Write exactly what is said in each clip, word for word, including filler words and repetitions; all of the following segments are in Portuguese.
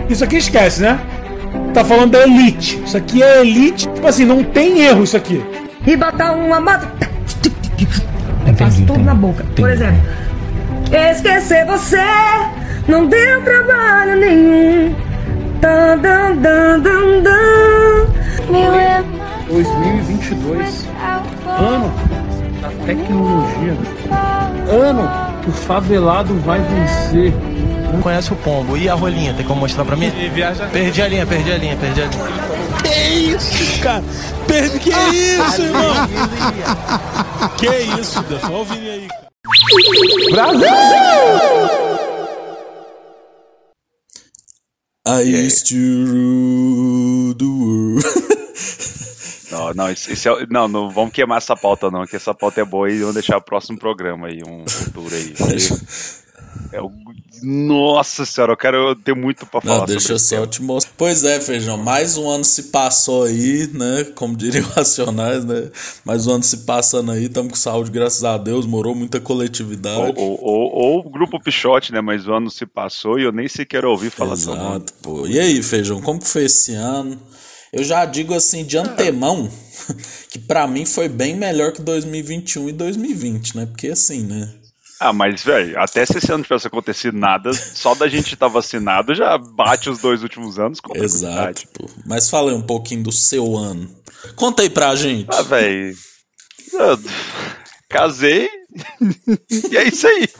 Isso aqui esquece, né? Tá falando da elite. Isso aqui é elite. Tipo assim, não tem erro isso aqui. E botar uma moto. Eu faço tudo na boca. Por exemplo, esquecer você não deu trabalho nenhum. Dan, dan, dan, dan, dan. dois mil e vinte e dois, ano da tecnologia, ano que o favelado vai vencer. Não conhece o pombo. E a rolinha? Tem como mostrar pra mim? E viaja. Perdi a linha, perdi a linha, perdi a linha. Que isso, cara? Perdi, que isso, irmão? Que isso, Deus? Só ouvir aí, cara. Brasil! I used to rule the world. Não, não, isso, isso é, não, não vamos queimar essa pauta não, que essa pauta é boa e vamos deixar o próximo programa aí, um futuro aí. É o, nossa senhora, eu quero ter muito pra falar. Não, deixa eu só te mostrar. Pois é, Feijão, mais um ano se passou aí, né, como diriam os Racionais, né, mais um ano se passando aí, estamos com saúde, graças a Deus, morou muita coletividade. Ou, ou, ou o Grupo Pichote, né, mas o ano se passou e eu nem sequer ouvi falar seu nome. Exato, pô. E aí, Feijão, como que foi esse ano? Eu já digo assim, de antemão, que pra mim foi bem melhor que dois mil e vinte e um e dois mil e vinte, né? Porque assim, né? Ah, mas, velho, até se esse ano tivesse acontecido nada, só da gente estar vacinado já bate os dois últimos anos com Exato, pô. Mas fala aí um pouquinho do seu ano. Conta aí pra gente. Ah, velho, casei e é isso aí.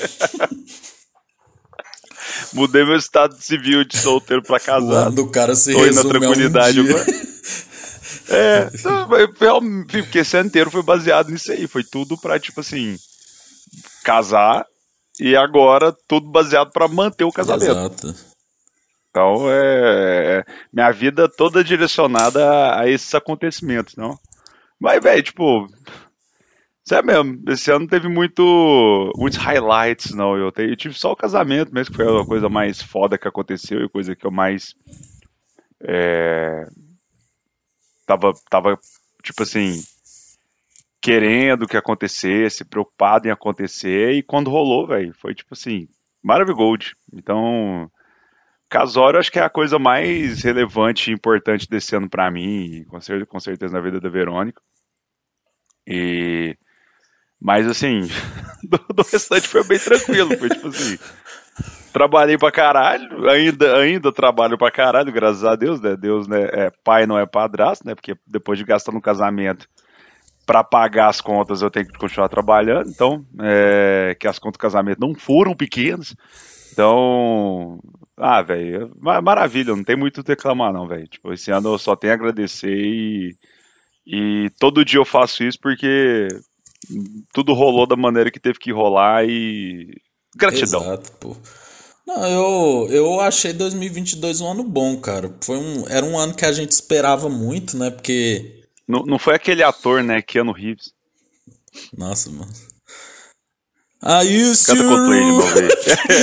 Mudei meu estado civil de solteiro pra casado. O ano do cara se Tô indo na resume tranquilidade a um dia. agora. É, porque esse ano inteiro foi baseado nisso aí. Foi tudo pra, tipo assim, casar e agora tudo baseado pra manter o casamento. Exato. Então, é, minha vida toda direcionada a, a esses acontecimentos, não? Mas, velho, tipo... Sério mesmo, esse ano teve muito, muitos highlights, não, eu, te, eu tive só o casamento mesmo, que foi a coisa mais foda que aconteceu, e coisa que eu mais, é, tava, tava, tipo assim, querendo que acontecesse, preocupado em acontecer, e quando rolou, velho, foi tipo assim, maravilhoso. Então, casório eu acho que é a coisa mais relevante e importante desse ano pra mim, e com certeza, com certeza na vida da Verônica, e... Mas assim, do, do restante foi bem tranquilo, foi tipo assim, trabalhei pra caralho, ainda, ainda trabalho pra caralho, graças a Deus, né, Deus, né, é, pai não é padrasto, né, porque depois de gastar no casamento, pra pagar as contas eu tenho que continuar trabalhando, então, é, que as contas do casamento não foram pequenas, então, ah, velho, maravilha, não tem muito o que reclamar não, velho, tipo, esse ano eu só tenho a agradecer e, e todo dia eu faço isso porque... Tudo rolou da maneira que teve que rolar e... Gratidão. Exato, pô. Não, eu, eu achei dois mil e vinte e dois um ano bom, cara. Foi um, era um ano que a gente esperava muito, né? Porque... Não, não foi aquele ator, né? Keanu Reeves. Nossa, mano. I used Canta to... Coldplay de novo aí.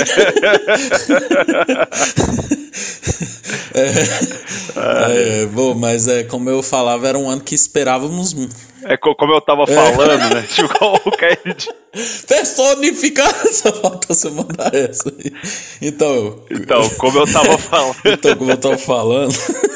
é, é, bom, mas é, como eu falava, era um ano que esperávamos... É como eu tava falando, né? Tipo, o Kennedy. Personificado, só falta você mandar essa aí. Então, então, como eu tava falando. Então, como eu tava falando.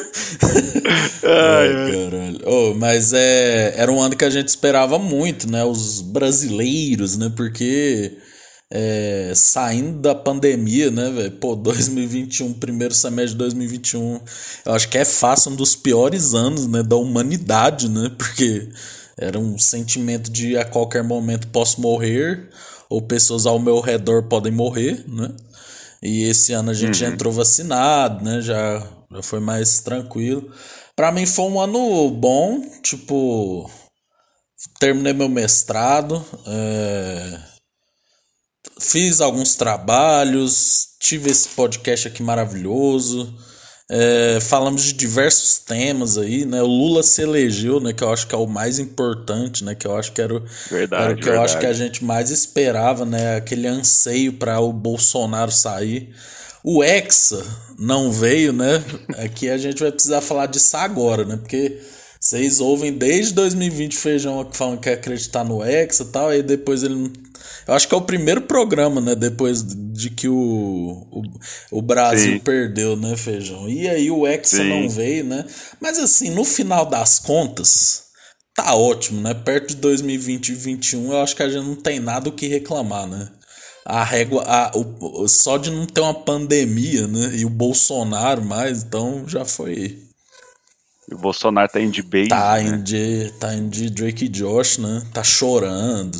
Ai, ai, caralho. Oh, mas é, era um ano que a gente esperava muito, né? Os brasileiros, né? Porque é, saindo da pandemia, né, velho? Pô, dois mil e vinte e um, primeiro semestre de dois mil e vinte e um, eu acho que é fácil um dos piores anos, né? Da humanidade, né? Porque era um sentimento de a qualquer momento posso morrer, ou pessoas ao meu redor podem morrer, né? E esse ano a gente uhum. já entrou vacinado, né? Já, já foi mais tranquilo. Pra mim foi um ano bom, tipo, terminei meu mestrado, é, fiz alguns trabalhos, tive esse podcast aqui maravilhoso. É, falamos de diversos temas aí, né? O Lula se elegeu, né? Que eu acho que é o mais importante, né? Que eu acho que era o, verdade, era o que verdade. eu acho que a gente mais esperava, né? Aquele anseio para o Bolsonaro sair. O Hexa não veio, né? Aqui a gente vai precisar falar disso agora, né? Porque vocês ouvem desde dois mil e vinte o Feijão falando que quer acreditar no Hexa e tal, aí depois ele... Eu acho que é o primeiro programa, né? Depois de que o, o, o Brasil Sim. perdeu, né, Feijão? E aí o Hexa Sim. não veio, né? Mas assim, no final das contas, tá ótimo, né? Perto de dois mil e vinte e dois mil e vinte e um, eu acho que a gente não tem nada o que reclamar, né? A régua, a, o, só de não ter uma pandemia, né? E o Bolsonaro mais, então já foi. O Bolsonaro tá indo de base, tá né? Indo de, tá indo de Drake e Josh, né? Tá chorando.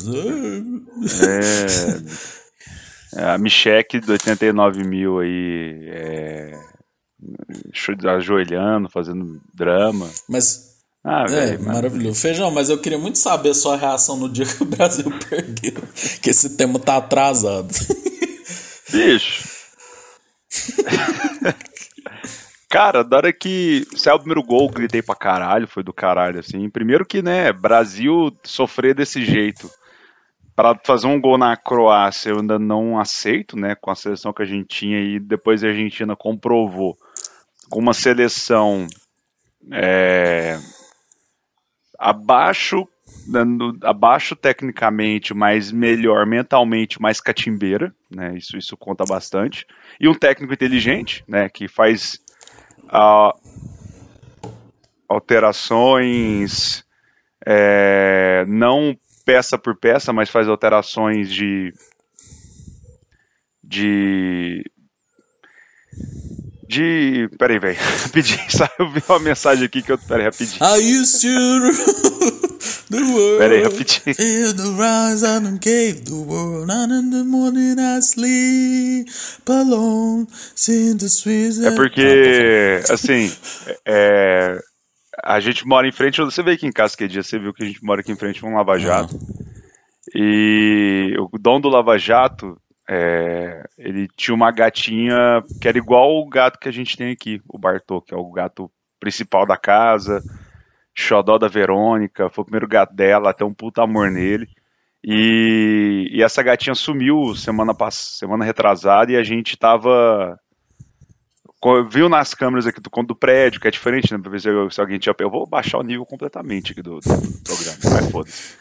É, a Micheque de oitenta e nove mil aí, é, ajoelhando, fazendo drama. Mas, ah, é, véio, maravilhoso. mas... Feijão, mas eu queria muito saber a sua reação no dia que o Brasil perdeu, que esse tema tá atrasado. Bicho. Cara, da hora que saiu o primeiro gol, gritei pra caralho, foi do caralho, assim. Primeiro que, né, Brasil sofrer desse jeito. Pra fazer um gol na Croácia eu ainda não aceito, né, com a seleção que a gente tinha, e depois a Argentina comprovou com uma seleção é, abaixo, abaixo tecnicamente, mas melhor mentalmente, mais catimbeira, né, isso, isso conta bastante. E um técnico inteligente, né, que faz... Uh, alterações é, não peça por peça, mas faz alterações de de de peraí, velho, rapidinho, eu vi uma mensagem aqui que eu, peraí, rapidinho I used to the world peraí, rapidinho in the rise and gave the world and in the morning I sleep alone sing the sweet. É porque assim é, a gente mora em frente, você veio aqui em Casquedia, você viu que a gente mora aqui em frente a um Lava Jato, uhum. E o dono do Lava Jato é, ele tinha uma gatinha que era igual o gato que a gente tem aqui, o Bartô, que é o gato principal da casa, xodó da Verônica, foi o primeiro gato dela, até um puta amor nele. E, e essa gatinha sumiu semana, pass- semana retrasada e a gente tava... Viu nas câmeras aqui do, do prédio, que é diferente, né? Pra ver se, se alguém tinha... Eu vou baixar o nível completamente aqui do, do, do programa, mas foda-se.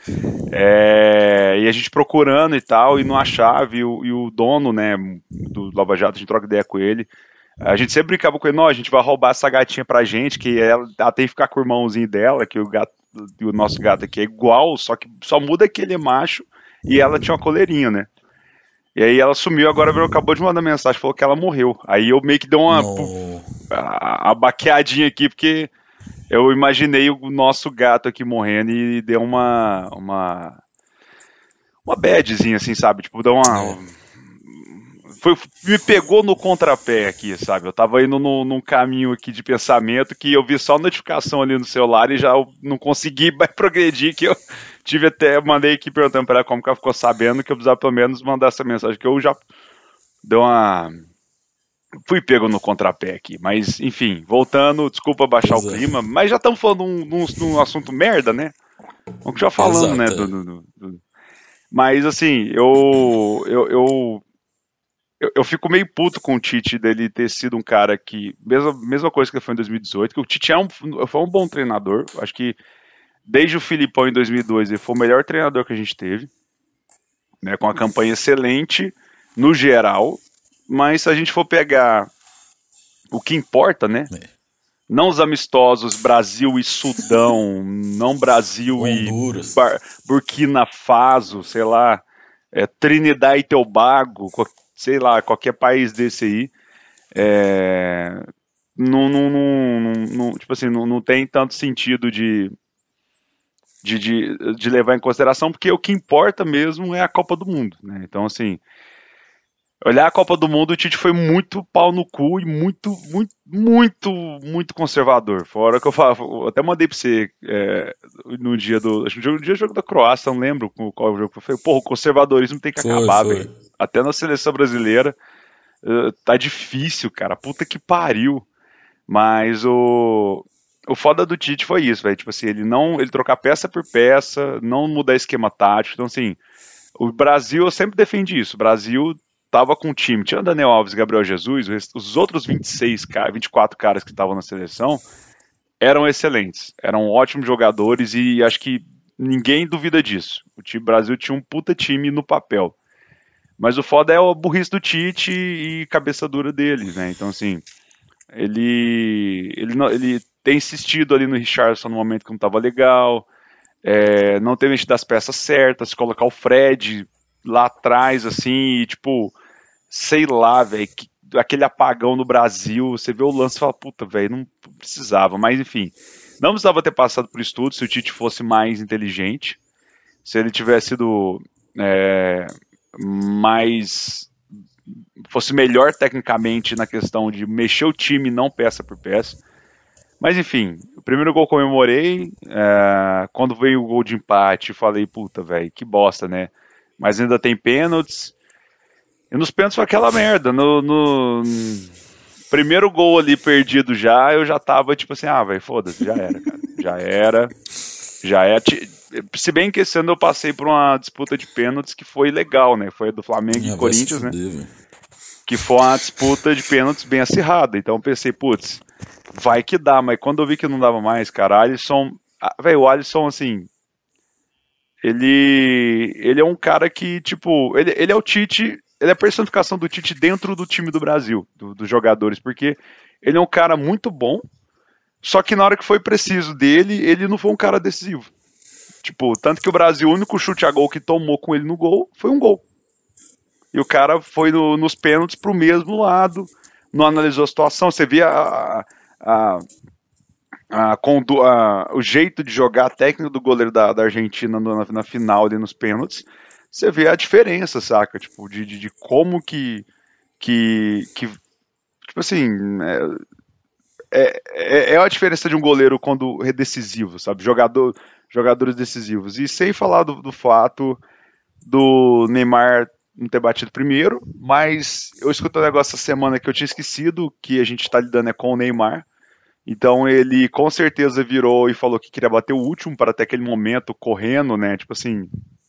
É, e a gente procurando e tal, e não achava, e o, e o dono, né, do Lava Jato, a gente troca ideia com ele. A gente sempre brincava com ele, não, a gente vai roubar essa gatinha pra gente, que ela, ela tem que ficar com o irmãozinho dela, que o, gato, o nosso gato aqui é igual, só que só muda que ele é macho, e ela tinha uma coleirinha, né? E aí ela sumiu, agora acabou de mandar mensagem, falou que ela morreu. Aí eu meio que dei uma a, a baqueadinha aqui, porque eu imaginei o nosso gato aqui morrendo e deu uma uma uma badzinha, assim, sabe? Tipo, deu uma... Foi, me pegou no contrapé aqui, sabe? Eu tava indo no, num caminho aqui de pensamento que eu vi só a notificação ali no celular e já não consegui mais progredir, que eu tive até, mandei aqui perguntando pra ela como que ela ficou sabendo que eu precisava pelo menos mandar essa mensagem, que eu já deu uma... Fui pego no contrapé aqui, mas enfim, voltando, desculpa baixar pois o é. clima, mas já estamos falando de um, de um assunto merda, né? Vamos já falando, Exato, né? Do, do, do, do... Mas assim, eu... eu, eu Eu, eu fico meio puto com o Tite dele ter sido um cara que, mesma, mesma coisa que ele foi em dois mil e dezoito, que o Tite é um, foi um bom treinador, acho que desde o Filipão em dois mil e dois ele foi o melhor treinador que a gente teve, né, com uma campanha excelente no geral, mas se a gente for pegar o que importa, né, é. não os amistosos Brasil e Sudão, não Brasil Honduras. e Bar, Burkina Faso, sei lá, é, Trinidad e Tobago, sei lá, qualquer país desse aí, é, não, não, não, não, tipo assim, não, não tem tanto sentido de, de, de, de levar em consideração, porque o que importa mesmo é a Copa do Mundo, né? Então, assim, olhar a Copa do Mundo, o Tite foi muito pau no cu e muito, muito, muito, muito conservador. Fora que eu falo, eu até mandei pra você é, no dia do. Acho que no dia do jogo da Croácia, não lembro qual jogo foi. Porra, o conservadorismo tem que foi, acabar, velho. Até na seleção brasileira uh, tá difícil, cara. Puta que pariu. Mas o. O foda do Tite foi isso, velho. Tipo assim, ele não. Ele trocar peça por peça, não mudar esquema tático. Então, assim, o Brasil, eu sempre defendi isso. O Brasil tava com o time, tirando Daniel Alves e Gabriel Jesus, os outros vinte e seis, vinte e quatro caras que estavam na seleção eram excelentes, eram ótimos jogadores e acho que ninguém duvida disso. O time Brasil tinha um puta time no papel. Mas o foda é a burrice do Tite e cabeça dura dele, né? Então, assim, ele, ele, não, ele tem insistido ali no Richarlison no momento que não tava legal, é, não ter mexido das peças certas, colocar o Fred lá atrás, assim, e, tipo, sei lá, velho, aquele apagão no Brasil, você vê o lance e fala, puta, velho, não precisava, mas enfim, não precisava ter passado por isso tudo se o Tite fosse mais inteligente, se ele tivesse sido é, mais, fosse melhor tecnicamente na questão de mexer o time não peça por peça, mas enfim, o primeiro gol comemorei, é, quando veio o gol de empate, falei, puta, velho, que bosta, né, mas ainda tem pênaltis. E nos pênaltis foi aquela merda. No, no primeiro gol ali perdido já, eu já tava tipo assim, ah, velho, foda-se, já era, cara. Já era. Já é. Se bem que esse ano eu passei por uma disputa de pênaltis que foi legal, né? Foi a do Flamengo e Corinthians, né? Que foi uma disputa de pênaltis bem acirrada. Então eu pensei, putz, vai que dá. Mas quando eu vi que não dava mais, cara, Alisson. Velho, o Alisson, assim. Ele. Ele é um cara que, tipo. Ele, ele é o Tite. Ele é a personificação do Tite dentro do time do Brasil, do, dos jogadores, porque ele é um cara muito bom, só que na hora que foi preciso dele, ele não foi um cara decisivo. Tipo, tanto que o Brasil, o único chute a gol que tomou com ele no gol, foi um gol. E o cara foi no, nos pênaltis pro mesmo lado, não analisou a situação, você via a, a, a, a, a, o jeito de jogar a técnica do goleiro da, da Argentina no, na, na final ali nos pênaltis, você vê a diferença, saca? Tipo, de, de, de como que, que, que. Tipo assim. É, é, é a diferença de um goleiro quando é decisivo, sabe? Jogador, jogadores decisivos. E sem falar do, do fato do Neymar não ter batido primeiro, mas eu escutei um negócio essa semana que eu tinha esquecido, que a gente tá lidando é com o Neymar. Então ele com certeza virou e falou que queria bater o último para até aquele momento correndo, né? Tipo assim.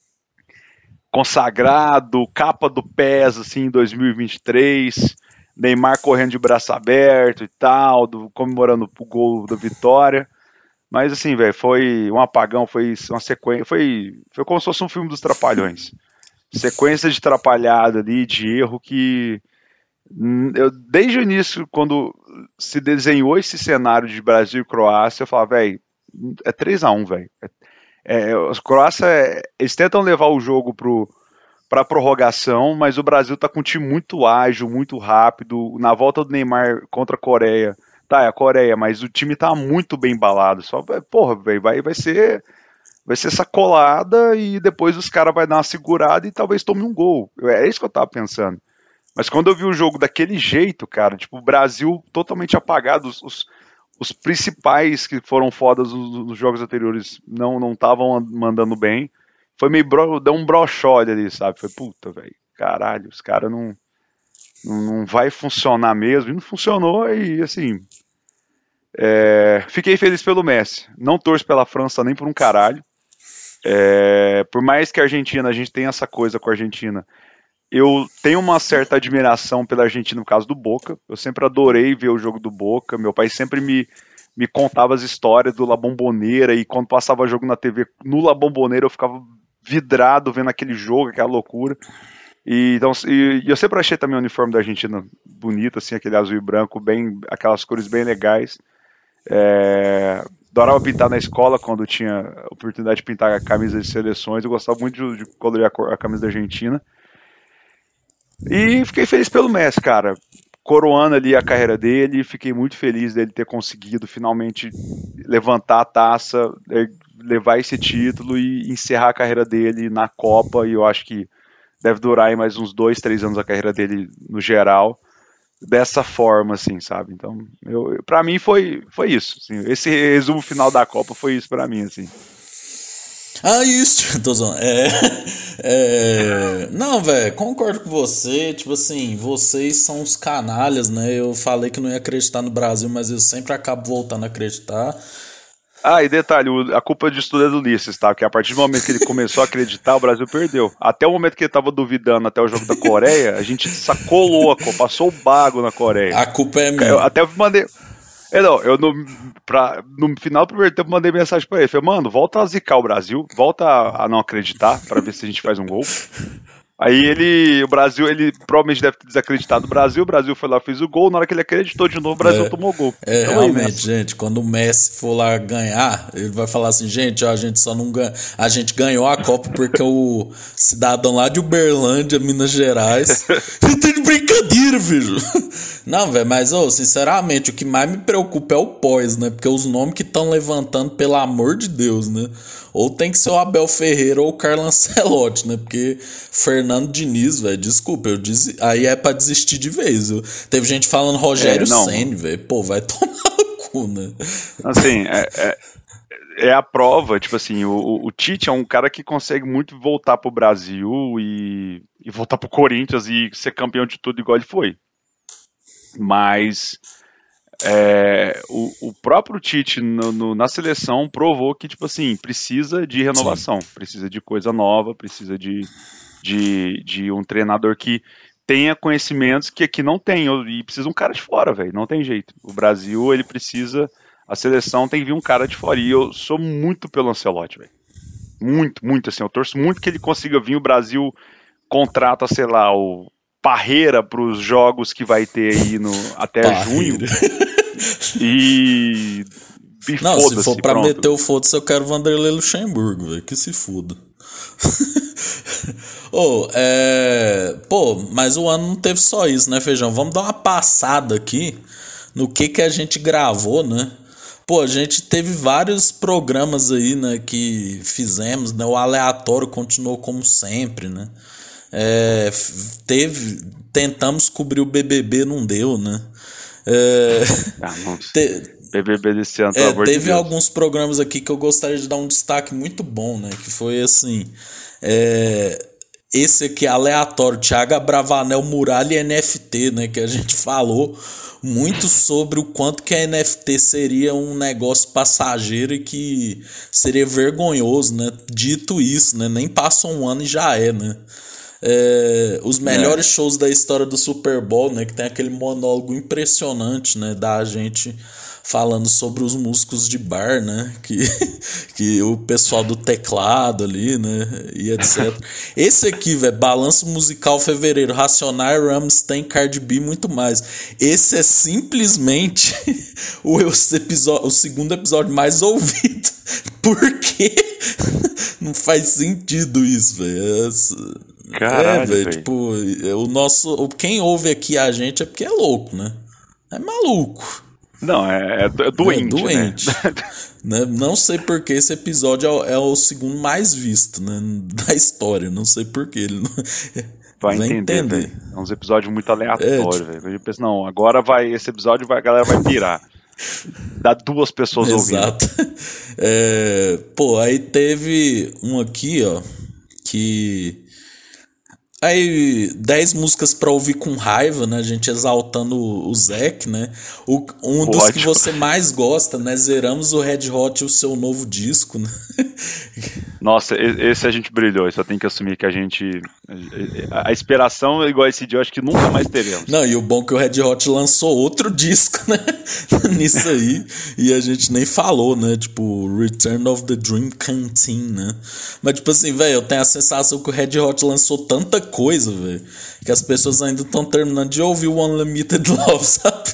Consagrado, capa do P E S assim, em dois mil e vinte e três, Neymar correndo de braço aberto e tal, do, comemorando o gol da vitória. Mas assim, velho, foi um apagão, foi uma sequência, foi, foi como se fosse um filme dos Trapalhões. Sequência de trapalhada ali, de erro que eu, desde o início, quando se desenhou esse cenário de Brasil e Croácia, eu falava, velho, é três a um, velho. É, É, os Croácia, eles tentam levar o jogo para a prorrogação, mas o Brasil tá com um time muito ágil, muito rápido. Na volta do Neymar contra a Coreia, tá, é a Coreia, mas o time tá muito bem embalado. Só, porra, véio, vai, vai ser vai ser sacolada e depois os caras vão dar uma segurada e talvez tome um gol. É isso que eu tava pensando. Mas quando eu vi o jogo daquele jeito, cara, tipo, o Brasil totalmente apagado, os, os Os principais que foram fodas nos, nos jogos anteriores não não estavam mandando bem. Foi meio bro, deu um broxolho ali, sabe? Foi puta, velho. Caralho, os caras não, não não vai funcionar mesmo. E não funcionou e assim. É, fiquei feliz pelo Messi. Não torço pela França nem por um caralho. É, por mais que a Argentina, a gente tenha essa coisa com a Argentina. Eu tenho uma certa admiração pela Argentina no caso do Boca. Eu sempre adorei ver o jogo do Boca. Meu pai sempre me, me contava as histórias do La Bombonera. E quando passava jogo na T V no La Bombonera, eu ficava vidrado vendo aquele jogo, aquela loucura. E, então, e, e eu sempre achei também o uniforme da Argentina bonito, assim, aquele azul e branco, bem, aquelas cores bem legais. É, adorava pintar na escola quando tinha a oportunidade de pintar a camisa de seleções. Eu gostava muito de, de colorir a, a camisa da Argentina. E fiquei feliz pelo Messi, cara. Coroando ali a carreira dele, fiquei muito feliz dele ter conseguido finalmente levantar a taça, levar esse título e encerrar a carreira dele na Copa. E eu acho que deve durar aí mais uns dois, três anos a carreira dele no geral, dessa forma, assim, sabe? Então, eu, eu, pra mim foi, foi isso. Assim, esse resumo final da Copa foi isso pra mim, assim. Ah, isso, tô zoando. É, é, não, velho, concordo com você. Tipo assim, vocês são os canalhas, né? Eu falei que não ia acreditar no Brasil, mas eu sempre acabo voltando a acreditar. Ah, e detalhe, a culpa disso tudo é do Ulisses, tá? Porque a partir do momento que ele começou a acreditar, o Brasil perdeu. Até o momento que ele tava duvidando, até o jogo da Coreia, a gente sacolou, passou o bago na Coreia. A culpa é minha. Eu até mandei... Eu, não, eu no, pra, no final do primeiro tempo mandei mensagem pra ele. Falei, mano, volta a zicar o Brasil, volta a, a não acreditar pra ver se a gente faz um gol. Aí ele, o Brasil, ele provavelmente deve ter desacreditado o Brasil, o Brasil foi lá, fez o gol, na hora que ele acreditou de novo, o Brasil é, tomou o gol. É, então, realmente, aí, gente, quando o Messi for lá ganhar, ele vai falar assim, gente, ó, a gente só não ganha, a gente ganhou a Copa porque o cidadão lá de Uberlândia, Minas Gerais, não tem de brincadeira, filho. Não, velho, mas, oh, sinceramente, o que mais me preocupa é o pós, né, porque os nomes que estão levantando, pelo amor de Deus, né, ou tem que ser o Abel Ferreira ou o Carlo Ancelotti, né, porque Fernando Diniz, velho, desculpa, eu disse, aí é pra desistir de vez. Eu, teve gente falando Rogério é, Ceni, velho. Pô, vai tomar no cu, né? Assim, é, é, é a prova, tipo assim, o, o Tite é um cara que consegue muito voltar pro Brasil e, e voltar pro Corinthians e ser campeão de tudo igual ele foi. Mas é, o, o próprio Tite no, no, na seleção provou que, tipo assim, precisa de renovação, Sim. precisa de coisa nova, precisa de... De, de um treinador que tenha conhecimentos que aqui não tem, e precisa um cara de fora, velho, não tem jeito. O Brasil, ele precisa, a seleção tem que vir um cara de fora, e eu sou muito pelo Ancelotti, velho. Muito, muito, assim, eu torço muito que ele consiga vir, o Brasil contrata, sei lá, o Parreira pros jogos que vai ter aí no, até Parreira. junho, e... e não, se for pra pronto. meter o foda-se, eu quero Vanderlei Luxemburgo, velho, que se foda. oh, é... Pô, mas o ano não teve só isso, né, Feijão? Vamos dar uma passada aqui no que que a gente gravou, né? Pô, a gente teve vários programas aí, né, que fizemos, né? O aleatório continuou como sempre, né? É... Teve... Tentamos cobrir o B B B, não deu, né? É... Ah, não Te... B B B desse ano, é, teve de Deus. Alguns programas aqui que eu gostaria de dar um destaque muito bom, né? Que foi assim... É, esse aqui, aleatório, Thiago Abravanel, Muralha e N F T, né? Que a gente falou muito sobre o quanto que a N F T seria um negócio passageiro e que seria vergonhoso, né? Dito isso, né? Nem passa um ano e já é, né? É, os melhores é. shows da história do Super Bowl, né? Que tem aquele monólogo impressionante, né? Da gente... falando sobre os músicos de bar, né, que, que o pessoal do teclado ali, né, e etcétera. Esse aqui, velho, Balanço Musical Fevereiro, Racionais, Rammstein, Cardi B, muito mais. Esse é simplesmente o, episódio, o segundo episódio mais ouvido. Por quê? Não faz sentido isso, velho. Caralho, é, velho, tipo, o nosso, quem ouve aqui a gente é porque é louco, né? É maluco. Não, é, é doente, é doente. Né? né? Não sei porque esse episódio é, é o segundo mais visto, né, da história. Não sei porquê. Ele não... Vai entender. entender. É uns episódios muito aleatórios, é, tipo... velho. Eu penso, não, agora vai, esse episódio vai, a galera vai pirar. Dá duas pessoas Exato. ouvindo. É, pô, aí teve um aqui, ó, que... Aí, dez músicas pra ouvir com raiva, né? A gente exaltando o, o Zeke, né? O, um dos Ótimo. que você mais gosta, né? Zeramos o Red Hot e o seu novo disco, né? Nossa, esse a gente brilhou. Só tem que assumir que a gente... A, a inspiração igual esse dia, eu acho que nunca mais teremos. Não, e o bom é que o Red Hot lançou outro disco, né? Nisso aí. E a gente nem falou, né? Tipo, Return of the Dream Canteen, né? Mas, tipo assim, velho, eu tenho a sensação que o Red Hot lançou tanta coisa, velho, que as pessoas ainda estão terminando de ouvir o Unlimited Love, sabe?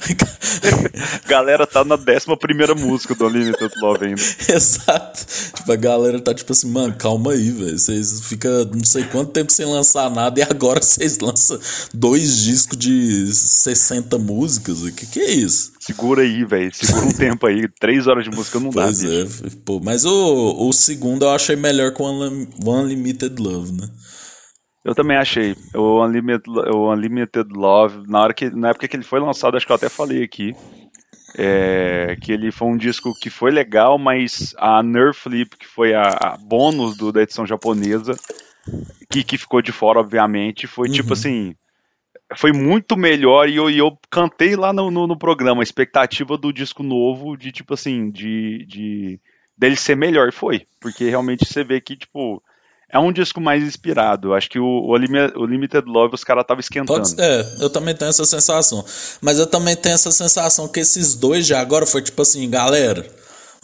Galera tá na décima primeira música do Unlimited Love ainda. Exato. Tipo, a galera tá tipo assim, mano, calma aí, velho. Vocês ficam não sei quanto tempo sem lançar nada e agora vocês lançam dois discos de sessenta músicas. O que que é isso? Segura aí, velho. Segura um tempo aí. Três horas de música não dá. Pois é, pô. Mas o, o segundo eu achei melhor com o Unlimited Love, né? Eu também achei. O Unlimited, o Unlimited Love, na, hora que, na época que ele foi lançado, acho que eu até falei aqui, é, que ele foi um disco que foi legal, mas a Nerf Flip, que foi a, a bônus do, da edição japonesa, que, que ficou de fora, obviamente, foi uhum. tipo assim, foi muito melhor, e eu, e eu cantei lá no, no, no programa, a expectativa do disco novo, de tipo assim, de, de dele ser melhor, e foi, porque realmente você vê que, tipo... É um disco mais inspirado. Acho que o, o, o Limited Love os caras estavam esquentando. Pode, é, eu também tenho essa sensação. Mas eu também tenho essa sensação que esses dois já agora foi tipo assim, galera,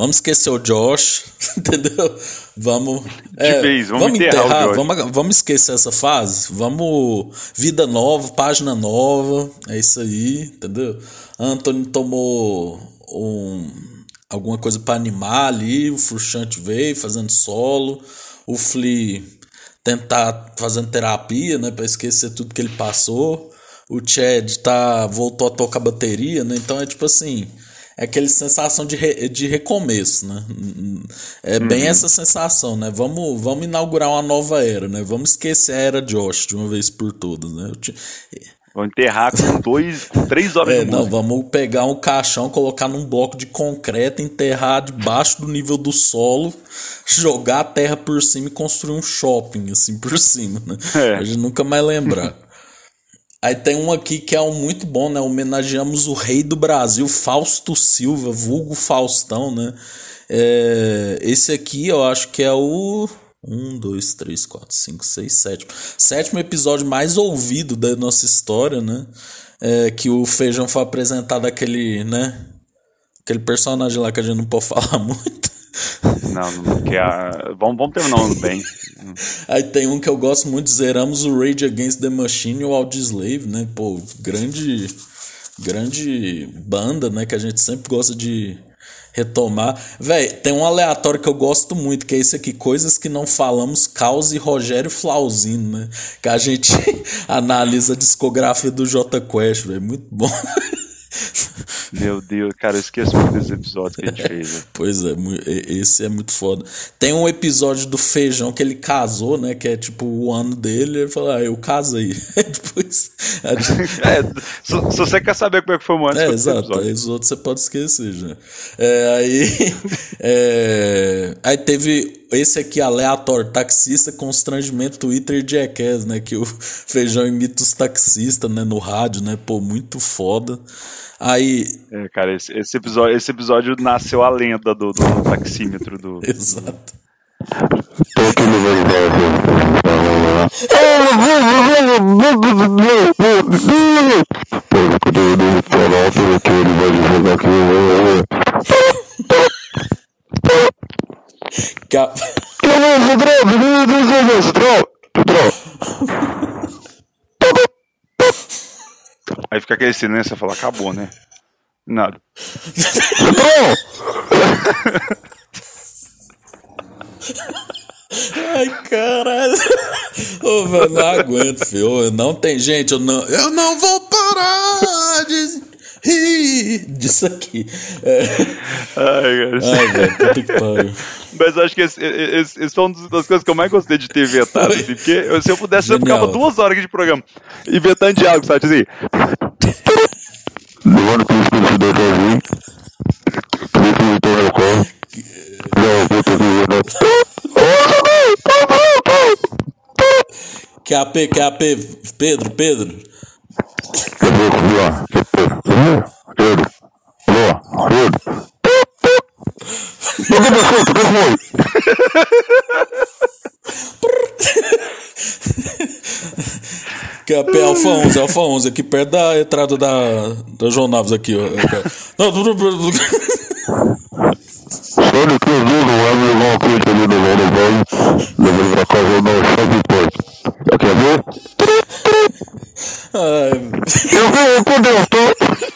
Vamos esquecer o Josh, entendeu? Vamos. É, De vez, vamos, vamos enterrar, enterrar, o Josh. vamos, vamos esquecer essa fase. Vamos. Vida nova, página nova. É isso aí, entendeu? Anthony tomou um, alguma coisa pra animar ali. O Frusciante veio fazendo solo. O Flea tentar fazendo terapia, né? Pra esquecer tudo que ele passou. O Chad tá, voltou a tocar bateria, né? Então é tipo assim. É aquela sensação de, re, de recomeço, né? É bem uhum. essa sensação, né? Vamos, vamos inaugurar uma nova era, né? Vamos esquecer a era Josh de uma vez por todas, né? Te... Vamos enterrar com dois, com três horas é, de não, música. Vamos pegar um caixão, colocar num bloco de concreto, enterrar debaixo do nível do solo, jogar a terra por cima e construir um shopping, assim, por cima, né? É. A gente nunca mais lembrar. Aí tem um aqui que é um muito bom, né? Homenageamos o rei do Brasil, Fausto Silva, vulgo Faustão, né? É, esse aqui eu acho que é o um, dois, três, quatro, cinco, seis, sétimo. Sétimo episódio mais ouvido da nossa história, né? É, que o Feijão foi apresentado aquele, né? Aquele personagem lá que a gente não pode falar muito. Não, não que a... vamos, vamos terminar o ano bem. Aí tem um que eu gosto muito, zeramos o Rage Against the Machine e o Audioslave, né? Pô, grande, grande banda, né? Que a gente sempre gosta de retomar. Véi, tem um aleatório que eu gosto muito, que é esse aqui, Coisas que Não Falamos, Caos e Rogério Flauzino, né? Que a gente analisa a discografia do Jota Quest, velho, muito bom. Meu Deus, cara, eu esqueço muito desses episódios que a gente fez. Né? Pois é, esse é muito foda. Tem um episódio do Feijão que ele casou, né? Que é tipo o ano dele. Ele fala, ah, eu casei. Depois. é, se, se você quer saber como é que foi o ano, é, exato. Aí os outros você pode esquecer já. É, aí. é, aí teve esse aqui, aleatório, taxista, constrangimento, Twitter e Jackass, né? Que o Feijão imita os taxistas, né? No rádio, né? Pô, muito foda. Aí... É, cara, esse, esse, episódio, esse episódio nasceu a lenda do, do taxímetro do... Exato. Cap... Aí fica aquele silêncio e fala, acabou, né? Nada. Ai, caralho. Ô, velho, não aguento, filho. Não tem gente, eu não, eu não vou parar de rir disso aqui. É. Ai, cara. Ai, velho, puta que pariu. Mas eu acho que esse, esse, esse foi uma das coisas que eu mais gostei de ter inventado, assim, porque eu, se eu pudesse, Genial. Eu ficava duas horas aqui de programa inventando diálogo, sabe assim? Q A P, Q A P, Pedro, Pedro. Que é a P Alfa onze, Alfa onze, aqui perto da entrada da, da João Naves aqui, ó. Não, tudo bem. Olha que eu vi, não é levar uma coisa ali no lado velho, levando pra casa no shopping point. Quer ver? Ai, eu vi, quando eu tô...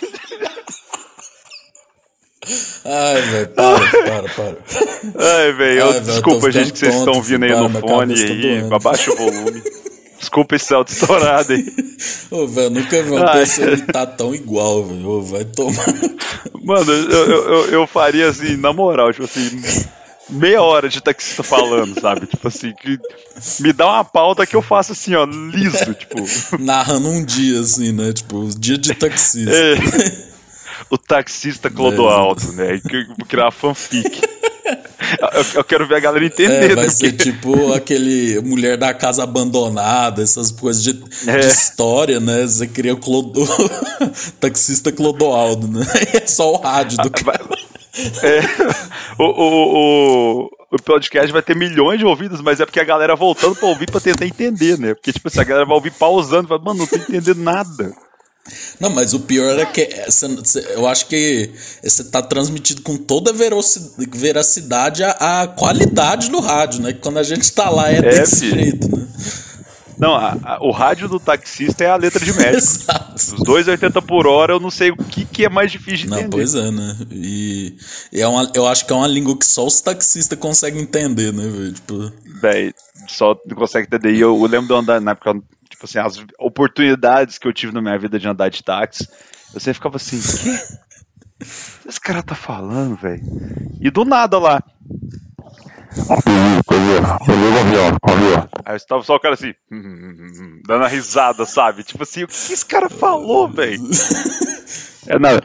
Ai, velho, para, para, para. Ai, velho, desculpa, gente, que vocês estão ouvindo aí no fone aí, abaixa o volume. Desculpa esse áudio estourado aí. Ô, velho, nunca vi uma pessoa imitar tão igual, velho. Vai tomar. Mano, eu, eu, eu faria assim, na moral, tipo assim, meia hora de taxista falando, sabe? Tipo assim, que me dá uma pauta que eu faço assim, ó, liso, tipo. Narrando um dia, assim, né? Tipo, dia de taxista. É. O taxista Clodoaldo, é. né? Vou criar uma fanfic. Eu, eu quero ver a galera entender. É, vai ser que... tipo aquele Mulher da Casa Abandonada, essas coisas de, é. de história, né? Você cria o Clodo... taxista Clodoaldo, né? É só o rádio do cara. É, o, o, o, o podcast vai ter milhões de ouvidos, mas é porque a galera voltando pra ouvir pra tentar entender, né? Porque tipo, se a galera vai ouvir pausando, vai, mano, não tô entendendo nada. Não, mas o pior é que essa, eu acho que você tá transmitindo com toda veracidade a, a qualidade do rádio, né? Que quando a gente tá lá é, é desse filho. jeito, né? Não, a, a, o rádio do taxista é a letra de médico. Exato. Os dois oitenta por hora, eu não sei o que, que é mais difícil de não, entender. Pois é, né? E, e é uma, eu acho que é uma língua que só os taxistas conseguem entender, né, velho? Tipo... Véi, só consegue entender. E eu, eu lembro de andar na época, tipo assim, as oportunidades que eu tive na minha vida de andar de táxi, eu sempre ficava assim, o quê? Esse cara tá falando, velho? E do nada lá. Aí estava só o cara assim, dando a risada, sabe? Tipo assim, o que esse cara falou, velho? É nada.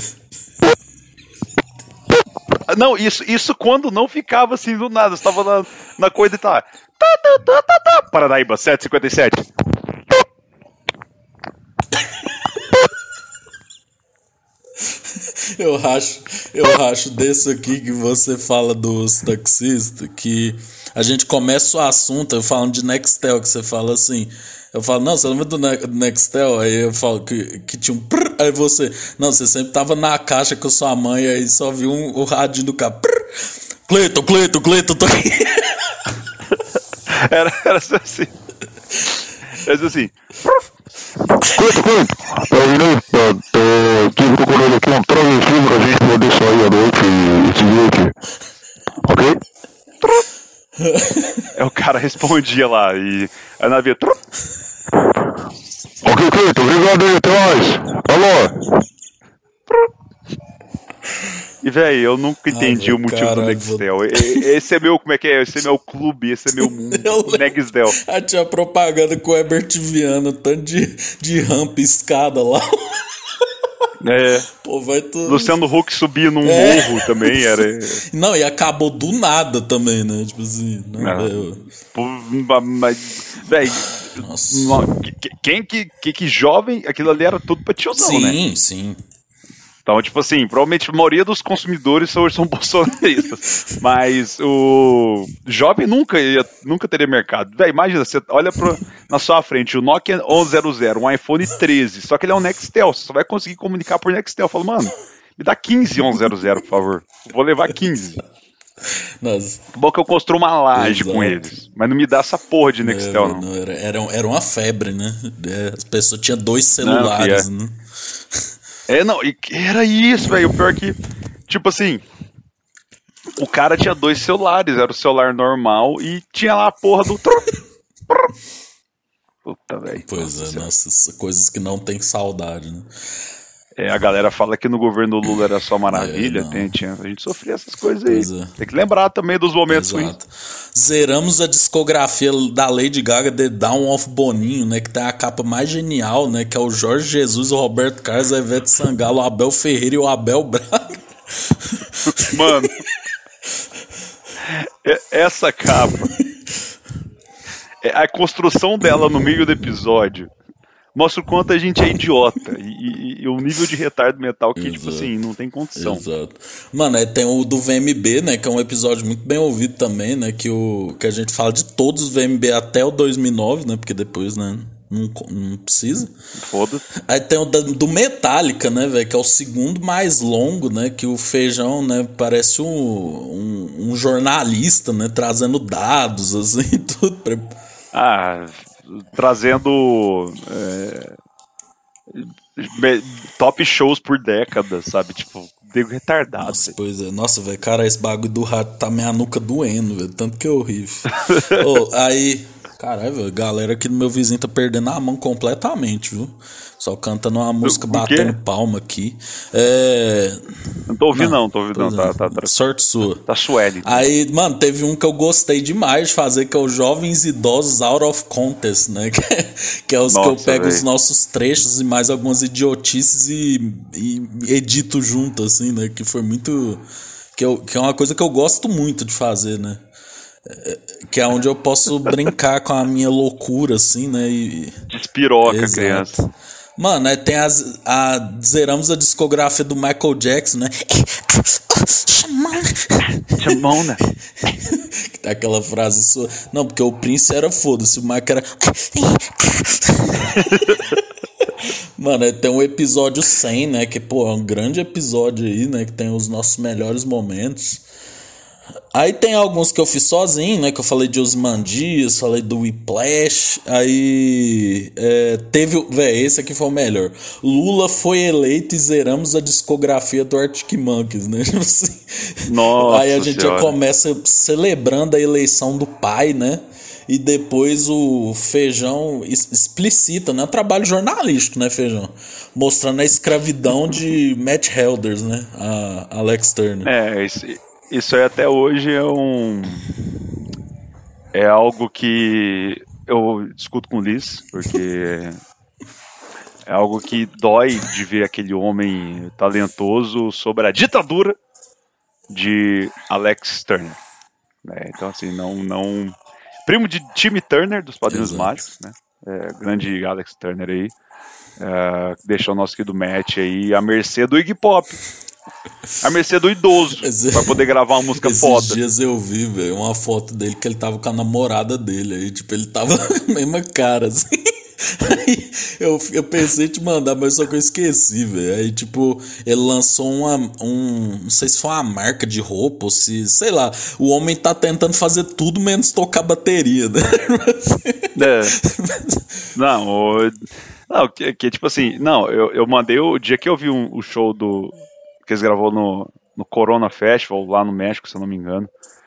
Não, isso, isso quando não ficava assim do nada. Eu estava na, na coisa e tava. Tá, tá, tá, tá, tá. Paranaíba, sete e cinquenta e sete. Eu racho, eu racho desse aqui que você fala dos taxistas, que a gente começa o assunto, eu falando de Nextel, que você fala assim, eu falo, não, você lembra do Nextel? Aí eu falo que, que tinha um prrr, aí você, não, você sempre tava na caixa com sua mãe, aí só viu um, o radinho do carro, prrr, Cleiton, Cleiton, Cleiton, tô aqui. Era, era assim, era assim, Cleiton, Cleiton, eu tive procurando aqui um travesseiro pra gente poder sair à noite e seguinte, ok? É, o cara respondia lá e a navia. Ok, Cleiton, obrigado aí, até mais. Alô? E velho, eu nunca entendi ah, o motivo caralho, do Nextel. Vou... Esse é meu, como é que é? Esse é meu clube, esse é meu mundo. Nextel. Ah, tinha propaganda com o Herbert Viana, tanto de, de rampa e escada lá. É. Pô, vai tudo. Luciano Huck subia num é. morro também, era. Não, e acabou do nada também, né? Tipo assim. Não, não. Eu... Pô, mas, velho. Quem que, que, que jovem, aquilo ali era tudo pra tiozão, sim, né? Sim, sim. Então, tipo assim, provavelmente a maioria dos consumidores hoje são bolsonaristas. Mas o jovem nunca, ia, nunca teria mercado. Véi, imagina, você olha pro, na sua frente o Nokia onze zero zero, um iPhone treze, só que ele é um Nextel, você só vai conseguir comunicar por Nextel. Eu falo, mano, me dá quinze onze zero zero, por favor. Vou levar quinze. Nossa. Bom que eu construo uma laje Exato. com eles, mas não me dá essa porra de Nextel, não. não. não era, era, era uma febre, né? As pessoas tinham dois celulares, não, é. né? É, não, era isso, velho. O pior é que, tipo assim, o cara tinha dois celulares, era o celular normal e tinha lá a porra do. Puta, velho. Pois é, nossa, coisas que não tem saudade, né? É, a galera fala que no governo Lula era só maravilha, é, tem, tinha, a gente sofria essas coisas aí. É. Tem que lembrar também dos momentos ruins. Zeramos a discografia da Lady Gaga, The Down of Boninho, né, que tem a capa mais genial, né, que é o Jorge Jesus, o Roberto Carlos, a Ivete Sangalo, o Abel Ferreira e o Abel Braga. Mano, essa capa, a construção dela no meio do episódio mostra o quanto a gente é idiota e, e, e o nível de retardo mental que, Exato. tipo assim, não tem condição. Exato. Mano, aí tem o do V M B, né, que é um episódio muito bem ouvido também, né, que, o, que a gente fala de todos os V M B até o dois mil e nove, né, porque depois, né, não, não precisa. Foda-se. Aí tem o da, do Metallica, né, velho, que é o segundo mais longo, né, que o Feijão, né, parece um, um, um jornalista, né, trazendo dados, assim, tudo. Pra... Ah... trazendo é, top shows por décadas, sabe? Tipo, deu retardado. Nossa, pois é. Nossa, velho, cara, esse bagulho do rato tá minha nuca doendo, velho. Tanto que é horrível. oh, aí, caralho, velho, galera aqui do meu vizinho tá perdendo a mão completamente, viu? Só cantando uma música, batendo palma aqui. É... Não tô ouvindo, não, não tô ouvindo, não. Tá, tá, tá, sorte sua. Tá suele. Aí, mano, teve um que eu gostei demais de fazer, que é o Jovens Idosos Out of Contest, né? Que é, que é os Nossa, que eu pego véio. os nossos trechos e mais algumas idiotices e, e edito junto, assim, né? Que foi muito. Que, eu, que é uma coisa que eu gosto muito de fazer, né? Que é onde eu posso brincar com a minha loucura, assim, né? E... Despiroca, Exato. criança. Mano, aí tem as, a. Zeramos a discografia do Michael Jackson, né? Chamona. Que tem aquela frase sua. Não, porque o Prince era foda-se, o Michael era. Mano, tem um episódio cem, né? Que, pô, é um grande episódio aí, né? Que tem os nossos melhores momentos. Aí tem alguns que eu fiz sozinho, né? Que eu falei de Ozymandias, falei do Whiplash. Aí é, teve... Véi, esse aqui foi o melhor. Lula foi eleito e zeramos a discografia do Arctic Monkeys, né? Nossa Aí a gente já começa celebrando a eleição do pai, né? E depois o Feijão explicita, né? Trabalho jornalístico, né, Feijão? Mostrando a escravidão de Matt Helders, né? A Alex Turner. É, isso, isso aí até hoje é um... É algo que eu discuto com o Liz, porque é algo que dói de ver aquele homem talentoso sobre a ditadura de Alex Turner. É, então, assim, não... não... Primo de Timmy Turner, dos Padrinhos Exato. Mágicos, né? É, grande Alex Turner aí. É, deixou o nosso querido Matt aí à mercê do Iggy Pop. À mercê do idoso. Esse, pra poder gravar uma música esses foda. Esses dias eu vi, velho, uma foto dele que ele tava com a namorada dele. Aí, tipo, ele tava na mesma cara, assim. Aí eu, eu pensei em te mandar, mas só que eu esqueci, velho. Aí, tipo, ele lançou uma. Um, não sei se foi uma marca de roupa ou se. Sei lá. O homem tá tentando fazer tudo menos tocar bateria, né? É. Não, o, não que, que tipo assim. Não, eu, eu mandei o dia que eu vi um, o show do. Que eles gravou no, no Corona Festival, lá no México, se eu não me engano.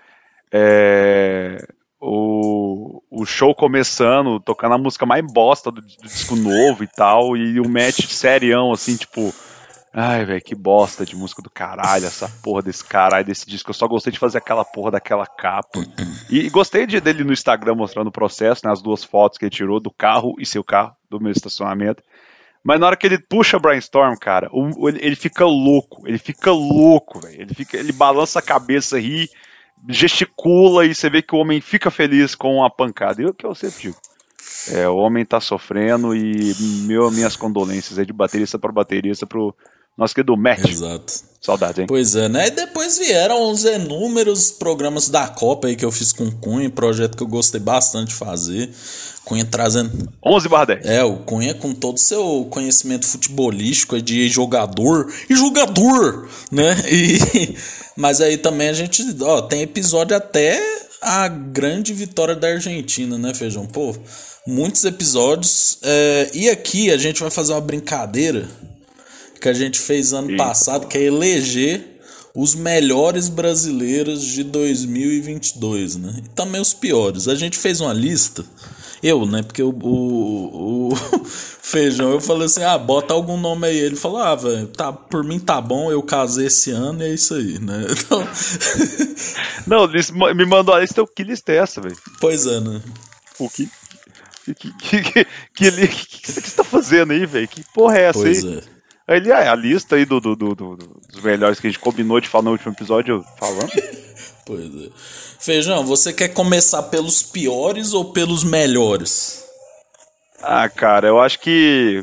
É. O, o show começando, tocando a música mais bosta do, do disco novo e tal, e o Matt serião, assim, tipo, ai, velho, que bosta de música do caralho, essa porra desse caralho, desse disco, eu só gostei de fazer aquela porra daquela capa, e, e gostei de, dele no Instagram mostrando o processo, né, as duas fotos que ele tirou do carro e seu carro, do meu estacionamento, mas na hora que ele puxa Brainstorm, cara, o, ele, ele fica louco, ele fica louco, velho, ele, fica, ele balança a cabeça, ri, gesticula e você vê que o homem fica feliz com a pancada. E o que eu sempre digo, é, o homem tá sofrendo e meu, minhas condolências aí de baterista para baterista pro nosso querido Matt. Exato. Saudades, hein? Pois é, né? E depois vieram os inúmeros programas da Copa aí que eu fiz com o Cunha, projeto que eu gostei bastante de fazer. Cunha trazendo... onze barra dez. É, o Cunha com todo o seu conhecimento futebolístico de jogador. E jogador! Né? E... Mas aí também a gente... Ó, tem episódio até a grande vitória da Argentina, né, Feijão? Pô, muitos episódios. É... E aqui a gente vai fazer uma brincadeira que a gente fez ano Eita, passado, pô. Que é eleger os melhores brasileiros de dois mil e vinte e dois, né? E também os piores. A gente fez uma lista... Eu, né? Porque o, o, o Feijão, eu falei assim, ah, bota algum nome aí. Ele falou, ah, velho, tá, por mim tá bom, eu casei esse ano e é isso aí, né? Então... Não, me mandou a lista, o que lista é essa, velho? Pois é, né? O que... Que, que, que, que, que, que você tá fazendo aí, velho? Que porra é essa pois aí? É. Aí ele, ah, a lista aí do, do, do, do, dos melhores que a gente combinou de falar no último episódio, falando. Pois é. Feijão, você quer começar pelos piores ou pelos melhores? Ah, cara, eu acho que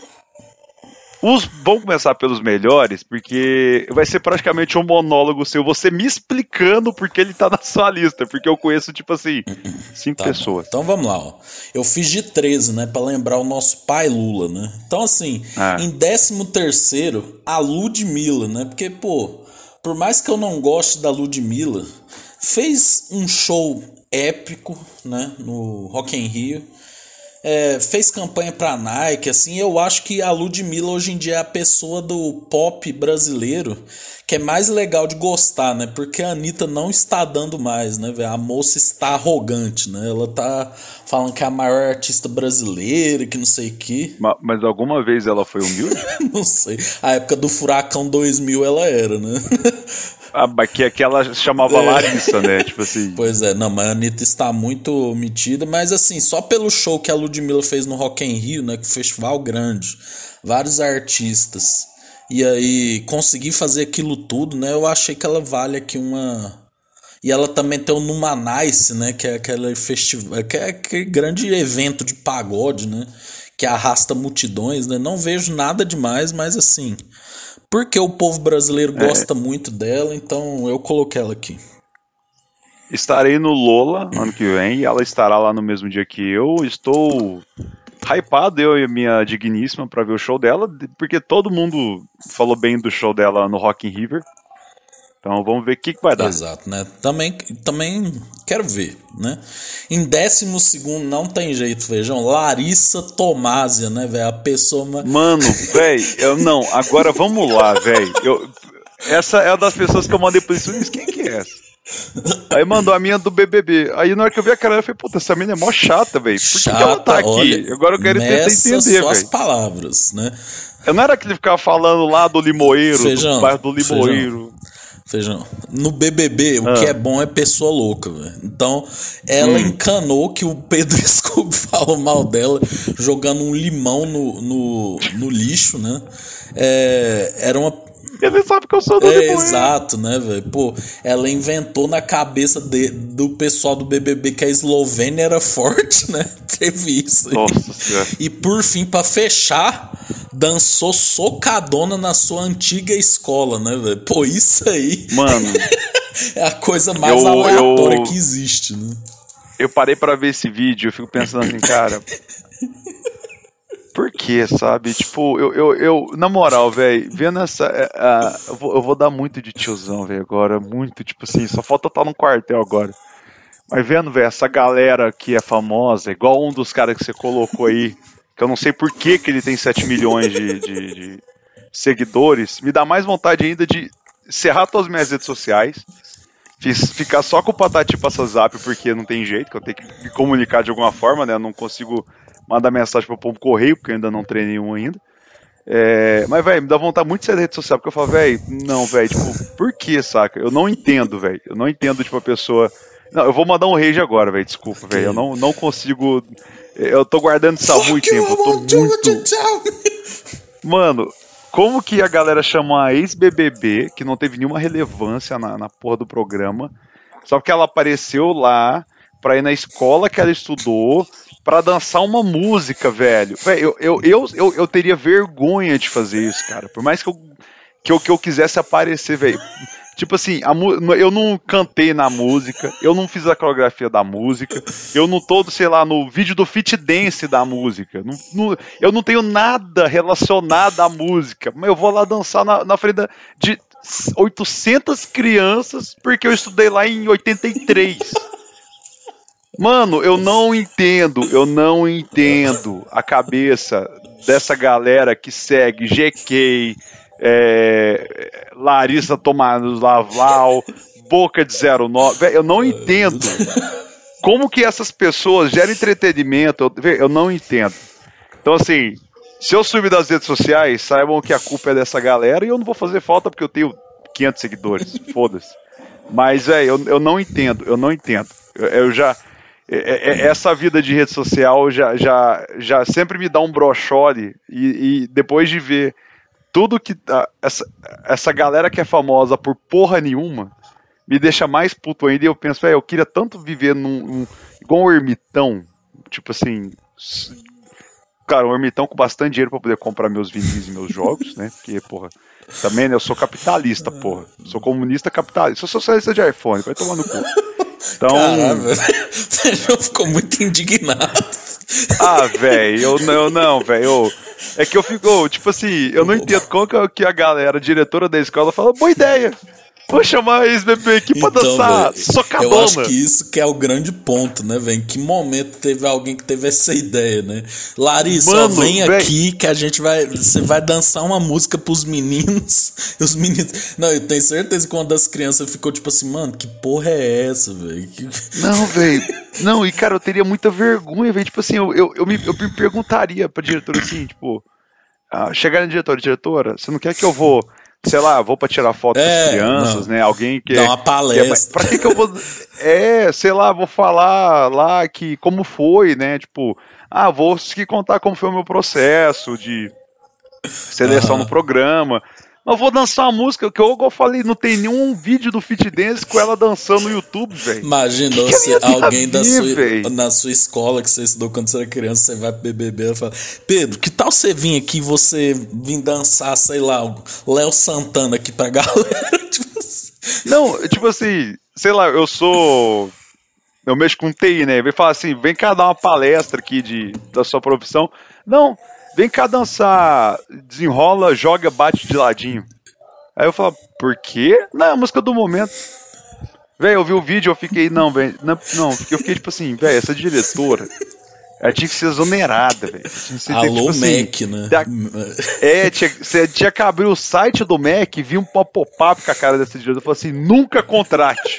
os vamos começar pelos melhores, porque vai ser praticamente um monólogo seu, você me explicando porque ele tá na sua lista, porque eu conheço, tipo assim, cinco tá pessoas. Bom. Então vamos lá, ó. Eu fiz de treze, né, pra lembrar o nosso pai Lula, né? Então assim, ah. em décimo terceiro, a Ludmilla, né? Porque, pô, por mais que eu não goste da Ludmilla, fez um show épico, né, no Rock in Rio, é, fez campanha pra Nike, assim, eu acho que a Ludmilla hoje em dia é a pessoa do pop brasileiro que é mais legal de gostar, né, porque a Anitta não está dando mais, né, véio? A moça está arrogante, né, ela tá falando que é a maior artista brasileira, que não sei o que. Mas, mas alguma vez ela foi humilde? Não sei, a época do Furacão dois mil ela era, né. Ah, que, que ela chamava é. Larissa, né? Tipo assim. Pois é, não, mas a Anitta está muito metida, mas assim, só pelo show que a Ludmilla fez no Rock in Rio, né? Que festival grande, vários artistas, e aí conseguir fazer aquilo tudo, né? Eu achei que ela vale aqui uma. E ela também tem o Numanice, né? Que é aquele festival, que é aquele grande evento de pagode, né? Que arrasta multidões, né? Não vejo nada demais, mas assim. Porque o povo brasileiro gosta é. muito dela, então eu coloquei ela aqui. Estarei no Lola ano que vem e ela estará lá no mesmo dia que eu. Estou hypado, eu e a minha digníssima, pra ver o show dela, porque todo mundo falou bem do show dela no Rock in River. Então vamos ver o que, que vai dar. Exato, né? Também, também quero ver, né? Em décimo segundo, não tem jeito, vejam. Larissa Tomásia, né, velho? A pessoa... Mano, velho, eu não. Agora vamos lá, velho. Eu... Essa é uma das pessoas que eu mandei pro isso. Quem que é essa? Aí mandou a minha do B B B. Aí na hora que eu vi a cara, eu falei, puta, essa menina é mó chata, velho. Por que, que ela tá aqui? Olha, agora eu quero tentar entender, velho. Suas palavras, né? Eu não era que ele ficava falando lá do Limoeiro, feijão, do bairro do Limoeiro. Feijão. Feijão. No B B B, o ah. que é bom é pessoa louca, velho. Então, ela hum. encanou que o Pedro Scooby falou mal dela, jogando um limão no, no, no lixo, né? É, era uma... Ele sabe que eu sou do é, Limoeiro. Exato, né, velho? Pô, ela inventou na cabeça de, do pessoal do B B B que a Eslovênia era forte, né? Teve isso. Nossa, e por fim, pra fechar, dançou socadona na sua antiga escola, né, velho? Pô, isso aí... Mano... é a coisa mais eu, aleatória eu, que existe, né? Eu parei pra ver esse vídeo e eu fico pensando assim, cara... Por que, sabe? Tipo, eu, eu, eu na moral, velho, vendo essa. Uh, eu, vou, eu vou dar muito de tiozão, velho, agora. Muito, tipo assim, só falta estar no quartel agora. Mas vendo, velho, essa galera que é famosa, igual um dos caras que você colocou aí, que eu não sei por que, que ele tem sete milhões de, de, de seguidores, me dá mais vontade ainda de encerrar todas as minhas redes sociais, ficar só com o Patati Passa Zap, porque não tem jeito, que eu tenho que me comunicar de alguma forma, né? Eu não consigo. Mandar mensagem pro povo correio, porque eu ainda não treinei um ainda. É, mas, velho, me dá vontade muito de sair da rede social, porque eu falo, velho, não, velho, tipo, por que, saca? Eu não entendo, velho. Eu não entendo, tipo, a pessoa. Não, eu vou mandar um rage agora, velho, desculpa, velho. Eu não, não consigo. Eu tô guardando isso há muito tempo. Eu tô muito. Mano, como que a galera chama a ex-B B B, que não teve nenhuma relevância na, na porra do programa, só porque ela apareceu lá pra ir na escola que ela estudou, pra dançar uma música, velho. Velho, eu, eu, eu, eu, eu teria vergonha de fazer isso, cara. Por mais que eu, que eu, que eu quisesse aparecer, velho. Tipo assim, a, eu não cantei na música, eu não fiz a coreografia da música, eu não tô, sei lá, no vídeo do Fit Dance da música. Não, não, eu não tenho nada relacionado à música, mas eu vou lá dançar na, na frente de oitocentas crianças porque eu estudei lá em oitenta e três. Mano, eu não entendo, eu não entendo a cabeça dessa galera que segue G K, é, Larissa Tomanos Lavlau, Boca de zero nove, véio, eu não entendo como que essas pessoas geram entretenimento, eu, véio, eu não entendo. Então assim, se eu subir das redes sociais, saibam que a culpa é dessa galera e eu não vou fazer falta porque eu tenho quinhentos seguidores, foda-se. Mas, velho, eu, eu não entendo, eu não entendo. Eu, eu já... Essa vida de rede social já, já, já sempre me dá um broxole e, e depois de ver tudo que a, essa, essa galera que é famosa por porra nenhuma me deixa mais puto ainda e eu penso, eu queria tanto viver num, num igual um ermitão, tipo assim, cara, um ermitão com bastante dinheiro pra poder comprar meus vinis e meus jogos, né, porque porra, também né, eu sou capitalista, porra, sou comunista capitalista, sou socialista de iPhone, vai tomar no cu. Então... Caramba, você já ficou muito indignado. Ah, velho, eu não, não, velho. É que eu fico, tipo assim, eu não entendo como que a galera, a diretora da escola, fala, boa ideia. Vou chamar a ex-B B B aqui pra então, dançar véio, socadona. Eu acho que isso que é o grande ponto, né, velho? Em que momento teve alguém que teve essa ideia, né? Larissa, Mano, vem véio. aqui que a gente vai... Você vai dançar uma música pros meninos. E os meninos... Não, eu tenho certeza que uma das crianças ficou tipo assim, mano, que porra é essa, velho? Que... Não, velho. Não, e cara, eu teria muita vergonha, velho. Tipo assim, eu, eu, eu, me, eu me perguntaria pra diretora assim, tipo... Ah, chegar na diretora, diretora, você não quer que eu vou... sei lá, vou pra tirar foto é, com as crianças, não. né? Alguém que... Dá uma palestra. Que é, pra que que eu vou... É, sei lá, vou falar lá que como foi, né? Tipo, ah, vou te contar como foi o meu processo de seleção uhum. no programa. Mas vou dançar uma música que eu, eu falei, não tem nenhum vídeo do Fit Dance com ela dançando no YouTube, velho. Imaginou que se alguém da sua, na sua escola que você estudou quando você era criança, você vai pro B B B e fala, Pedro, que tal você vir aqui e você vir dançar, sei lá, o Léo Santana aqui pra galera? Tipo assim. Não, tipo assim, sei lá, eu sou... eu mexo com T I, né? Vem falar assim, vem cá dar uma palestra aqui de, da sua profissão. Não, vem cá dançar, desenrola, joga, bate de ladinho. Aí eu falo, por quê? Não, é a música do momento. Velho, eu vi o vídeo, eu fiquei, não, velho, não, não, eu fiquei tipo assim, velho, essa diretora, ela tinha que ser exonerada, velho. Alô, tipo, Mac, assim, né? Da, é, tinha, você tinha que abrir o site do Mac e vir um pop-up com a cara dessa diretora. Eu falei assim, nunca contrate.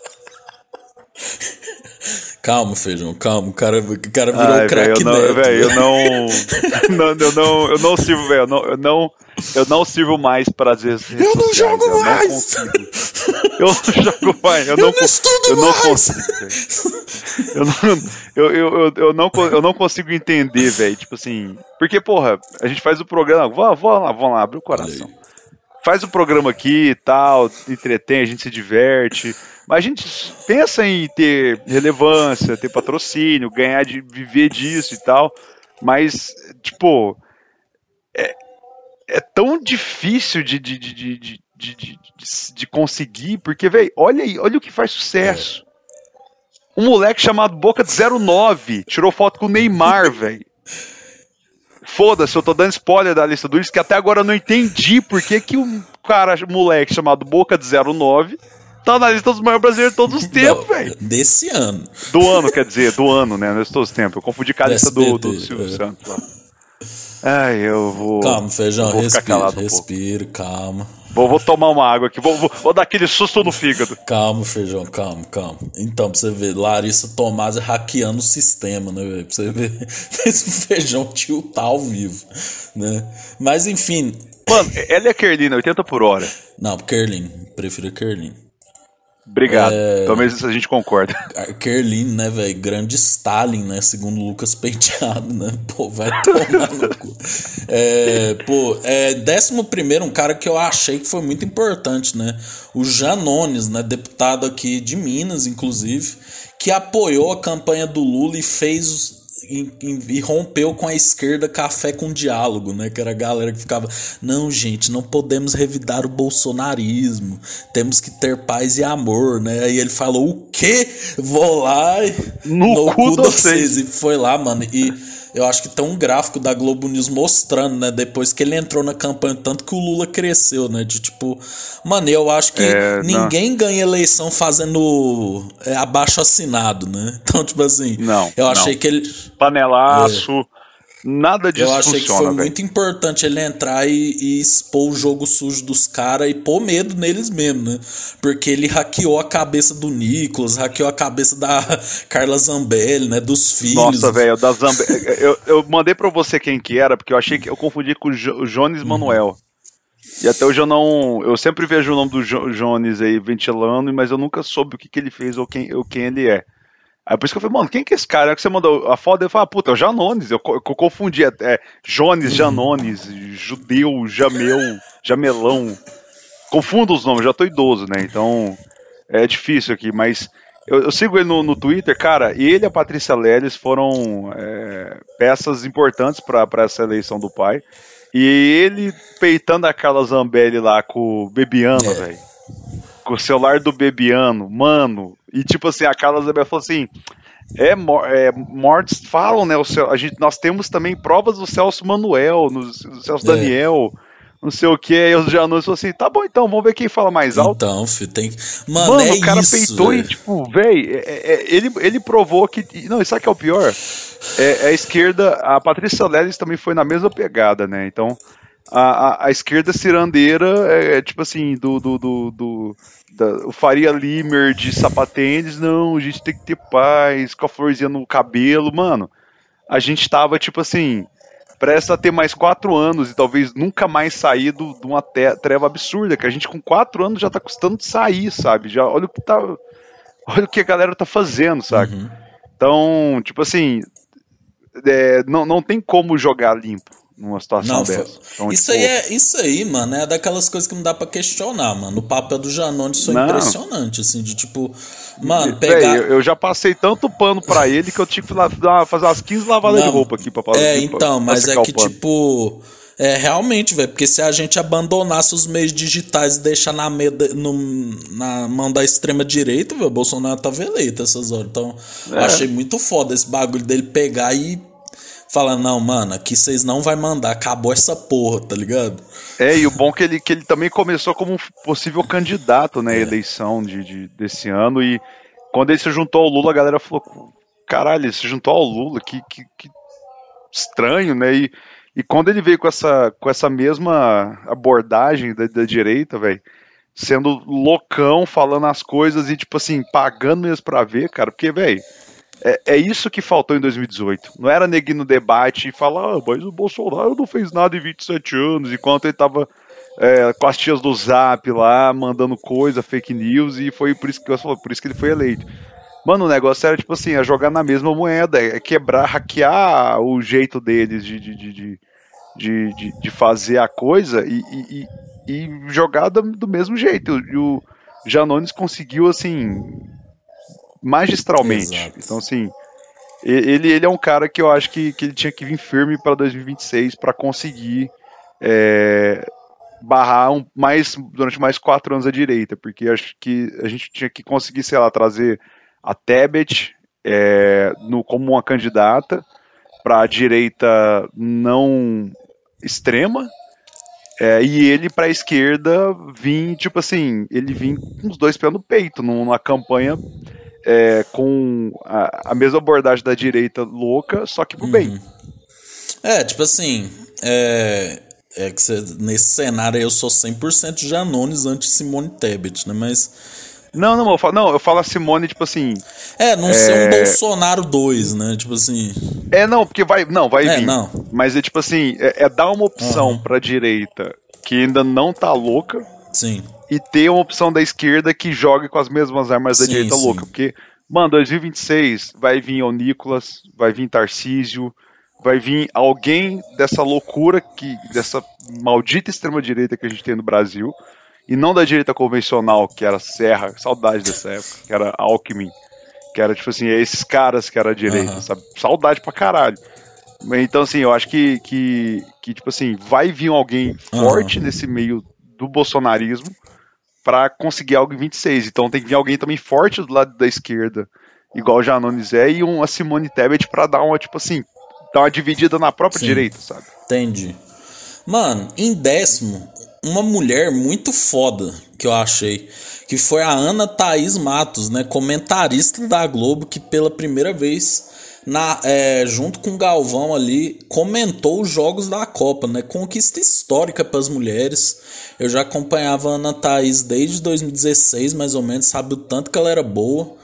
Calma, Feijão, calma, o cara, o cara virou craque neto. Velho, eu não, não, eu não, eu não sirvo, velho, eu não, eu não, eu não sirvo mais para as vezes. Eu não sociais, jogo eu mais. Não eu não jogo mais. Eu não, eu não estudo eu mais. Não consigo, eu não, eu, eu, eu, não, eu não consigo entender, velho. Tipo assim, porque porra, a gente faz o programa, vamos lá, vamos lá, abre o coração. Faz o programa aqui e tal, entretém, a gente se diverte. Mas a gente pensa em ter relevância, ter patrocínio, ganhar de viver disso e tal. Mas, tipo, é, é tão difícil de, de, de, de, de, de, de conseguir, porque, velho, olha aí, olha o que faz sucesso. Um moleque chamado Boca de zero nove tirou foto com o Neymar, velho. Foda-se, eu tô dando spoiler da lista do Willis, que até agora eu não entendi por que que um cara, um moleque chamado Boca de zero nove tá na lista dos maiores brasileiros de todos os tempos, velho. Desse ano. Do ano, quer dizer, do ano, né? Não é todos os tempos. Eu confundi com a lista do, do Silvio é. Santos lá. Ai, eu vou... Calma, Feijão, vou respira, respira, um calma. Vou, vou tomar uma água aqui, vou, vou, vou dar aquele susto no fígado. Calma, Feijão, calma, calma. Então, pra você ver, Larissa Tomás hackeando o sistema, né, velho? Pra você ver esse Feijão tiltar ao vivo, né? Mas, enfim... Mano, ela é Kerline, oitenta por hora. Não, Kerline, prefiro Kerline. Obrigado, é... pelo menos isso a gente concorda. Kerline, né, velho? Grande Stalin, né? Segundo Lucas Penteado, né? Pô, vai tomar no cu. É, pô, é, décimo primeiro, um cara que eu achei que foi muito importante, né? O Janones, né? Deputado aqui de Minas, inclusive, que apoiou a campanha do Lula e fez... E, e, e rompeu com a esquerda Café com Diálogo, né? Que era a galera que ficava, não, gente, não podemos revidar o bolsonarismo, temos que ter paz e amor, né? Aí ele falou, o quê? Vou lá no, no cu de vocês. E foi lá, mano, e eu acho que tem um gráfico da Globo News mostrando, né? Depois que ele entrou na campanha, tanto que o Lula cresceu, né? De tipo, mano, eu acho que é, ninguém não. ganha eleição fazendo é, abaixo assinado, né? Então, tipo assim, não, eu achei não. que ele... Panelaço, é. nada disso Eu achei funciona, que foi véio. muito importante ele entrar e, e expor o jogo sujo dos caras e pôr medo neles mesmo, né? Porque ele hackeou a cabeça do Nicolas, hackeou a cabeça da Carla Zambelli, né? Dos filhos. Nossa, velho, da Zambelli. eu, eu mandei pra você quem que era, porque eu achei que eu confundi com o, jo, o Jones uhum. Manuel. E até hoje eu não... Eu sempre vejo o nome do jo, Jones aí ventilando, mas eu nunca soube o que, que ele fez ou quem, ou quem ele é. Aí por isso que eu falei, mano, quem que é esse cara? Aí que você mandou a foto, eu falei, ah, puta, é o Janones. Eu, eu, eu confundi, é, é Jones, Janones, Judeu, Jameu, Jamelão. Confundo os nomes, já tô idoso, né? Então é difícil aqui, mas eu, eu sigo ele no, no Twitter, cara, e ele e a Patrícia Leles foram é, peças importantes pra, pra essa eleição do pai. E ele peitando a Carla Zambelli lá com o Bebiano, é. velho. Com o celular do Bebiano, mano. E tipo assim, a Carla Zambelli falou assim: é, é, mortes falam, né? O Cel, a gente, nós temos também provas do Celso Manuel, no, do Celso é. Daniel, não sei o que. Aí os Janones falaram assim: tá bom, então, vamos ver quem fala mais alto. Então, filho, tem que. Mano, Mano é o cara isso, peitou véio. E, tipo, velho, é, é, ele, ele provou que. Não, e sabe o que é o pior? É, a esquerda, a Patrícia Leles também foi na mesma pegada, né? Então. A, a, a esquerda cirandeira é, é tipo assim, do, do, do, do da, o Faria Limer de sapatênis, não, a gente tem que ter paz, com a florzinha no cabelo, mano, a gente tava tipo assim, presta a ter mais quatro anos e talvez nunca mais sair do, de uma te, treva absurda, que a gente com quatro anos já tá custando de sair, sabe, já, olha o que tá, olha o que a galera tá fazendo, sabe, uhum. Então, tipo assim, é, não, não tem como jogar limpo numa situação não, dessa. Então, isso, tipo... aí é, isso aí, mano, é daquelas coisas que não dá pra questionar, mano. O papel do Janones foi não. impressionante, assim, de tipo, mano, pegar... Véi, eu, eu já passei tanto pano pra ele que eu tive que lá, fazer umas quinze lavadas não, de roupa aqui pra fazer. É, então, pra, mas pra é que, tipo, É, realmente, velho, porque se a gente abandonasse os meios digitais e deixar na, meda, no, na mão da extrema-direita, velho, o Bolsonaro tava eleito essas horas. Então, é. achei muito foda esse bagulho dele pegar e falar, não, mano, aqui vocês não vai mandar, acabou essa porra, tá ligado? É, e o bom é que ele, que ele também começou como um possível candidato na né, é. eleição de, de, desse ano, e quando ele se juntou ao Lula, a galera falou, caralho, ele se juntou ao Lula, que, que, que estranho, né, e E quando ele veio com essa, com essa mesma abordagem da, da direita, velho, sendo loucão, falando as coisas e, tipo assim, pagando mesmo pra ver, cara, porque, velho, é, é isso que faltou em dois mil e dezoito. Não era neguinho no debate e falar, ah, mas o Bolsonaro não fez nada em vinte e sete anos, enquanto ele tava é, com as tias do Zap lá, mandando coisa, fake news, e foi por isso que eu falei, por isso que ele foi eleito. Mano, o negócio era, tipo assim, é jogar na mesma moeda, é quebrar, hackear o jeito deles de, de, de, de, de, de fazer a coisa e, e, e jogar do, do mesmo jeito. E o Janones conseguiu, assim, magistralmente. Exato. Então, assim, ele, ele é um cara que eu acho que, que ele tinha que vir firme para dois mil e vinte e seis para conseguir é, barrar um, mais, durante mais quatro anos à direita, porque acho que a gente tinha que conseguir, sei lá, trazer a Tebet é, no, como uma candidata para a direita não extrema, é, e ele para a esquerda vir, tipo assim, ele vir com os dois pés no peito, numa campanha é, com a, a mesma abordagem da direita louca, só que pro uhum. bem. É, tipo assim, é, é que cê, nesse cenário aí eu sou cem por cento Janones anti-Simone Tebet, né, mas... Não, não, eu falo, não, eu falo a Simone, tipo assim... É, não é... ser um Bolsonaro dois, né, tipo assim... É, não, porque vai, não, vai é, vir. Não. Mas é tipo assim, é, é dar uma opção uhum. pra direita que ainda não tá louca. Sim. E ter uma opção da esquerda que jogue com as mesmas armas sim, da direita sim. louca. Porque, mano, dois mil e vinte e seis vai vir o Nicolas, vai vir Tarcísio, vai vir alguém dessa loucura, que, dessa maldita extrema-direita que a gente tem no Brasil... E não da direita convencional, que era Serra, saudade dessa época, que era Alckmin, que era tipo assim, esses caras que era a direita, uhum. sabe? Saudade pra caralho. Então, assim, eu acho que, que, que tipo assim, vai vir alguém forte uhum. nesse meio do bolsonarismo pra conseguir algo em vinte e seis. Então tem que vir alguém também forte do lado da esquerda, igual o Janones é, e uma Simone Tebet pra dar uma, tipo assim, dar uma dividida na própria Sim. direita, sabe? Entendi. Mano, em décimo... uma mulher muito foda que eu achei, que foi a Ana Thaís Matos, né, comentarista da Globo, que pela primeira vez, na, é, junto com o Galvão ali, comentou os jogos da Copa, né, conquista histórica para as mulheres. Eu já acompanhava a Ana Thaís desde dois mil e dezesseis, mais ou menos, sabe o tanto que ela era boa.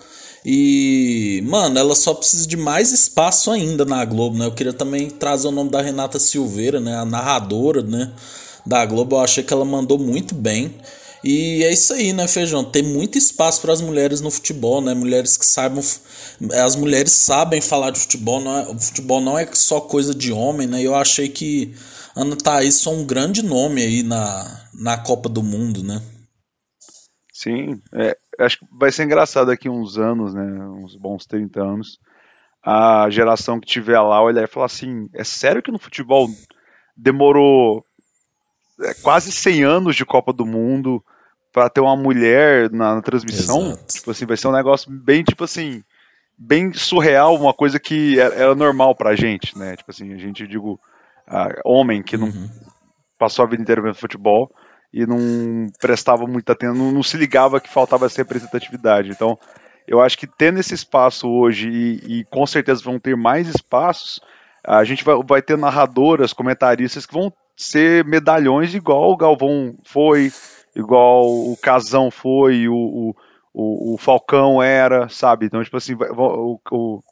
E, mano, ela só precisa de mais espaço ainda na Globo, né, eu queria também trazer o nome da Renata Silveira, né, a narradora, né, da Globo. Eu achei que ela mandou muito bem. E é isso aí, né, Feijão? Tem muito espaço para as mulheres no futebol, né? Mulheres que saibam... As mulheres sabem falar de futebol. Não é... O futebol não é só coisa de homem, né? E eu achei que Ana Thaís é um grande nome aí na, na Copa do Mundo, né? Sim. É, acho que vai ser engraçado daqui uns anos, né? Uns bons trinta anos. A geração que tiver lá olhar e falar assim, é sério que no futebol demorou... quase cem anos de Copa do Mundo para ter uma mulher na, na transmissão? Exato. Tipo assim, vai ser um negócio bem, tipo assim, bem surreal, uma coisa que era, era normal pra gente, né? Tipo assim, a gente, digo, uh, homem que não uhum. passou a vida inteira vendo futebol e não prestava muita atenção, não, não se ligava que faltava essa representatividade. Então, eu acho que tendo esse espaço hoje, e, e com certeza vão ter mais espaços, a gente vai, vai ter narradoras, comentaristas que vão ser medalhões igual o Galvão foi, igual o Casão foi, o, o, o Falcão era, sabe? Então, tipo assim, o, o,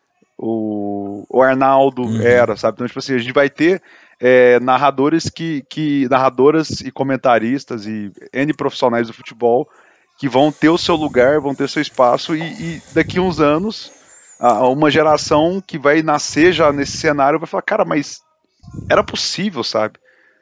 o, o Arnaldo uhum. era, sabe? Então, tipo assim, a gente vai ter é, narradores que, que, narradoras e comentaristas e N profissionais do futebol que vão ter o seu lugar, vão ter o seu espaço, e, e daqui a uns anos, uma geração que vai nascer já nesse cenário vai falar, cara, mas era possível, sabe?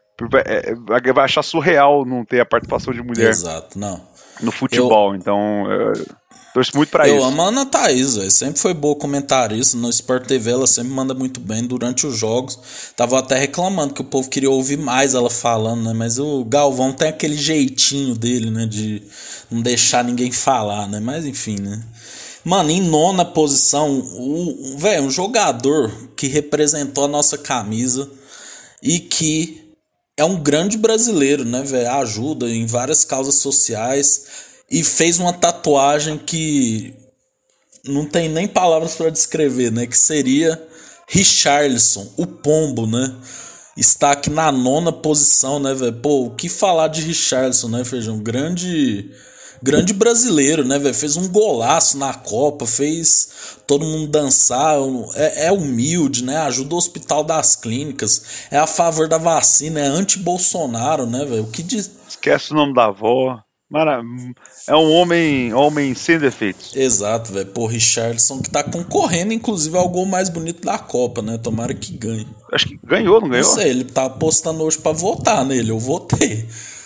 Vai achar surreal não ter a participação de mulher Exato, não. no futebol. Eu... Então, Torço muito pra eu isso. Eu amo a Ana Thaís, véio. Sempre foi boa comentarista. No Sport T V ela sempre manda muito bem durante os jogos. Tava até reclamando que o povo queria ouvir mais ela falando, né? Mas o Galvão tem aquele jeitinho dele, né? De não deixar ninguém falar, né? Mas enfim, né? Mano, em nona posição, o, véio, um jogador que representou a nossa camisa e que é um grande brasileiro, né, velho? Ajuda em várias causas sociais e fez uma tatuagem que não tem nem palavras para descrever, né? Que seria Richarlison, o Pombo, né? Está aqui na nona posição, né, velho? Pô, o que falar de Richarlison, né, Feijão? Grande... Grande brasileiro, né, velho? Fez um golaço na Copa, fez todo mundo dançar, é, é humilde, né? Ajuda o Hospital das Clínicas, é a favor da vacina, é anti-Bolsonaro, né, velho? O que diz... Esquece o nome da avó. Mara... É um homem, homem sem defeitos. Exato, velho. Pô, Richarlison que tá concorrendo, inclusive, ao gol mais bonito da Copa, né? Tomara que ganhe. Acho que ganhou, não ganhou? Não sei, ele tá apostando hoje pra votar nele, eu votei.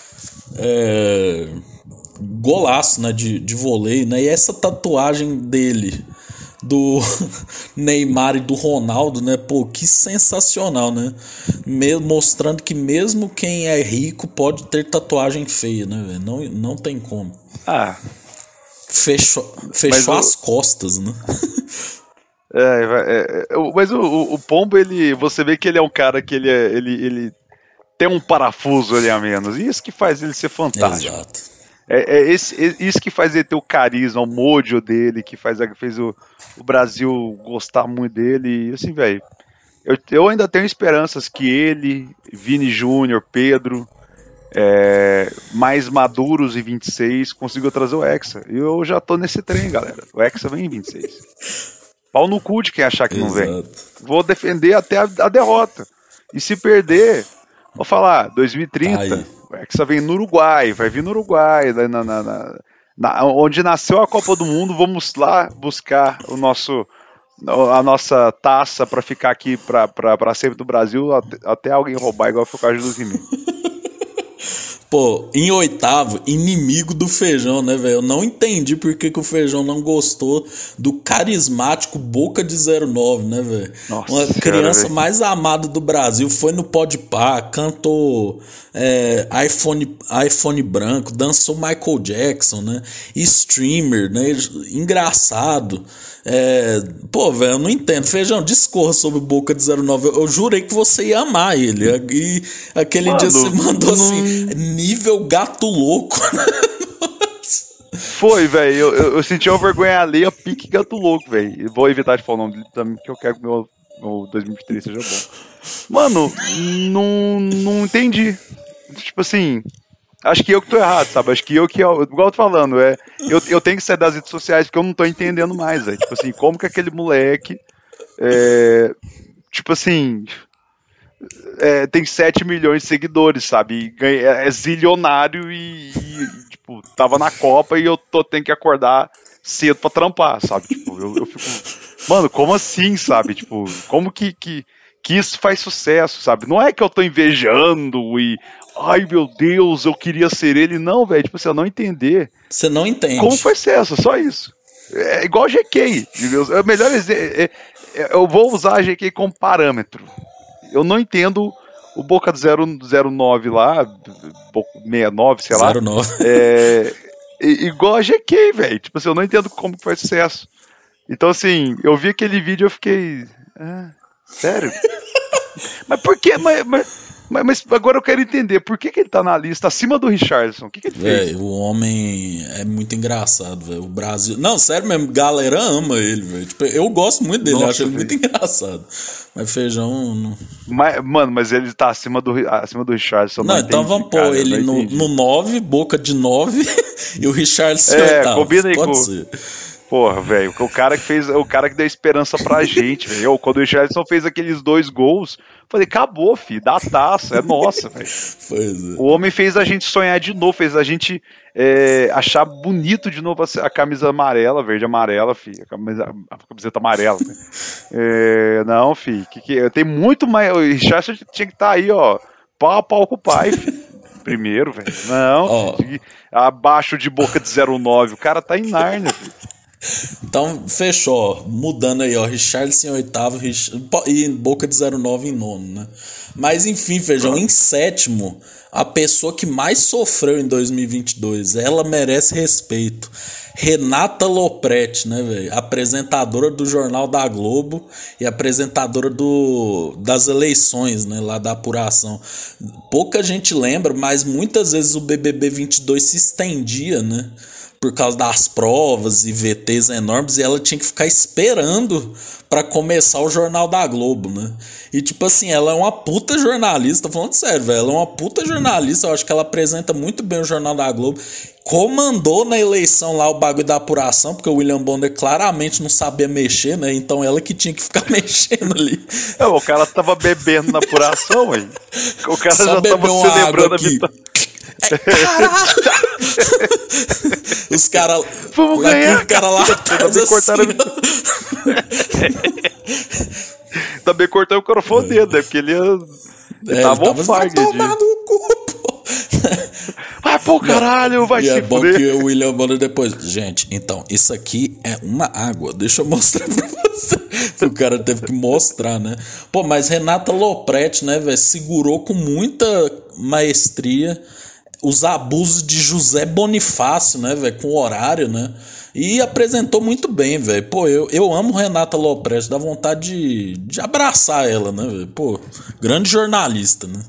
É... Golaço, né, de, de vôlei, né, e essa tatuagem dele do Neymar e do Ronaldo, né, pô, que sensacional, né, Me- mostrando que mesmo quem é rico pode ter tatuagem feia, né, véio? não, não tem como. Ah, fechou, fechou eu... as costas, né. é, é, é, mas o, o, o Pombo, ele, você vê que ele é um cara que ele, é, ele, ele tem um parafuso ali a menos, e isso que faz ele ser fantástico. Exato. É, é esse, é isso que faz ele ter o carisma, o mojo dele, que faz, fez o, o Brasil gostar muito dele. E assim, velho, eu, eu ainda tenho esperanças que ele, Vini Júnior, Pedro, é, mais maduros em vinte e seis, consigam trazer o Hexa. E eu já tô nesse trem, galera. O Hexa vem em vinte e seis. Pau no cu de quem achar que Exato. Não vem. Vou defender até a, a derrota. E se perder, vou falar, dois mil e trinta... Ai. O Hexa vem no Uruguai, vai vir no Uruguai, na, na, na, na, onde nasceu a Copa do Mundo. Vamos lá buscar o nosso, a nossa taça para ficar aqui para sempre do Brasil, até, até alguém roubar, igual foi o caso do Zimmer. Pô, em oitavo, inimigo do Feijão, né, velho? Eu não entendi por que, que o Feijão não gostou do carismático Boca de zero nove, né, velho? Uma criança véio. mais amada do Brasil, foi no Podpah, cantou é, iPhone, iPhone branco, dançou Michael Jackson, né? Streamer, né? Engraçado. É, pô, velho, eu não entendo. Feijão, discorra sobre Boca de zero nove. Eu, eu jurei que você ia amar ele. E aquele Mano, dia você mandou não... assim, nível gato louco. Foi, velho. Eu, eu, eu senti uma vergonha alheia, pique gato louco, velho. Vou evitar de falar o nome dele também, porque eu quero que meu, meu dois mil e vinte e três seja bom. Mano, não, não entendi. Tipo assim... Acho que eu que tô errado, sabe? Acho que eu que, igual eu tô falando, é, eu, eu tenho que sair das redes sociais porque eu não tô entendendo mais, velho. Tipo assim, como que aquele moleque, é, tipo assim, é, tem sete milhões de seguidores, sabe? E ganha, é zilionário e, e, tipo, tava na Copa e eu tô tendo que acordar cedo pra trampar, sabe? Tipo, eu, eu fico, mano, como assim, sabe? Tipo, como que, que, que isso faz sucesso, sabe? Não é que eu tô invejando e... Ai, meu Deus, eu queria ser ele. Não, velho, tipo assim, eu não entender. Você não entende. Como foi sucesso, só isso. É igual G K. É o melhor exemplo. É, é, eu vou usar a G K como parâmetro. Eu não entendo o Boca do zero nove lá, sessenta e nove, sei lá. zero nove. É, igual a G K, velho. Tipo assim, eu não entendo como foi sucesso. Então, assim, eu vi aquele vídeo e eu fiquei... Ah, sério? Mas por que... Mas, mas, Mas, mas agora eu quero entender, por que, que ele tá na lista acima do Richarlison? O que, que ele véio, fez? O homem é muito engraçado, velho. O Brasil... Não, sério mesmo, galera ama ele, velho. Tipo, eu gosto muito dele, Nossa, acho ele muito engraçado. Mas Feijão... Não... Mas, mano, mas ele tá acima do, acima do Richarlison. Não, não então entendi, vamos pôr ele no, no nove, Boca de nove, e o Richarlison é, oitavo. Combina aí Pode com... ser. Porra, velho, o cara que fez, o cara que deu esperança pra gente, velho. Quando o Richarlison fez aqueles dois gols, falei, acabou, filho, dá taça, é nossa, velho. É. O homem fez a gente sonhar de novo, fez a gente é, achar bonito de novo a, a camisa amarela, verde amarela, filho, a, camisa, a camiseta amarela. Né? É, não, filho, que, que, tem muito mais. O Richarlison tinha que estar tá aí, ó, pau a pau com o pai, filho. Primeiro, velho. Não, Ó. filho, abaixo de Boca de zero nove. O cara tá em Nárnia, filho. Então, fechou, ó. Mudando aí, ó. Richarlison em oitavo Rich... e Boca de zero nove em nono, né? Mas enfim, Feijão, em sétimo, a pessoa que mais sofreu em dois mil e vinte e dois, ela merece respeito. Renata Lopretti, né, velho? Apresentadora do Jornal da Globo e apresentadora do, das eleições, né, lá da apuração. Pouca gente lembra, mas muitas vezes o B B B vinte e dois se estendia, né? Por causa das provas e V Ts enormes, e ela tinha que ficar esperando pra começar o Jornal da Globo, né? E tipo assim, ela é uma puta jornalista, tô falando sério, velho, ela é uma puta jornalista, eu acho que ela apresenta muito bem o Jornal da Globo, comandou na eleição lá o bagulho da apuração, porque o William Bonner claramente não sabia mexer, né? Então ela que tinha que ficar mexendo ali. É, o cara tava bebendo na apuração, aí. O cara Só já tava celebrando a vitória. É, caralho! Os caras. Vamos ganhar! Os caras lá atrás assim, cortaram. Também cortou o microfone dele, né? Porque ele ia. Ele é, tava ele tava fargue, tomar no cu, pô. Vai pro caralho, vai e se é bom fuder. que o William Bonner depois. Gente, então, isso aqui é uma água. Deixa eu mostrar pra você. O cara teve que mostrar, né? Pô, mas Renata Lopretti, né, velho, segurou com muita maestria os abusos de José Bonifácio, né, velho, com horário, né? E apresentou muito bem, velho. Pô, eu, eu amo Renata Lopretti, dá vontade de, de abraçar ela, né, velho? Pô, grande jornalista, né?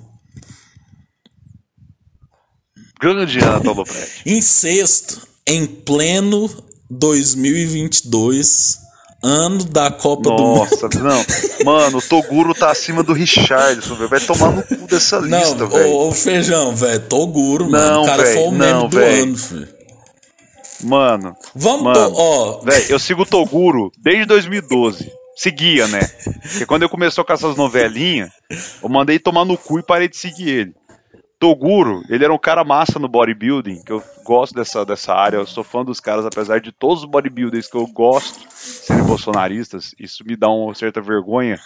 Grande Renata Lopretti. Em sexto, em pleno dois mil e vinte e dois, ano da Copa Nossa, do Mundo. não. Mano, o Toguro tá acima do Richarlison, velho. Vai tomar no cu dessa lista, não, velho. Ô, ô, Feijão, velho, Toguro, mano. Não, O cara véio, foi o meme não, do véio. ano, filho. Mano, Vamos, mano, ó. Velho, eu sigo o Toguro desde dois mil e doze. Seguia, né? Porque quando eu começou com essas novelinhas, eu mandei tomar no cu e parei de seguir ele. Toguro, ele era um cara massa no bodybuilding, que eu gosto dessa, dessa área, eu sou fã dos caras, apesar de todos os bodybuilders que eu gosto serem bolsonaristas, isso me dá uma certa vergonha.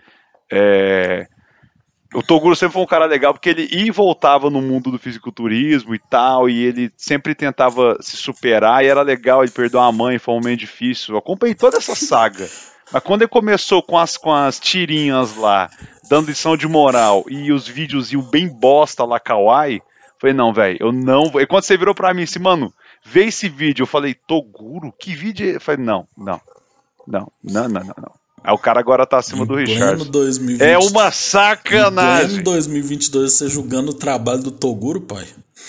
É... O Toguro sempre foi um cara legal, porque ele ia e voltava no mundo do fisiculturismo e tal, e ele sempre tentava se superar, e era legal, ele perdeu a mãe, foi um momento difícil, eu acompanhei toda essa saga. Mas quando ele começou com as, com as tirinhas lá, dando lição de moral, e os vídeos iam bem bosta lá, kawaii, falei, não, velho, eu não vou. E quando você virou pra mim assim, mano, vê esse vídeo, eu falei, Toguro? Que vídeo é? Eu falei, não, não, não, não, não, não, não. Aí o cara agora tá acima Em do Richard. dois mil e vinte, é uma sacanagem. Em dois mil e vinte e dois, você julgando o trabalho do Toguro, pai.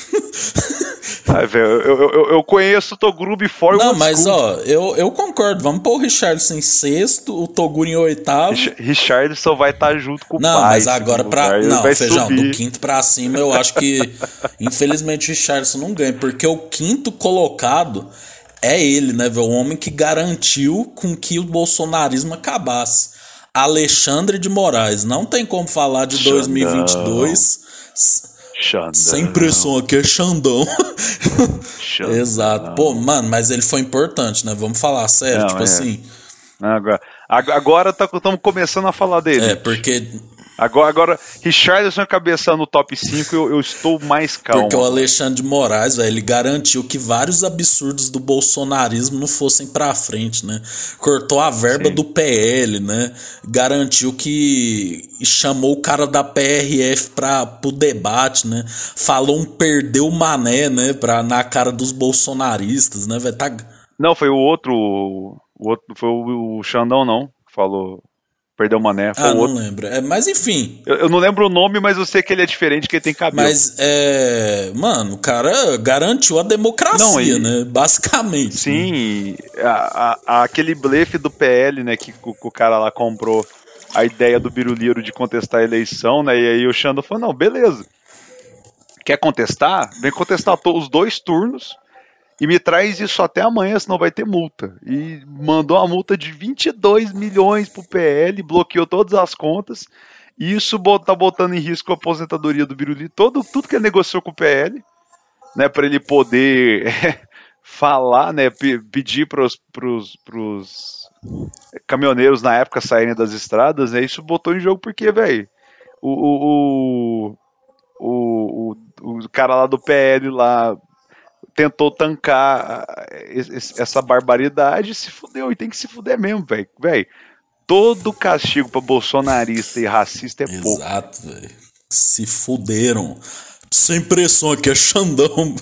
Ai, velho, eu, eu, eu conheço o Toguro before. Não, mas ó, eu, eu concordo. Vamos pôr o Richarlison em sexto, o Toguro em oitavo. Rich, Richarlison vai estar tá junto com o não, pai. Não, mas agora pra. Não, Feijão, subir. do quinto pra cima, eu acho que infelizmente o Richarlison não ganha, porque o quinto colocado é ele, né, velho? O homem que garantiu com que o bolsonarismo acabasse. Alexandre de Moraes. Não tem como falar de Xandão. dois mil e vinte e dois Xandão. sem pressão aqui, é Xandão. Xandão. Exato. Pô, mano, mas ele foi importante, né? Vamos falar sério, não, tipo é. assim. Agora, agora estamos tá, começando a falar dele. É, porque. Agora, agora Richarlison cabeça no top cinco, eu, eu estou mais calmo. Porque o Alexandre de Moraes, velho, ele garantiu que vários absurdos do bolsonarismo não fossem pra frente, né? Cortou a verba Sim. do P L, né? Garantiu que chamou o cara da P R F pra, pro debate, né? Falou um perdeu o mané, né? Pra, na cara dos bolsonaristas, né, velho? Tá... Não, foi o outro, o outro, foi o, o Xandão, não, que falou... Perdeu o mané, foi ah, o outro. não lembro. É, mas enfim. Eu, eu não lembro o nome, mas eu sei que ele é diferente, que ele tem cabelo. Mas, é... Mano, o cara garantiu a democracia, não, e... né? Basicamente. Sim, né? a, a, aquele blefe do P L, né, que, que o cara lá comprou a ideia do Biruliro de contestar a eleição, né, e aí o Xandão falou, não, beleza. Quer contestar? Vem contestar os dois turnos e me traz isso até amanhã, senão vai ter multa. E mandou uma multa de vinte e dois milhões pro P L, bloqueou todas as contas. E isso tá botando em risco a aposentadoria do Biruliro, todo, tudo que ele negociou com o P L, né, para ele poder é, falar, né, p- pedir pros, pros, pros caminhoneiros na época saírem das estradas, né, isso botou em jogo porque, velho, o... o, o O, o, o cara lá do P L lá tentou tancar essa barbaridade, se fudeu, e tem que se fuder mesmo, velho. Velho, todo castigo pra bolsonarista e racista é Exato, pouco. Exato, velho. Se fuderam. Sem pressão aqui, é Xandão.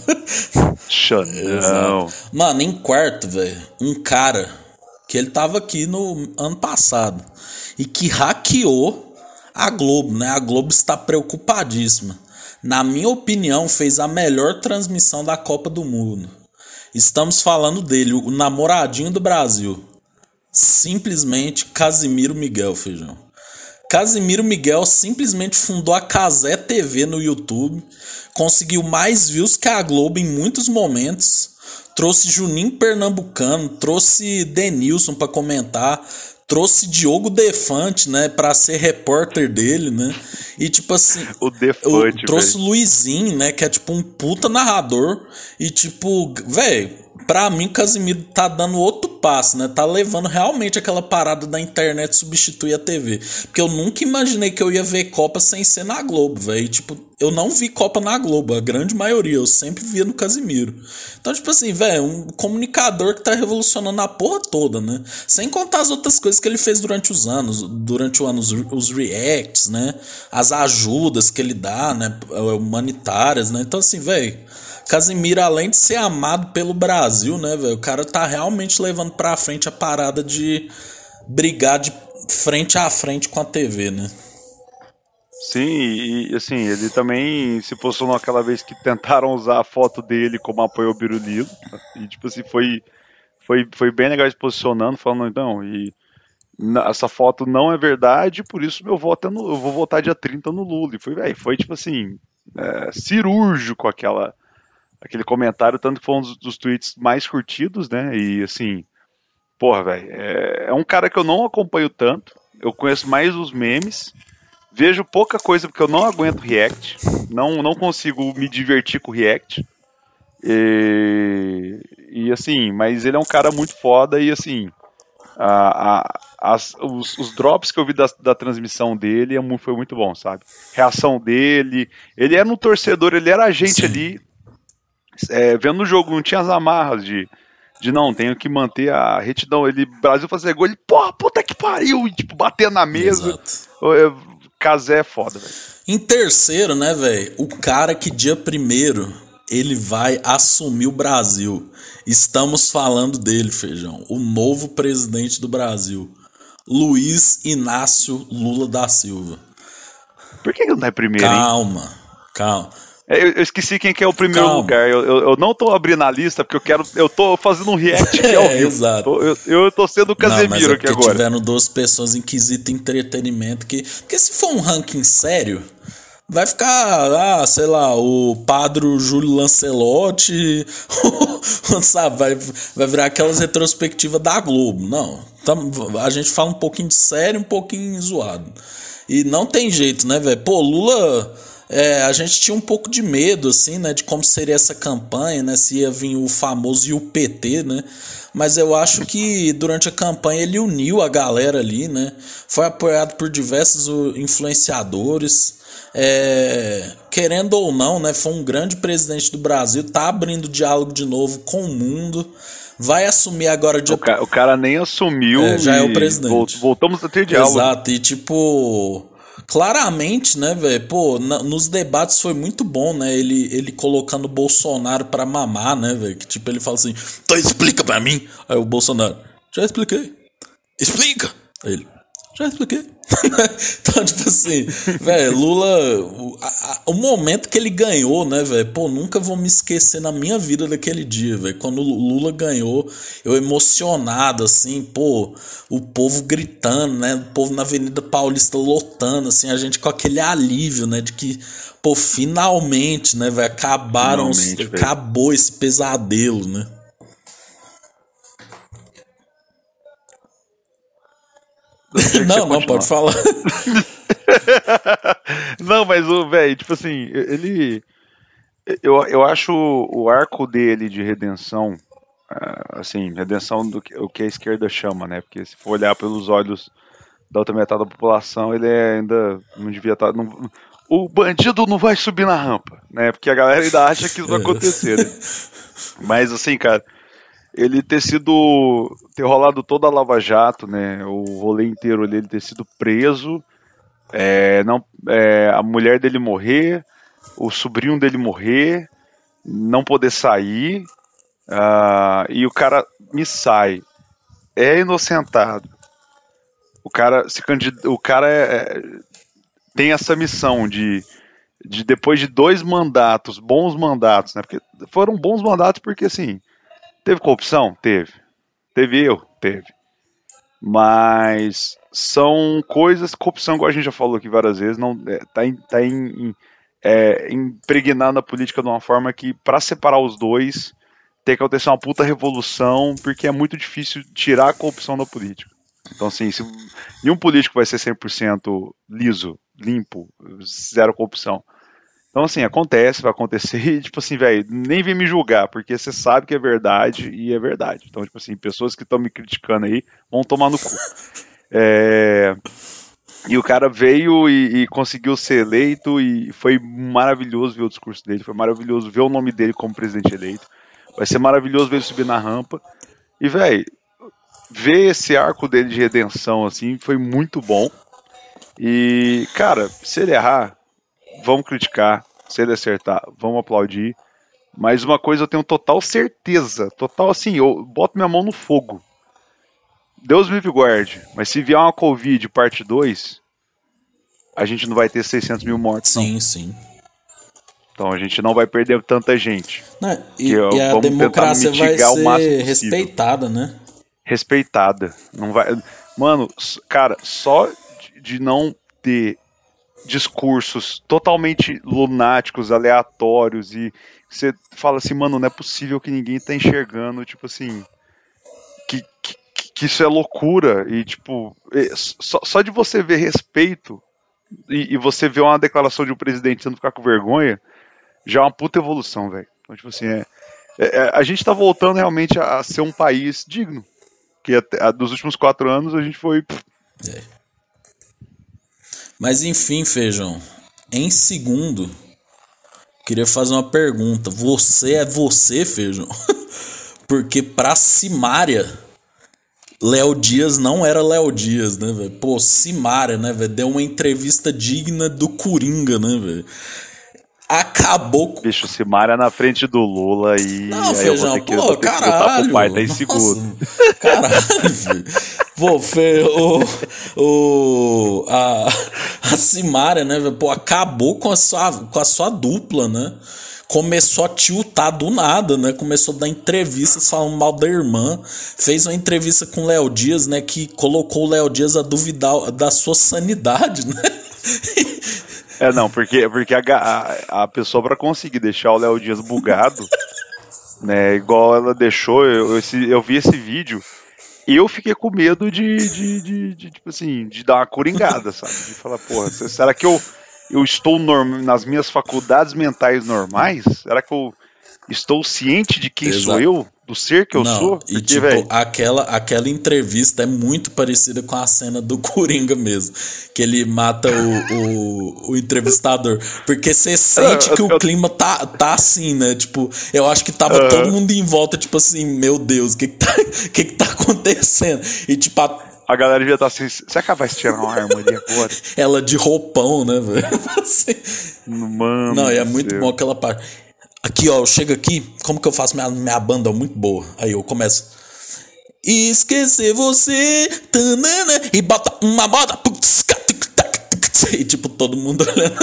Xandão. Mano, em quarto, velho, um cara que ele tava aqui no ano passado e que hackeou a Globo, né? A Globo está preocupadíssima. Na minha opinião, fez a melhor transmissão da Copa do Mundo. Estamos falando dele, o namoradinho do Brasil. Simplesmente Casimiro Miguel, feijão. Casimiro Miguel simplesmente fundou a Cazé T V no YouTube, conseguiu mais views que a Globo em muitos momentos, trouxe Juninho Pernambucano, trouxe Denilson para comentar, trouxe Diogo Defante, né, para ser repórter dele, né? E tipo assim, o Defante, trouxe o Luizinho, né, que é tipo um puta narrador e tipo, velho, pra mim, o Casimiro tá dando outro passo, né? Tá levando realmente aquela parada da internet substituir a T V. Porque eu nunca imaginei que eu ia ver Copa sem ser na Globo, velho. Tipo, eu não vi Copa na Globo, a grande maioria. Eu sempre via no Casimiro. Então, tipo assim, velho, um comunicador que tá revolucionando a porra toda, né? Sem contar as outras coisas que ele fez durante os anos. Durante o ano, os, os reacts, né? As ajudas que ele dá, né? Humanitárias, né? Então, assim, velho, Casimiro, além de ser amado pelo Brasil, né, velho, o cara tá realmente levando pra frente a parada de brigar de frente a frente com a T V, né? Sim, e assim, ele também se posicionou aquela vez que tentaram usar a foto dele como apoio ao Biruliro, e tipo assim, foi, foi, foi bem legal se posicionando, falando, então, e essa foto não é verdade, por isso meu voto é no, eu vou votar dia trinta no Lula, e foi, véio, foi tipo assim, é, cirúrgico aquela... aquele comentário, tanto que foi um dos, dos tweets mais curtidos, né, e assim, porra, velho, é, é um cara que eu não acompanho tanto, eu conheço mais os memes, vejo pouca coisa porque eu não aguento React, não, não consigo me divertir com React, e, e assim, mas ele é um cara muito foda, e assim, a, a, as, os, os drops que eu vi da, da transmissão dele é, foi muito bom, sabe, reação dele, ele era um torcedor, ele era a gente ali, É, vendo o jogo, não tinha as amarras de, de não, tenho que manter a retidão. Ele, Brasil fazer gol, ele, porra, puta que pariu, e tipo, bater na mesa. Exato. Cazé é foda, velho. Em terceiro, né, velho, o cara que dia primeiro ele vai assumir o Brasil. Estamos falando dele, feijão, o novo presidente do Brasil, Luiz Inácio Lula da Silva. Por que ele não é primeiro, calma, hein? Calma. Eu, eu esqueci quem que é o primeiro Calma. lugar. Eu, eu, eu não tô abrindo a lista porque eu quero. Eu tô fazendo um react aqui ao vivo. Exato. Eu, eu tô sendo o Casemiro não, mas é aqui agora. Tiveram duas pessoas em quesito entretenimento que. Porque se for um ranking sério, vai ficar, ah, sei lá, o Padre Júlio Lancelotti, sabe? Vai, vai virar aquelas retrospectivas da Globo. Não. Tam, a gente fala um pouquinho de sério, um pouquinho zoado. E não tem jeito, né, velho? Pô, Lula. É, a gente tinha um pouco de medo, assim, né, de como seria essa campanha, né, se ia vir o famoso I U P T, né, mas eu acho que durante a campanha ele uniu a galera ali, né, foi apoiado por diversos influenciadores, é, querendo ou não, né, foi um grande presidente do Brasil, tá abrindo diálogo de novo com o mundo, vai assumir agora... De... O, ca- o cara nem assumiu é, já é o presidente. Voltamos a ter diálogo. Exato, e tipo... Claramente, né, velho, pô, na, nos debates foi muito bom, né, ele, ele colocando o Bolsonaro pra mamar, né, velho, que tipo, ele fala assim, então explica pra mim, aí o Bolsonaro, já expliquei, explica, aí ele, já expliquei, então, tipo assim, velho, Lula, o, a, o momento que ele ganhou, né, velho, pô, nunca vou me esquecer na minha vida daquele dia, velho, quando o Lula ganhou, eu emocionado, assim, pô, o povo gritando, né, o povo na Avenida Paulista lotando, assim, a gente com aquele alívio, né, de que, pô, finalmente, né, velho, acabaram, os, acabou esse pesadelo, né. Não, não, pode falar. Não, mas o velho, tipo assim, ele. Eu, eu acho o arco dele de redenção, assim, redenção do que, o que a esquerda chama, né? Porque se for olhar pelos olhos da outra metade da população, ele é ainda não devia estar. Não, o bandido não vai subir na rampa, né? Porque a galera ainda acha que isso vai acontecer, né? Mas assim, cara, ele ter sido, ter rolado toda a Lava Jato, né? O rolê inteiro ali, ele ter sido preso, é, não, é, a mulher dele morrer, o sobrinho dele morrer, não poder sair, uh, e o cara me sai, é inocentado. O cara se candid... o cara é, é, tem essa missão de, de depois de dois mandatos, bons mandatos, né? Porque foram bons mandatos porque assim, teve corrupção? Teve. Teve erro? Teve. Mas são coisas, corrupção, igual a gente já falou aqui várias vezes, não é, tá, em, tá em, em, é, impregnado na política de uma forma que, para separar os dois, tem que acontecer uma puta revolução, porque é muito difícil tirar a corrupção da política. Então, assim, se, nenhum político vai ser cem por cento liso, limpo, zero corrupção. Então, assim, acontece, vai acontecer, e, tipo assim, velho, nem vem me julgar, porque você sabe que é verdade, e é verdade. Então, tipo assim, pessoas que estão me criticando aí vão tomar no cu. É... E o cara veio e, e conseguiu ser eleito, e foi maravilhoso ver o discurso dele, foi maravilhoso ver o nome dele como presidente eleito. Vai ser maravilhoso ver ele subir na rampa. E, velho, ver esse arco dele de redenção, assim, foi muito bom. E, cara, se ele errar, vamos criticar. Se ele acertar, vamos aplaudir. Mas uma coisa eu tenho total certeza, total assim, eu boto minha mão no fogo. Deus me guarde, mas se vier uma Covid parte dois, a gente não vai ter seiscentos mil mortos. Sim, não. sim. Então a gente não vai perder tanta gente. Não, e, e a democracia vai ser respeitada, né? Respeitada. Não vai... Mano, cara, só de não ter discursos totalmente lunáticos, aleatórios, e você fala assim, mano, não é possível que ninguém tá enxergando, tipo assim, que, que, que isso é loucura, e tipo, só, só de você ver respeito, e, e você ver uma declaração de um presidente sem ficar com vergonha, já é uma puta evolução, velho. Então, tipo assim, é, é, a gente tá voltando realmente a, a ser um país digno, que até, a, dos últimos quatro anos a gente foi... É. Mas enfim, Feijão, em segundo, queria fazer uma pergunta. Você é você, Feijão? Porque pra Simária, Léo Dias não era Léo Dias, né, velho? Pô, Simária, né, velho? Deu uma entrevista digna do Coringa, né, velho? Acabou com... Bicho, Simária na frente do Lula e... Não, aí Feijão, eu vou ter que, pô, eu vou ter caralho. que botar pro pai, tá em Nossa, seguro. Caralho, velho. Pô, Fe, o, o, a, a Simária, né, velho? Pô, acabou com a, sua, com a sua dupla, né? Começou a tiltar do nada, né? Começou a dar entrevistas falando mal da irmã. Fez uma entrevista com o Léo Dias, né? Que colocou o Léo Dias a duvidar da sua sanidade, né? É, não, porque, porque a, a, a pessoa, pra conseguir deixar o Léo Dias bugado, né, igual ela deixou, eu, esse, eu vi esse vídeo e eu fiquei com medo de, de, de, de, tipo assim, de dar uma coringada, sabe? De falar, porra, será que eu, eu estou norm, nas minhas faculdades mentais normais? Será que eu estou ciente de quem Exato. Sou eu? Do ser que eu Não, sou? Porque, e tipo, véio... aquela, aquela entrevista é muito parecida com a cena do Coringa mesmo, que ele mata o, o, o entrevistador, porque você sente que o clima tá, tá assim, né, tipo, eu acho que tava uhum. todo mundo em volta, tipo assim, meu Deus, o que que tá, que que tá acontecendo? E tipo, a... a galera devia estar assim, será que ela vai tirar uma arma ali agora? Ela de roupão, né, velho? Assim... Mano, não, e é muito bom aquela parte. Aqui, ó, eu chego aqui, como que eu faço minha, minha banda muito boa? Aí eu começo. Esquecer você, tanana, e bota uma moda. E tipo, todo mundo olhando.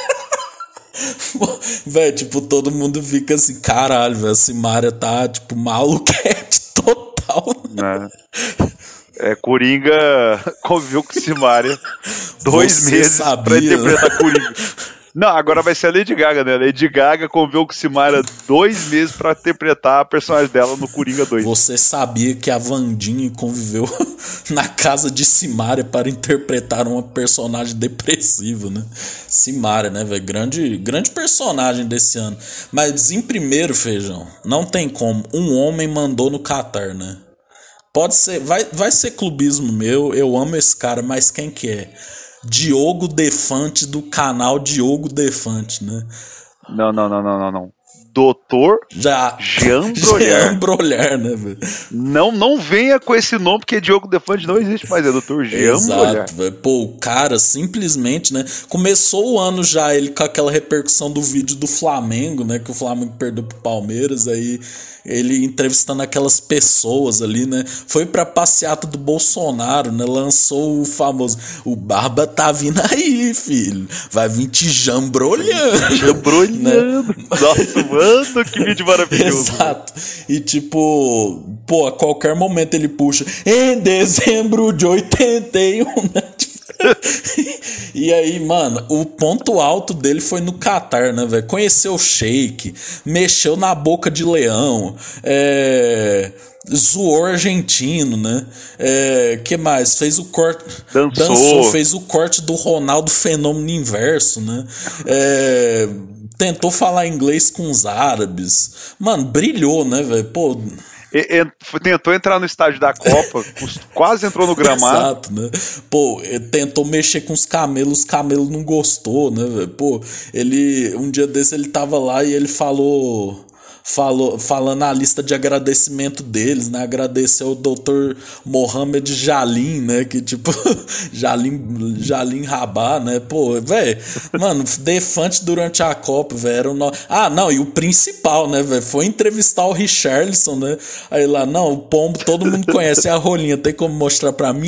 Velho, tipo, todo mundo fica assim, caralho, velho, a Simária tá, tipo, maluquete total. É, é Coringa conviveu com Simária dois Você meses sabia, pra interpretar né? Coringa. Não, agora vai ser a Lady Gaga, né? A Lady Gaga conviveu com Simária dois meses pra interpretar a personagem dela no Coringa dois. Você sabia que a Wandinha conviveu na casa de Simária para interpretar uma personagem depressiva, né? Simária, né, velho? Grande, grande personagem desse ano. Mas em primeiro, Feijão, não tem como. Um homem mandou no Catar, né? Pode ser, vai, vai ser clubismo meu, eu amo esse cara, mas quem que é? Diogo Defante do canal Diogo Defante, né? Não, não, não, não, não, não. doutor Já. Jean Brolhar. Jean Brolhar, né, velho? Não, não venha com esse nome, porque Diogo Defante não existe mais, é doutor Jean Brolhar. Exato, velho. Pô, o cara simplesmente, né? Começou o ano já ele com aquela repercussão do vídeo do Flamengo, né? Que o Flamengo perdeu pro Palmeiras, aí ele entrevistando aquelas pessoas ali, né? Foi pra passeata do Bolsonaro, né? Lançou o famoso, o Barba tá vindo aí, filho. Vai vir te jambrolhando. Jambrolhando. Né? Nossa, mano, que vídeo maravilhoso. Exato. E tipo, pô, a qualquer momento ele puxa em dezembro de oitenta e um, né? E aí, mano, o ponto alto dele foi no Catar, né, velho? Conheceu o Sheik, mexeu na boca de leão, é... zoou argentino, né? É... que mais? Fez o corte. Dançou. Dançou, fez o corte do Ronaldo Fenômeno Inverso, né? É... tentou falar inglês com os árabes. Mano, brilhou, né, velho? Pô. E, e, tentou entrar no estádio da Copa, quase entrou no gramado. Exato, né? Pô, tentou mexer com os camelos, os camelos não gostou, né, velho? Pô, ele, um dia desse ele tava lá e ele falou... Falou, falando a lista de agradecimento deles, né? Agradeceu o doutor Mohamed Jalim, né? Que tipo, Jalim, Jalim Rabá, né? Pô, velho, mano, Defante durante a Copa, velho. No... Ah, não, e o principal, né, velho? Foi entrevistar o Richarlison, né? Aí lá, não, o pombo todo mundo conhece, é a rolinha, tem como mostrar pra mim?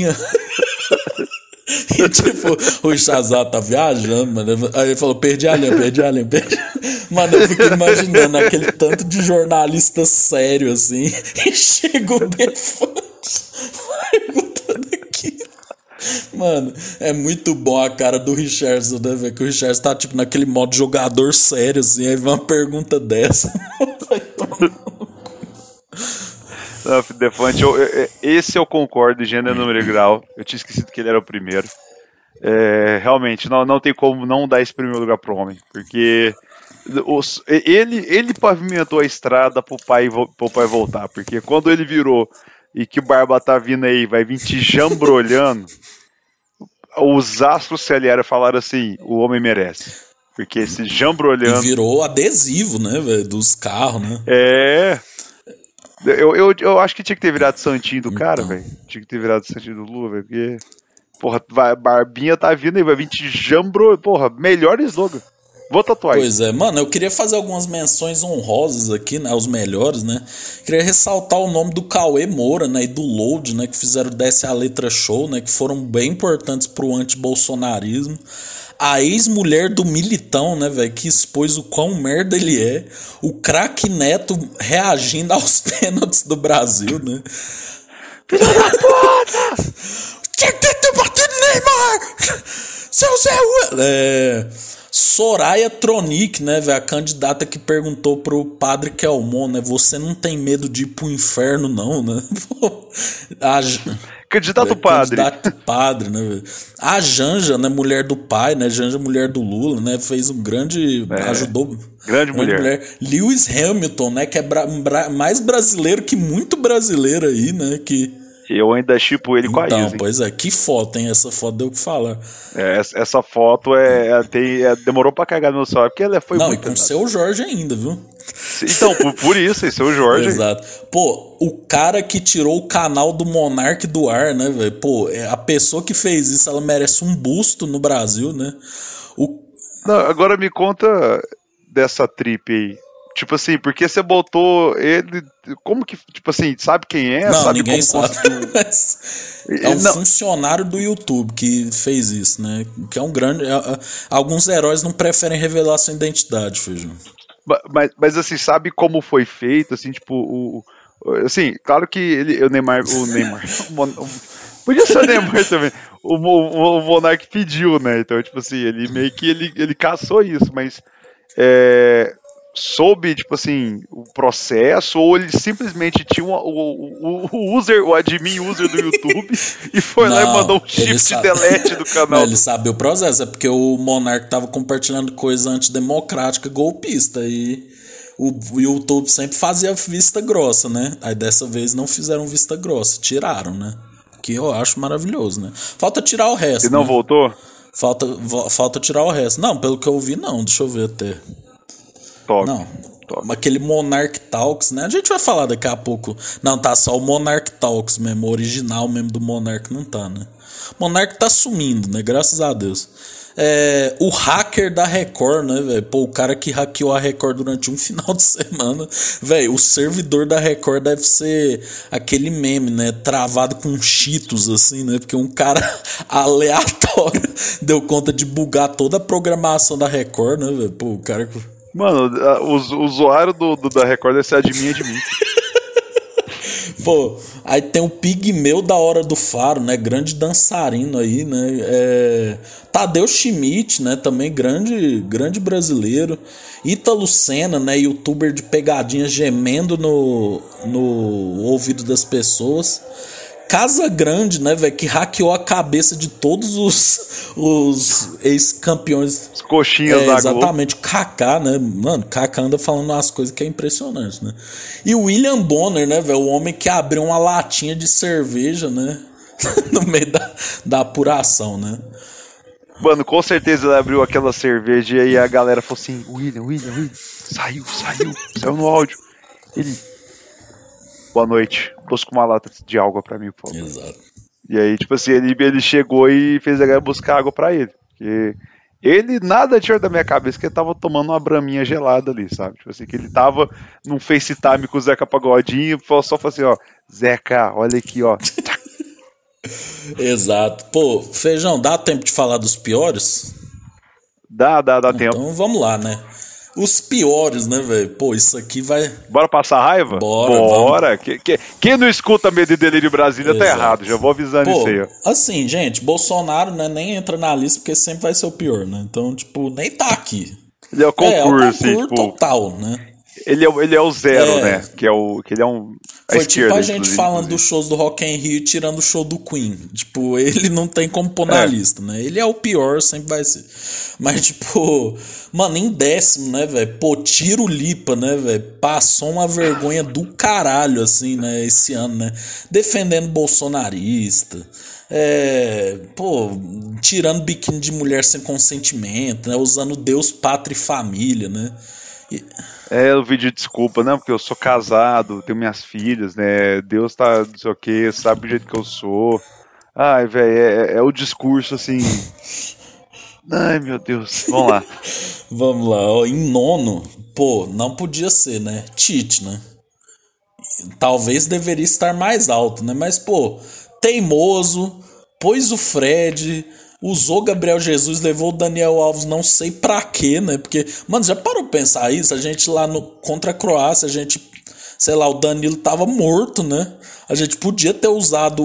E tipo, o Chazá tá viajando, mano. Aí ele falou, perdi a linha, perdi a linha, perdi a linha. Mano, eu fico imaginando aquele tanto de jornalista sério assim. E chega o Defante perguntando aquilo. Mano, é muito bom a cara do Richardson, né, velho? Que o Richardson tá tipo naquele modo jogador sério, assim. Aí vem uma pergunta dessa. Vai tomar. Não, Defante, eu, eu, esse eu concordo, gênero, número e grau. Eu tinha esquecido que ele era o primeiro. É, realmente, não, não tem como não dar esse primeiro lugar pro homem. Porque os, ele, ele pavimentou a estrada pro pai, pro pai voltar. Porque quando ele virou e que o Barba tá vindo aí, vai vir te jambrolhando, os astros se aliaram e falaram assim: o homem merece. Porque esse jambrolhando. E virou adesivo, né, velho? Dos carros, né? É. Eu, eu, eu acho que tinha que ter virado santinho do cara, então. velho. Tinha que ter virado santinho do Lula, velho. Porque, porra, vai, Barbinha tá vindo aí, vai vir te jambro. Porra, melhor slogan. Vou tatuar. Pois é, mano, eu queria fazer algumas menções honrosas aqui, né? Os melhores, né? Queria ressaltar o nome do Cauê Moura, né? E do Load, né? Que fizeram Desce a Letra Show, né? Que foram bem importantes pro antibolsonarismo. A ex-mulher do Militão, né, velho, que expôs o quão merda ele é. O craque Neto reagindo aos pênaltis do Brasil, né? Filho da puta! Tinha que ter batido Neymar! Seu Zé... É... Soraya Tronic, né, velho, a candidata que perguntou pro padre Kelmon, né, você não tem medo de ir pro inferno, não, né? a... Candidato é, padre. Candidato padre, né, velho? A Janja, né, mulher do pai, né, Janja, mulher do Lula, né, fez um grande, é, ajudou. Grande, grande mulher. mulher. Lewis Hamilton, né, que é bra... Bra... mais brasileiro que muito brasileiro aí, né, que... Eu ainda chipo ele então, com a Isa. Então, pois é, que foto, hein? Essa foto deu o que falar. É, essa foto é, é, tem, é demorou pra cagar no meu celular, porque ela foi Não, muito... e com o seu Jorge ainda, viu? Então, por, por isso, e seu Jorge. Exato. Pô, o cara que tirou o canal do Monark do ar, né, velho? Pô, a pessoa que fez isso, ela merece um busto no Brasil, né? O... Não, agora me conta dessa trip aí. Tipo assim, porque você botou ele... Como que... Tipo assim, sabe quem é? Não, sabe ninguém como sabe. É um não. funcionário do YouTube que fez isso, né? Que é um grande... Alguns heróis não preferem revelar sua identidade, Feijão. Mas, mas assim, sabe como foi feito? Assim, tipo... O, assim, claro que ele, o Neymar... O Neymar... o, podia ser o Neymar também. O, o, o Monark pediu, né? Então, tipo assim, ele meio que... Ele, ele caçou isso, mas... É... soube, tipo assim, o processo, ou ele simplesmente tinha o, o, o user, o admin user do YouTube e foi não, lá e mandou um shift sabe... delete do canal. Não, ele sabe o processo, é porque o Monark tava compartilhando coisa antidemocrática, golpista, e o, o YouTube sempre fazia vista grossa, né? Aí dessa vez não fizeram vista grossa, tiraram, né? Que eu acho maravilhoso, né? Falta tirar o resto. E não né? voltou? Falta, falta tirar o resto. Não, pelo que eu vi, não. Deixa eu ver até. Top. Não. Top. Aquele Monarch Talks, né? A gente vai falar daqui a pouco. Não, tá só o Monarch Talks mesmo. O original mesmo do Monarch não tá, né? Monarch tá sumindo, né? Graças a Deus. É, o hacker da Record, né, velho? Pô, o cara que hackeou a Record durante um final de semana, velho, o servidor da Record deve ser aquele meme, né? Travado com cheetos, assim, né? Porque um cara aleatório deu conta de bugar toda a programação da Record, né, velho? Pô, o cara... Mano, o usuário do, do, da Record deve ser adivinha de mim. Pô, aí tem o Pigmeu da Hora do Faro, né? Grande dançarino aí, né? É... Tadeu Schmidt, né? Também grande, grande brasileiro. Ítalo Senna, né? Youtuber de pegadinha gemendo no, no ouvido das pessoas. Casa Grande, né, velho? Que hackeou a cabeça de todos os, os ex-campeões. Os coxinhas é, da exatamente, o Kaká, né? Mano, o Kaká anda falando umas coisas que é impressionante, né? E o William Bonner, né, velho? O homem que abriu uma latinha de cerveja, né? No meio da, da apuração, né? Mano, com certeza ele abriu aquela cerveja e aí a galera falou assim: William, William, William, saiu, saiu, saiu no áudio. Ele... Boa noite, busca uma lata de água pra mim, por favor. Exato. E aí, tipo assim, ele, ele chegou e fez a galera buscar água pra ele. Porque ele nada tirou da minha cabeça que ele tava tomando uma braminha gelada ali, sabe? Tipo assim, que ele tava num FaceTime com o Zeca Pagodinho e só falou assim, ó, Zeca, olha aqui, ó. Exato. Pô, Feijão, dá tempo de falar dos piores? Dá, dá, dá então, tempo. Então vamos lá, né? Os piores, né, velho? Pô, isso aqui vai... Bora passar raiva? Bora, Bora. Que, que, quem não escuta Medo e Delírio Brasília Exato. Tá errado. Já vou avisando Pô, isso aí, ó. Assim, gente, Bolsonaro, né, nem entra na lista porque sempre vai ser o pior, né? Então, tipo, nem tá aqui. Ele é o concurso, é, é o concurso tipo, total, né? Ele é, ele é o zero, é. né? Que é o, que ele é um... Foi esquerda, tipo a gente inclusive, falando inclusive. dos shows do Rock in Rio tirando o show do Queen. Tipo, ele não tem como pôr na é. lista, né? Ele é o pior, sempre vai ser. Mas, tipo, mano, em décimo, né, velho? Pô, Tiro Lipa, né, velho? Passou uma vergonha do caralho, assim, né? Esse ano, né? Defendendo bolsonarista. É, pô, tirando biquíni de mulher sem consentimento, né? Usando Deus, pátria e família, né? E... É, o vídeo de desculpa, né? Porque eu sou casado, tenho minhas filhas, né? Deus tá, não sei o que, sabe o jeito que eu sou. Ai, velho, é, é o discurso assim. Ai, meu Deus. Vamos lá. Vamos lá, ó. Em nono, pô, não podia ser, né? Tite, né? Talvez deveria estar mais alto, né? Mas, pô, teimoso, pôs o Fred. Usou Gabriel Jesus, levou o Daniel Alves, não sei pra quê, né? Porque, mano, já parou pra pensar isso? A gente lá no, contra a Croácia, a gente, sei lá, o Danilo tava morto, né? A gente podia ter usado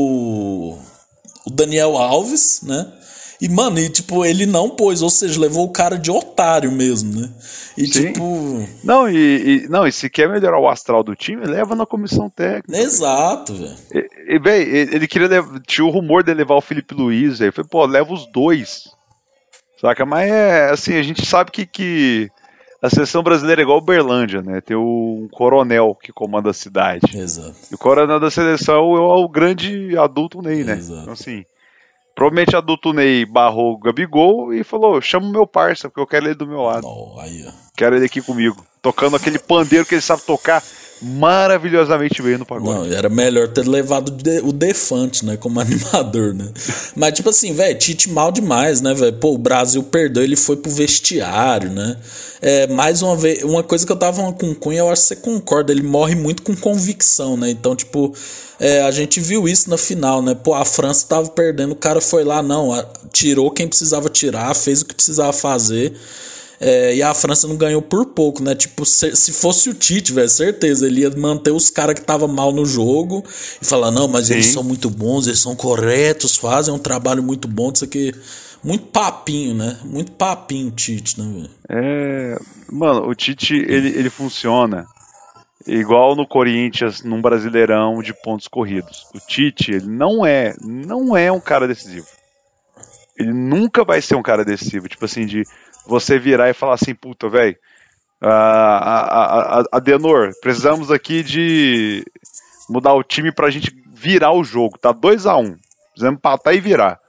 o, o Daniel Alves, né? E, mano, e, tipo, ele não pôs, ou seja, levou o cara de otário mesmo, né? E, Sim. tipo... Não e, e, não, e se quer melhorar o astral do time, leva na comissão técnica. Exato, velho. E, e, velho, ele queria levar... Tinha o rumor de levar o Felipe Luiz, aí foi, pô, leva os dois. Saca? Mas é, assim, a gente sabe que, que a seleção brasileira é igual a Uberlândia, né? Tem um coronel que comanda a cidade. Exato. E o coronel da seleção é o, é o grande adulto Ney, né? Exato. Então, assim... Provavelmente adulto Ney barrou o Gabigol e falou, chama o meu parça, porque eu quero ele do meu lado. Oh, aí, ó. Quero ele aqui comigo. Tocando aquele pandeiro que ele sabe tocar maravilhosamente bem no pagode. Não, era melhor ter levado o Defante, né, como animador, né? Mas, tipo assim, velho, Tite mal demais, né, velho? Pô, o Brasil perdeu, ele foi pro vestiário, né? É, mais uma vez, uma coisa que eu tava falando com o Cunha, eu acho que você concorda, ele morre muito com convicção, né? Então, tipo, é, a gente viu isso na final, né? Pô, a França tava perdendo, o cara foi lá, não, tirou quem precisava tirar, fez o que precisava fazer. É, e a França não ganhou por pouco, né? Tipo, se, se fosse o Tite, velho, certeza, ele ia manter os caras que estavam mal no jogo e falar, não, mas Sim. eles são muito bons, eles são corretos, fazem um trabalho muito bom, isso aqui. Muito papinho, né? Muito papinho o Tite, né, velho? É. Mano, o Tite, ele, ele funciona igual no Corinthians, num Brasileirão de pontos corridos. O Tite, ele não é, não é um cara decisivo. Ele nunca vai ser um cara decisivo, tipo assim, de você virar e falar assim, puta, velho, a, a, a, Adenor, precisamos aqui de mudar o time pra gente virar o jogo, tá dois a um, precisamos empatar e virar.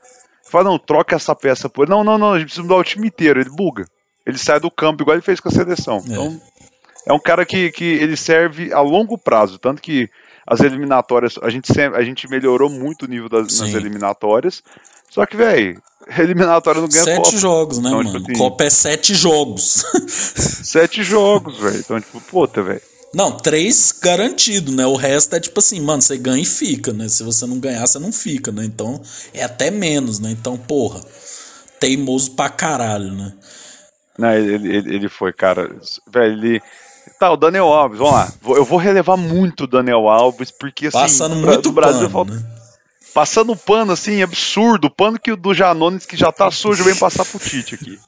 Fala, não, troca essa peça por... Não, não, não, a gente precisa mudar o time inteiro. Ele buga. Ele sai do campo, igual ele fez com a seleção. É. Então, é um cara que, que ele serve a longo prazo. Tanto que as eliminatórias, a gente, sempre, a gente melhorou muito o nível das, nas eliminatórias. Só que, velho, eliminatória não ganha sete Copa. Sete jogos, né, então, mano? Tipo assim, Copa é sete jogos. Sete jogos, velho. Então, tipo, puta, velho. Não, três garantido, né? O resto é tipo assim, mano, você ganha e fica, né? Se você não ganhar, você não fica, né? Então, é até menos, né? Então, porra, teimoso pra caralho, né? Não, ele, ele, ele foi, cara, velho, ele... Tá, o Daniel Alves, vamos lá. Eu vou relevar muito o Daniel Alves, porque assim... Passando muito Brasil, pano, né? Passando pano, assim, absurdo. O pano que o do Janones, que já tá sujo, vem passar pro Tite aqui.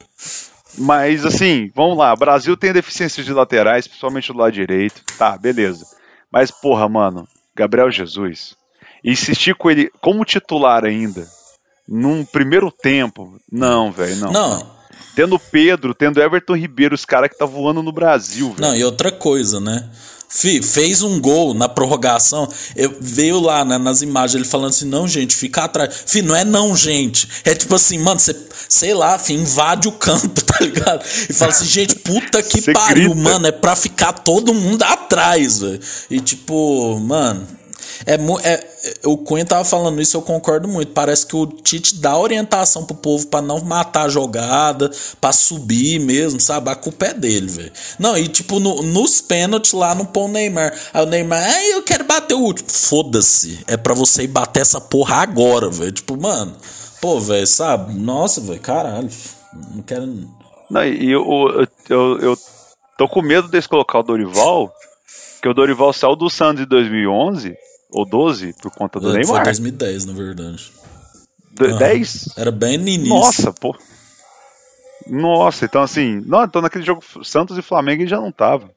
Mas, assim, vamos lá. O Brasil tem deficiências de laterais, principalmente do lado direito. Tá, beleza. Mas, porra, mano, Gabriel Jesus, insistir com ele como titular ainda, num primeiro tempo, não, velho, não. Não. Tendo Pedro, tendo Everton Ribeiro, os caras que tá voando no Brasil, velho. Não, e outra coisa, né? Fih, fez um gol na prorrogação, eu, veio lá, né, nas imagens ele falando assim, não, gente, fica atrás. Fih, não é não, gente. É tipo assim, mano, você, sei lá, fih, invade o campo, tá ligado? E fala assim, gente, puta que cê pariu, grita. Mano, é pra ficar todo mundo atrás, velho. E tipo, mano... É, é, o Cunha tava falando isso, eu concordo muito. Parece que o Tite dá orientação pro povo pra não matar a jogada, pra subir mesmo, sabe? A culpa é dele, velho. Não, e tipo, no, nos pênaltis lá não põe o Neymar. Aí o Neymar, ah, eu quero bater o último. Foda-se, é pra você ir bater essa porra agora, velho. Tipo, mano, pô, velho, sabe? Nossa, velho, caralho. Não quero. Não, e eu, eu, eu, eu tô com medo deles colocar o Dorival, porque o Dorival saiu do Santos em dois mil e onze. Ou doze, por conta do é, Neymar. Foi dois mil e dez, na verdade. De, dez? Uhum. Era bem no início. Nossa, pô. Nossa, então assim... Não, então naquele jogo Santos e Flamengo ele já não tava.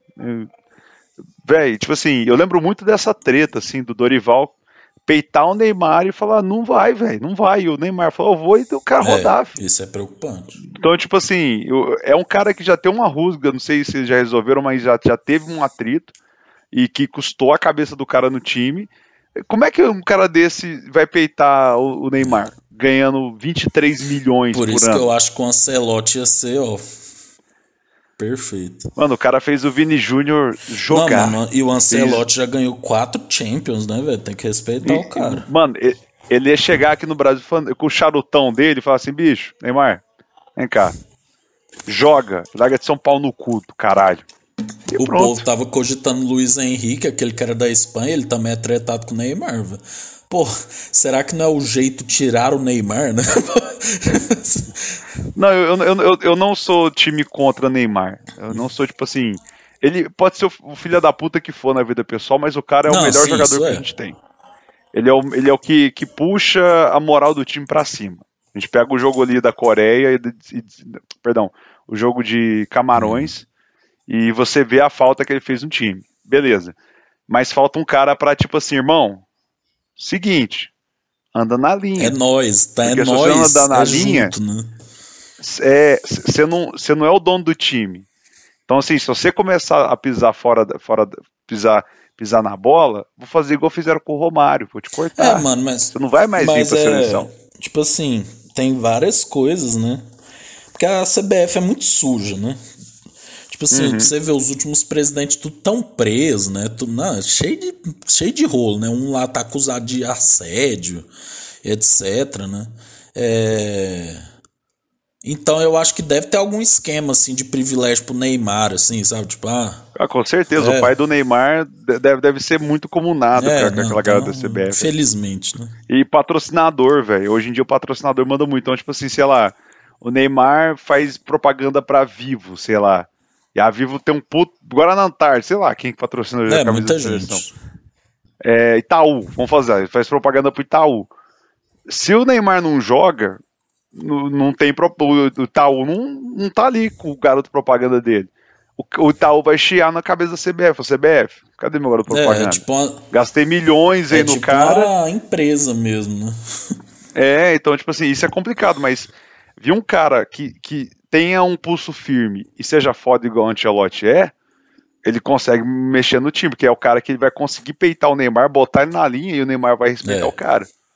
Véi, tipo assim, eu lembro muito dessa treta, assim, do Dorival peitar o Neymar e falar, não vai, velho, não vai. E o Neymar falou, eu vou, e o cara é, rodar. Filho. Isso é preocupante. Então, tipo assim, eu, é um cara que já tem uma rusga, não sei se eles já resolveram, mas já, já teve um atrito e que custou a cabeça do cara no time. Como é que um cara desse vai peitar o, o Neymar, ganhando vinte e três milhões por, por ano? Por isso que eu acho que o Ancelotti ia ser, ó, perfeito. Mano, o cara fez o Vini Júnior jogar. Não, mano, e o Ancelotti fez... já ganhou quatro Champions, né, velho? Tem que respeitar e, o cara. Mano, ele ia chegar aqui no Brasil com o charutão dele e falar assim, bicho, Neymar, vem cá, joga, larga de São Paulo no cu do caralho. E o pronto. Povo tava cogitando Luiz Henrique, aquele que era da Espanha, ele também é tretado com o Neymar, velho. Pô, será que não é o jeito tirar o Neymar, né? Não, eu, eu, eu, eu não sou time contra Neymar. Eu não sou, tipo assim... Ele pode ser o filho da puta que for na vida pessoal, mas o cara é não, o melhor sim, jogador que é. a gente tem. Ele é o, ele é o que, que puxa a moral do time pra cima. A gente pega o jogo ali da Coreia e... e perdão, o jogo de Camarões... Hum. E você vê a falta que ele fez no time. Beleza. Mas falta um cara pra, tipo assim, irmão, seguinte, anda na linha. É nóis, tá? Porque é se nóis. Você andar na é linha, junto, né? é, você não, você não é o dono do time. Então, assim, se você começar a pisar fora, fora pisar, pisar na bola, vou fazer igual fizeram com o Romário, vou te cortar. É, mano, mas... Você não vai mais mas ir pra é, seleção. Tipo assim, tem várias coisas, né? Porque a C B F é muito suja, né? Tipo assim, uhum. Você vê os últimos presidentes tudo tão presos, né? Tudo, não, cheio, de, cheio de rolo, né? Um lá tá acusado de assédio, etc, né? É... Então eu acho que deve ter algum esquema, assim, de privilégio pro Neymar, assim, sabe? Tipo, ah... ah com certeza, é... o pai do Neymar deve, deve ser muito comunado é, com, não, aquela galera então, da C B F. Felizmente, né? E patrocinador, velho. Hoje em dia o patrocinador manda muito. Então, tipo assim, sei lá, o Neymar faz propaganda pra Vivo, sei lá. E a Vivo tem um puto... Guaraná Antártica, sei lá, quem que patrocina é, a camisa muita da seleção. Gente. É, Itaú, vamos fazer, faz propaganda pro Itaú. Se o Neymar não joga, não, não tem... O Itaú não, não tá ali com o garoto propaganda dele. O, o Itaú vai chiar na cabeça da C B F. O C B F, cadê meu garoto propaganda? É, é tipo uma... Gastei milhões aí é no tipo cara. uma empresa mesmo, né? É, então, tipo assim, isso é complicado, mas vi um cara que... que tenha um pulso firme e seja foda igual o Ancelotti é, ele consegue mexer no time, porque é o cara que ele vai conseguir peitar o Neymar, botar ele na linha e o Neymar vai respeitar é. o cara.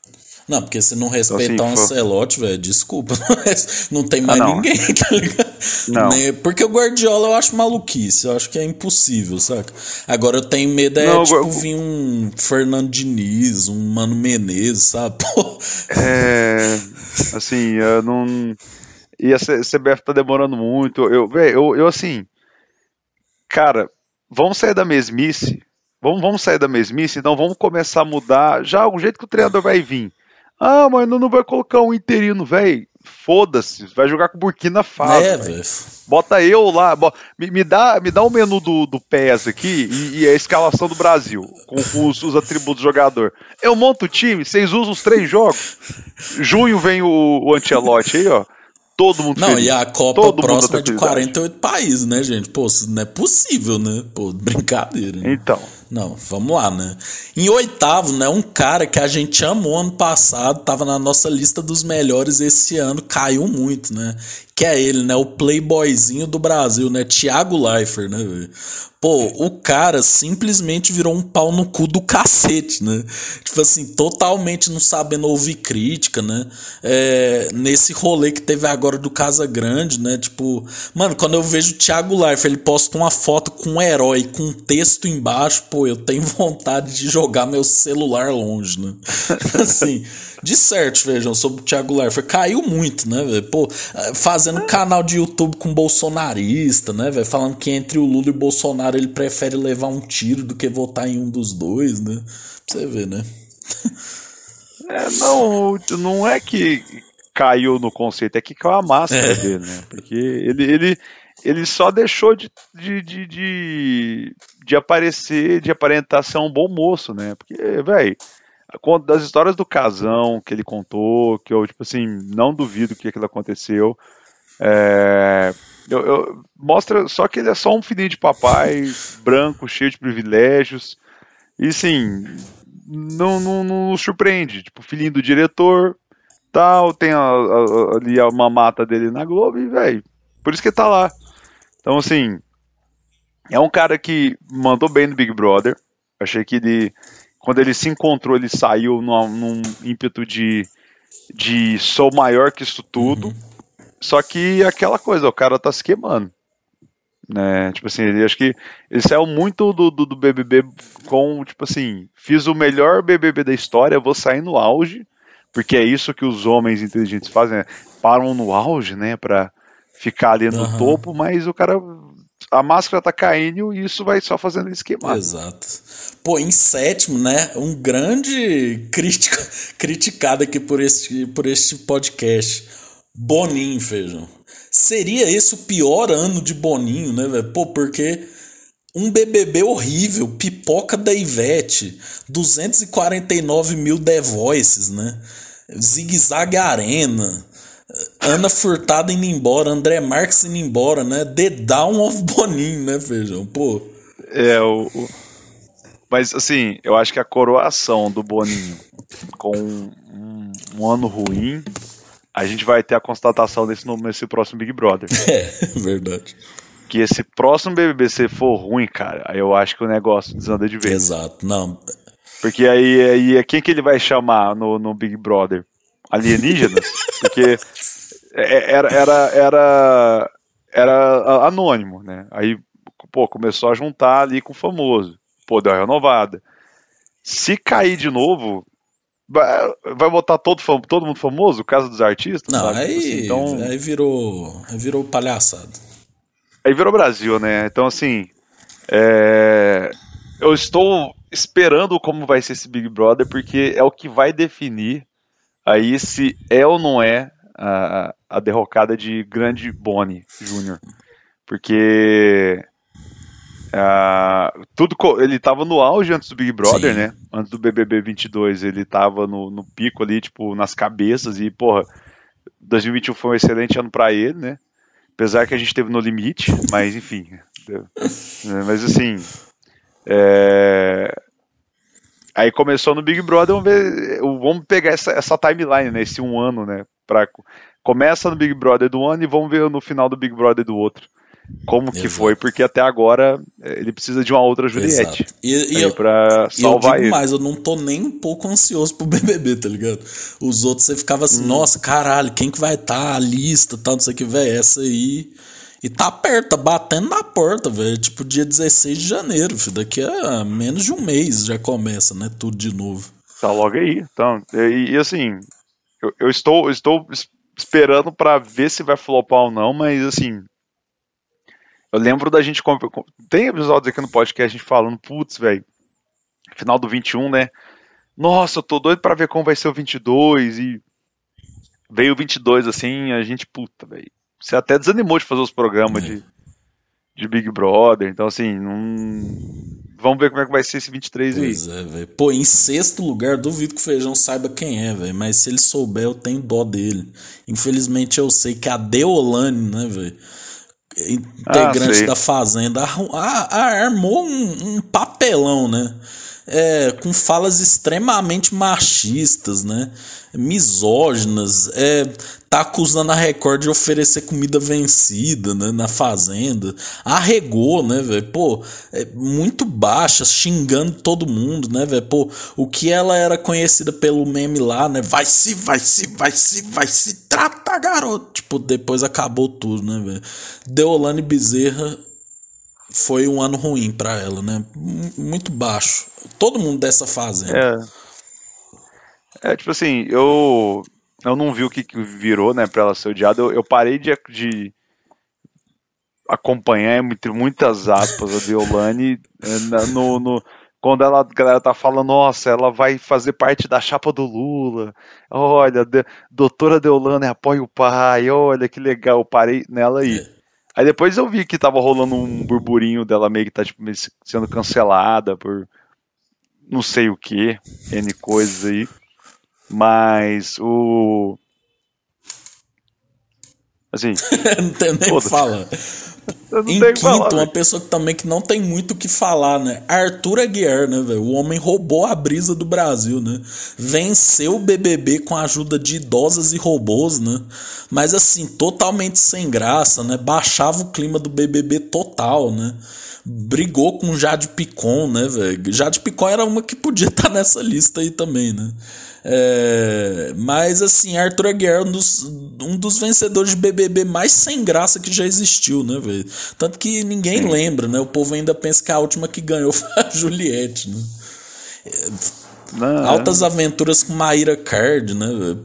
Não, porque se não respeitar então, assim, o Ancelotti, velho, desculpa, não tem mais ah, não. ninguém, tá ligado? Não. Nem, porque o Guardiola eu acho maluquice, eu acho que é impossível, saca? Agora eu tenho medo é, não, tipo, eu... vir um Fernando Diniz, um Mano Menezes, sabe? Pô. É, assim, eu não... E a C B F tá demorando muito, eu, véio, eu, eu assim, cara, vamos sair da mesmice, vamos, vamos sair da mesmice, então vamos começar a mudar, já o jeito que o treinador vai vir. Ah, mas não, não vai colocar um interino, velho. Foda-se, vai jogar com Burkina Faso. É, velho. Bota eu lá, bo... me, me, dá, me dá o menu do, do P E S aqui e, e a escalação do Brasil, com, com os, os atributos do jogador. Eu monto o time, vocês usam os três jogos. Junho vem o, o Ancelotti aí, ó. Todo mundo Não, feliz. E a Copa Todo próxima é de quarenta e oito países, né, gente? Pô, isso não é possível, né? Pô, brincadeira. Né? Então. Não, vamos lá, né? Em oitavo, né, um cara que a gente amou ano passado, tava na nossa lista dos melhores esse ano, caiu muito, né? Que é ele, né? O playboyzinho do Brasil, né? Thiago Leifert, né, velho? Pô, o cara simplesmente virou um pau no cu do cacete, né? Tipo assim, totalmente não sabendo ouvir crítica, né? É, nesse rolê que teve agora do Casa Grande, né? Tipo, mano, quando eu vejo o Thiago Leifert, ele posta uma foto com um herói, com um texto embaixo, pô, eu tenho vontade de jogar meu celular longe, né? Tipo assim, de certo, vejam, sobre o Thiago Leifert, caiu muito, né, velho? Pô, fazendo canal de YouTube com bolsonarista, né, velho? Falando que entre o Lula e o Bolsonaro ele prefere levar um tiro do que votar em um dos dois, né? Pra você ver, né? É, não, não é que caiu no conceito, é que caiu a máscara é. dele, né? Porque ele, ele, ele só deixou de, de, de, de, de aparecer, de aparentar ser um bom moço, né? Porque, velho, das histórias do casão que ele contou, que eu, tipo assim, não duvido que aquilo aconteceu, é, eu, eu, mostra só que ele é só um filhinho de papai, branco, cheio de privilégios, e assim, não, não, não surpreende, tipo, filhinho do diretor, tal, tem a, a, ali a mamata dele na Globo, e velho, por isso que ele tá lá. Então, assim, é um cara que mandou bem no Big Brother, achei que ele... Quando ele se encontrou, ele saiu num, num ímpeto de, de sou maior que isso tudo. Uhum. Só que aquela coisa, o cara tá se queimando. Né? Tipo assim, ele, acho que ele saiu muito do, do, do B B B com, tipo assim, fiz o melhor B B B da história, vou sair no auge, porque é isso que os homens inteligentes fazem, né? Param no auge, né, pra ficar ali no uhum. topo, mas o cara... A máscara tá caindo e isso vai só fazendo eles queimar. Exato. Pô, em sétimo, né? Um grande crítico, criticado aqui por este, por este podcast. Boninho, Feijão. Seria esse o pior ano de Boninho, né, velho? Pô, porque um B B B horrível, pipoca da Ivete, duzentos e quarenta e nove mil The Voices, né? Zig Zag Arena... Ana Furtado indo embora, André Marques indo embora, né? The Down of Boninho, né, Feijão? Pô. É, o, o... Mas, assim, eu acho que a coroação do Boninho com um, um, um ano ruim, a gente vai ter a constatação desse nesse próximo Big Brother. É, verdade. Que esse próximo B B B, se for ruim, cara, aí eu acho que o negócio desanda de vez. Exato, não. Porque aí, aí quem que ele vai chamar no, no Big Brother? Alienígenas? Porque era, era, era, era anônimo, né? Aí, pô, começou a juntar ali com o famoso. Pô, deu uma renovada. Se cair de novo, vai, vai botar todo, todo mundo famoso? Casa dos artistas? Não, sabe? aí, assim, então, aí virou aí virou palhaçada. Aí virou Brasil, né? Então, assim, é, eu estou esperando como vai ser esse Big Brother, porque é o que vai definir aí se é ou não é a, a derrocada de grande Boni Júnior. Porque uh, tudo, ele estava no auge antes do Big Brother, Sim. né? Antes do B B B vinte e dois, ele estava no, no pico ali, tipo, nas cabeças. E, porra, dois mil e vinte e um foi um excelente ano para ele, né? Apesar que a gente teve no limite, mas enfim. Mas assim... É... Aí começou no Big Brother, vamos ver, vamos pegar essa, essa timeline, né, esse um ano, né, pra, começa no Big Brother do ano e vamos ver no final do Big Brother do outro. como que Exato. foi, porque até agora ele precisa de uma outra Juliette. Exato. E, e eu, pra salvar eu digo ele. mais, eu não tô nem um pouco ansioso pro B B B, tá ligado? Os outros você ficava assim, hum. nossa, caralho, quem que vai estar? Tá? A lista, tal, não sei o que, velho, essa aí. E tá perto, tá batendo na porta, velho. Tipo, dia dezesseis de janeiro, filho. Daqui a menos de um mês já começa, né? Tudo de novo. Tá logo aí. Então, e, e assim, eu, eu estou, estou esperando pra ver se vai flopar ou não, mas assim. Eu lembro da gente. Tem episódios aqui no podcast a gente falando, putz, velho. Final do vinte e um, né? Nossa, eu tô doido pra ver como vai ser o vinte e dois. E veio o vinte e dois assim, a gente, puta, velho. Você até desanimou de fazer os programas é. de, de Big Brother. Então, assim, não. Vamos ver como é que vai ser esse vinte e três pois aí. Pois é, velho. Pô, em sexto lugar, duvido que o Feijão saiba quem é, velho. Mas se ele souber, eu tenho dó dele. Infelizmente, eu sei que a Deolane, né, velho? Integrante ah, da Fazenda, armou um, um papelão, né? É, com falas extremamente machistas, né? Misóginas, é, tá acusando a Record de oferecer comida vencida, né? Na Fazenda, arregou, né, velho? Pô, é muito baixa, xingando todo mundo, né, velho? Pô, o que ela era conhecida pelo meme lá, né? Vai se, vai se, vai se, vai se trata, garoto. Tipo, depois acabou tudo, né, velho? Deolane Bezerra foi um ano ruim pra ela, né? Muito baixo. Todo mundo dessa Fazenda. É, é tipo assim, eu eu não vi o que, que virou, né, pra ela ser odiada. Eu, eu parei de, de acompanhar, entre muitas aspas, a Deolane no, no, quando ela, a galera tá falando, nossa, ela vai fazer parte da chapa do Lula. Olha, de, doutora Deolane apoia o pai. Olha que legal, eu parei nela aí. É. Aí depois eu vi que tava rolando um burburinho dela meio que tá tipo, sendo cancelada por não sei o que, N coisas aí. Mas o... Assim... não tem nem o que falar. Em quinto, falar, uma pessoa que também que não tem muito o que falar, né? Arthur Aguiar, né, velho? O homem roubou a brisa do Brasil, né? Venceu o B B B com a ajuda de idosas e robôs, né? Mas assim, totalmente sem graça, né? Baixava o clima do B B B total, né? Brigou com Jade Picon, né, velho? Jade Picon era uma que podia estar nessa lista aí também, né? É, mas assim, Arthur Aguiar é um dos, um dos vencedores de B B B mais sem graça que já existiu, né, velho? Tanto que ninguém Sim. lembra, né? O povo ainda pensa que a última que ganhou foi a Juliette, né? Não, Altas é. aventuras com Maíra Card, né, velho?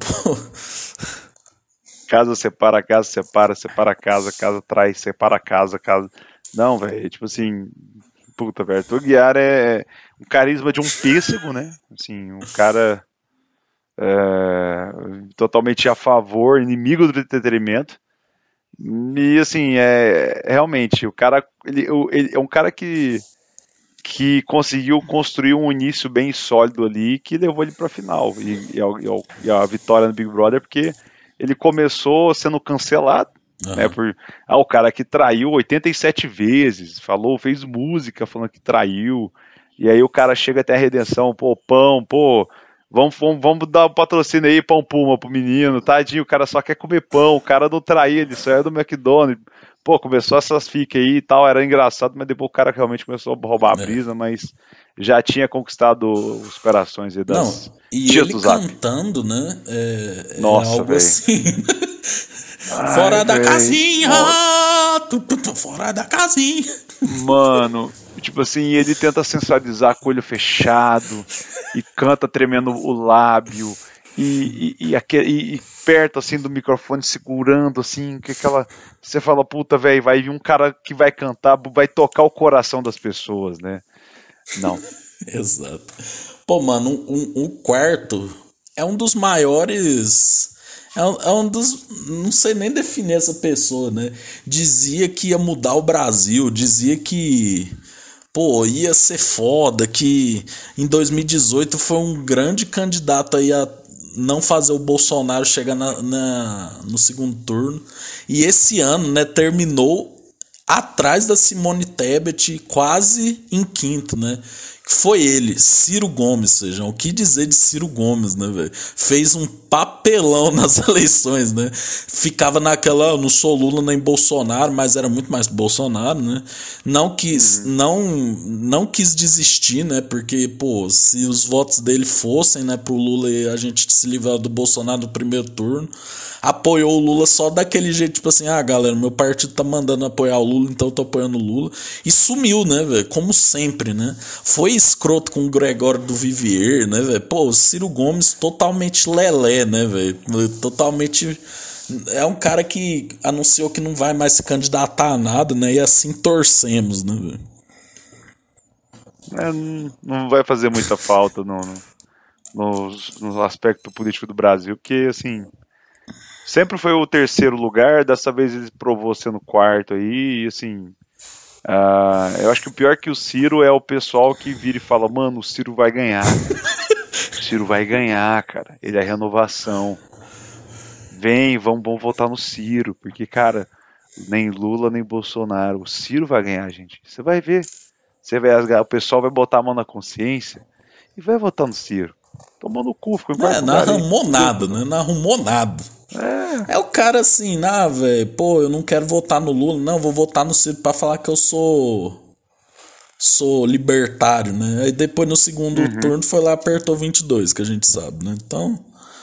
Casa separa, casa separa, separa casa, casa traz, separa casa, casa... Não, velho, tipo assim... Puta, velho, Arthur Aguiar é um carisma de um pêssego, né? Assim, um cara... É, totalmente a favor, inimigo do entretenimento. E assim, é realmente o cara, ele, ele é um cara que que conseguiu construir um início bem sólido ali, que levou ele para a final e, e, a, e a vitória no Big Brother, porque ele começou sendo cancelado, uhum. né, por ah, o cara que traiu oitenta e sete vezes, falou, fez música falando que traiu, e aí o cara chega até a redenção, pô, pão, pô, Vamos, vamos, vamos dar um patrocínio aí, pão puma pro menino, tadinho, o cara só quer comer pão, o cara não traiu, ele só é do McDonald's. Pô, começou essas fic aí e tal, era engraçado, mas depois o cara realmente começou a roubar a brisa, é. mas já tinha conquistado os corações aí das não, e ele cantando, né, é, Nossa, é algo véio. assim... Ai, fora da véio. casinha, tu, tu, tu, fora da casinha. Mano, tipo assim, ele tenta sensualizar com o olho fechado e canta tremendo o lábio e, e, e, aquele, e, e perto assim do microfone segurando assim, que aquela, você fala, puta, velho, vai vir um cara que vai cantar, vai tocar o coração das pessoas, né? Não. Exato. Pô, mano, um, um, um quarto é um dos maiores... É um, é um dos... Não sei nem definir essa pessoa, né? Dizia que ia mudar o Brasil, dizia que... Pô, ia ser foda, que em dois mil e dezoito foi um grande candidato aí a não fazer o Bolsonaro chegar na, na, no segundo turno. E esse ano, né, terminou atrás da Simone Tebet, quase em quinto, né? Foi ele, Ciro Gomes, seja, o que dizer de Ciro Gomes, né, velho? Fez um papo papelão nas eleições, né? Ficava naquela, eu não sou Lula nem Bolsonaro, mas era muito mais Bolsonaro, né? Não quis, uhum. não, não quis desistir, né? Porque, pô, se os votos dele fossem, né, pro Lula e a gente se livrar do Bolsonaro no primeiro turno, apoiou o Lula só daquele jeito, tipo assim, ah, galera, meu partido tá mandando apoiar o Lula, então eu tô apoiando o Lula. E sumiu, né, velho? Como sempre, né? Foi escroto com o Gregório do Vivier, né, velho? Pô, o Ciro Gomes totalmente lelé, né, velho? Totalmente... É um cara que anunciou que não vai mais se candidatar a nada, né? E assim torcemos, né, velho? É, não vai fazer muita falta no, no, no aspecto político do Brasil, porque, assim... Sempre foi o terceiro lugar, dessa vez ele provou sendo quarto aí, e assim, uh, eu acho que o pior que o Ciro é o pessoal que vira e fala, mano, o Ciro vai ganhar, o Ciro vai ganhar, cara, ele é renovação, vem, vamos, vamos votar no Ciro, porque, cara, nem Lula nem Bolsonaro, o Ciro vai ganhar, gente, você vai ver, você vai, o pessoal vai botar a mão na consciência e vai votar no Ciro, tomou no cu, ficou em quarto lugar. Não arrumou nada, né, não arrumou nada. É. é o cara assim, ah, velho, pô, eu não quero votar no Lula, não, vou votar no Ciro pra falar que eu sou sou libertário, né? Aí depois no segundo uhum. turno foi lá, apertou vinte e dois, que a gente sabe, né? Então,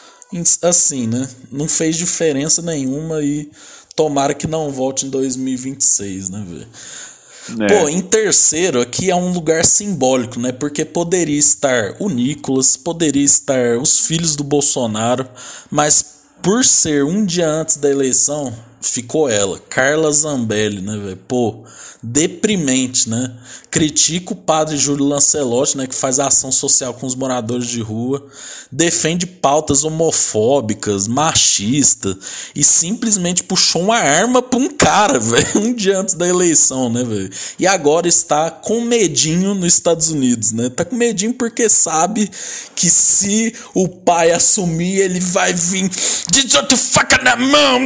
assim, né? Não fez diferença nenhuma e tomara que não volte em dois mil e vinte e seis, né, velho? É. Pô, em terceiro aqui é um lugar simbólico, né? Porque poderia estar o Nicolas, poderia estar os filhos do Bolsonaro, mas por ser um dia antes da eleição, ficou ela, Carla Zambelli, né, velho? Pô, deprimente, né? Critica o padre Júlio Lancelotti, né, que faz ação social com os moradores de rua, defende pautas homofóbicas, machistas, e simplesmente puxou uma arma pra um cara, velho, um dia antes da eleição, né, velho? E agora está com medinho nos Estados Unidos, né? Tá com medinho porque sabe que se o pai assumir, ele vai vir de outro faca na mão.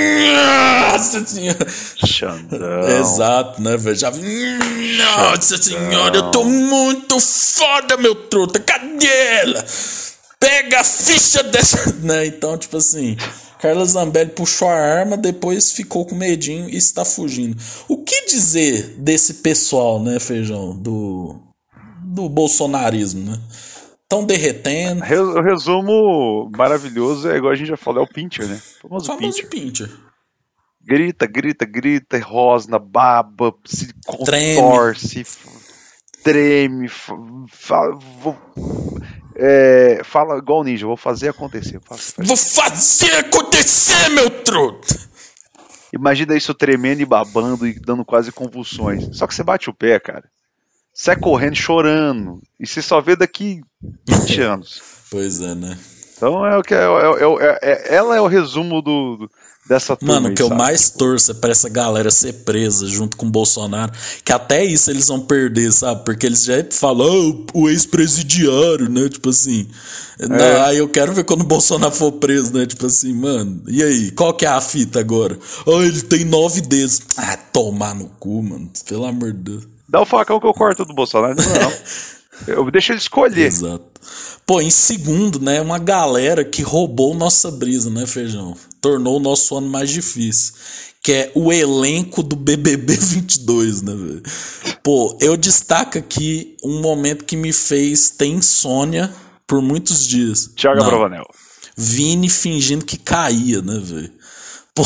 Nossa senhora. Xandão. Exato, né, velho? Já Nossa senhora, eu tô muito foda, meu truta. Cadê ela? Pega a ficha dessa. Né? Então, tipo assim, Carla Zambelli puxou a arma, depois ficou com medinho e está fugindo. O que dizer desse pessoal, né, Feijão? Do, do bolsonarismo, né? Estão derretendo. O resumo maravilhoso é igual a gente já falou, é o Pincher, né? O famoso, famoso Pincher. Pincher. Grita, grita, grita, rosna, baba, se contorce, treme, fala, vou, é, fala igual o ninja, vou fazer acontecer. Faço, vou fazer acontecer, meu truto! Imagina isso tremendo e babando e dando quase convulsões. Só que você bate o pé, cara. Sai correndo, chorando. E você só vê daqui vinte anos. Pois é, né? Então é o que é, é, é, é, ela é o resumo do... do dessa turma. Mano, o que eu mais torço é pra essa galera ser presa junto com o Bolsonaro, que até isso eles vão perder, sabe? Porque eles já falam, oh, o ex-presidiário, né? Tipo assim. É. Não, aí eu quero ver quando o Bolsonaro for preso, né? Tipo assim, mano, e aí? Qual que é a fita agora? Ah, ele tem nove dedos. Ah, tomar no cu, mano. Pelo amor de Deus. Dá o facão que eu corto do Bolsonaro. Não. Eu deixo ele escolher. Exato. Pô, em segundo, né, uma galera que roubou nossa brisa, né, Feijão? Tornou o nosso ano mais difícil. Que é o elenco do B B B vinte e dois, né, velho? Pô, eu destaco aqui um momento que me fez ter insônia por muitos dias. Thiago Bravanel. Vini fingindo que caía, né, velho? Pô...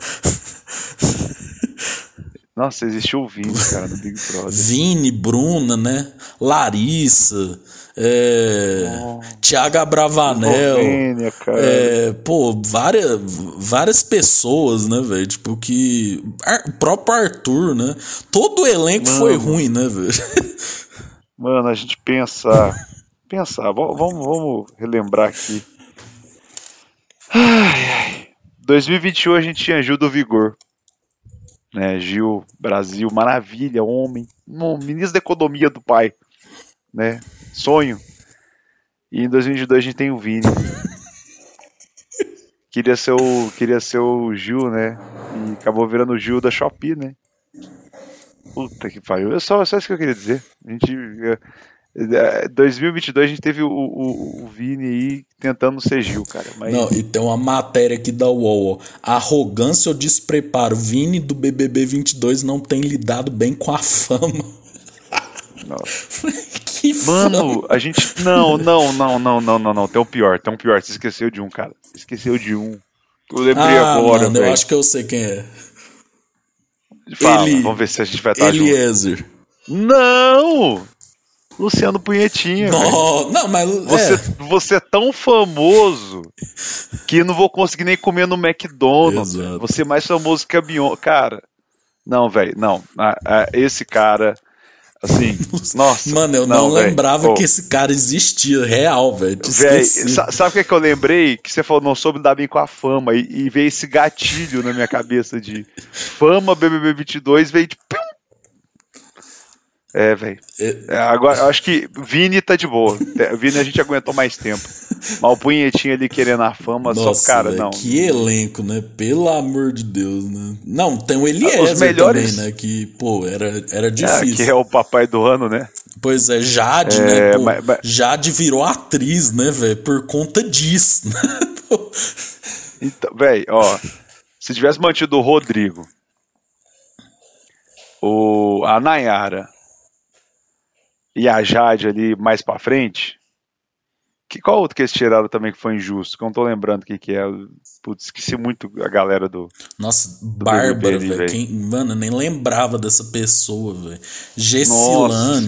Nossa, existiu o Vini, cara, no Big Brother. Vini, Bruna, né? Larissa, é... oh, Thiago Abravanel. Eslovênia, cara. É... Pô, várias, várias pessoas, né, velho? Tipo, que. O próprio Arthur, né? Todo o elenco Mano. foi ruim, né, velho? Mano, a gente pensar. Pensar, vamos, vamos relembrar aqui. Ai, ai. dois mil e vinte e um a gente tinha Gil do Vigor. Né, Gil, Brasil, maravilha, homem, um ministro da economia do pai, né, sonho. E em dois mil e vinte e dois a gente tem o Vini. queria ser o queria ser o Gil, né, e acabou virando o Gil da Shopee, né. Puta que pariu. É só, só isso que eu queria dizer. A gente, dois mil e vinte e dois a gente teve o, o, o Vini aí tentando ser Gil, cara. Mas... Não, e tem uma matéria aqui da U O L, ó. Arrogância ou despreparo? Vini do B B B vinte e dois não tem lidado bem com a fama. Nossa. Que Mano, fama. a gente... Não, não, não, não, não, não, não. Tem um pior, tem um pior. Você esqueceu de um, cara. Você esqueceu de um. Eu lembrei ah, agora, mano, velho. eu acho que eu sei quem é. Fala, Eli... vamos ver se a gente vai estar Eliezer. junto. Não! Luciano Punhetinha. Não, não, mas você, é. você é tão famoso que eu não vou conseguir nem comer no McDonald's. Exato. Você é mais famoso que a Beyoncé. Cara, não, velho, não. Ah, ah, esse cara, assim, nossa. Mano, eu não, não lembrava véio. que esse cara existia real, velho. Véi, sabe o que, é que eu lembrei? Que você falou, não soube dar bem com a fama. E, e veio esse gatilho na minha cabeça de fama, B B B vinte e dois, veio de... É, velho. É, agora, eu acho que Vini tá de boa. Vini a gente aguentou mais tempo. Mas o Punhetinho ali querendo a fama, nossa, só cara, véio, não. Que elenco, né? Pelo amor de Deus, né? Não, tem o Eliezer Os melhores... também, né? Que, pô, era, era difícil. É, que é o papai do ano, né? Pois é, Jade, é, né? Pô, mas, mas... Jade virou atriz, né, velho? Por conta disso, né? Então, velho, ó. Se tivesse mantido o Rodrigo, o, a Nayara e a Jade ali mais pra frente, que, qual outro que eles tiraram também que foi injusto? Que eu não tô lembrando o que que é. Putz, esqueci muito a galera do... Nossa, do Bárbara, velho. Mano, eu nem lembrava dessa pessoa, velho. Gessilane.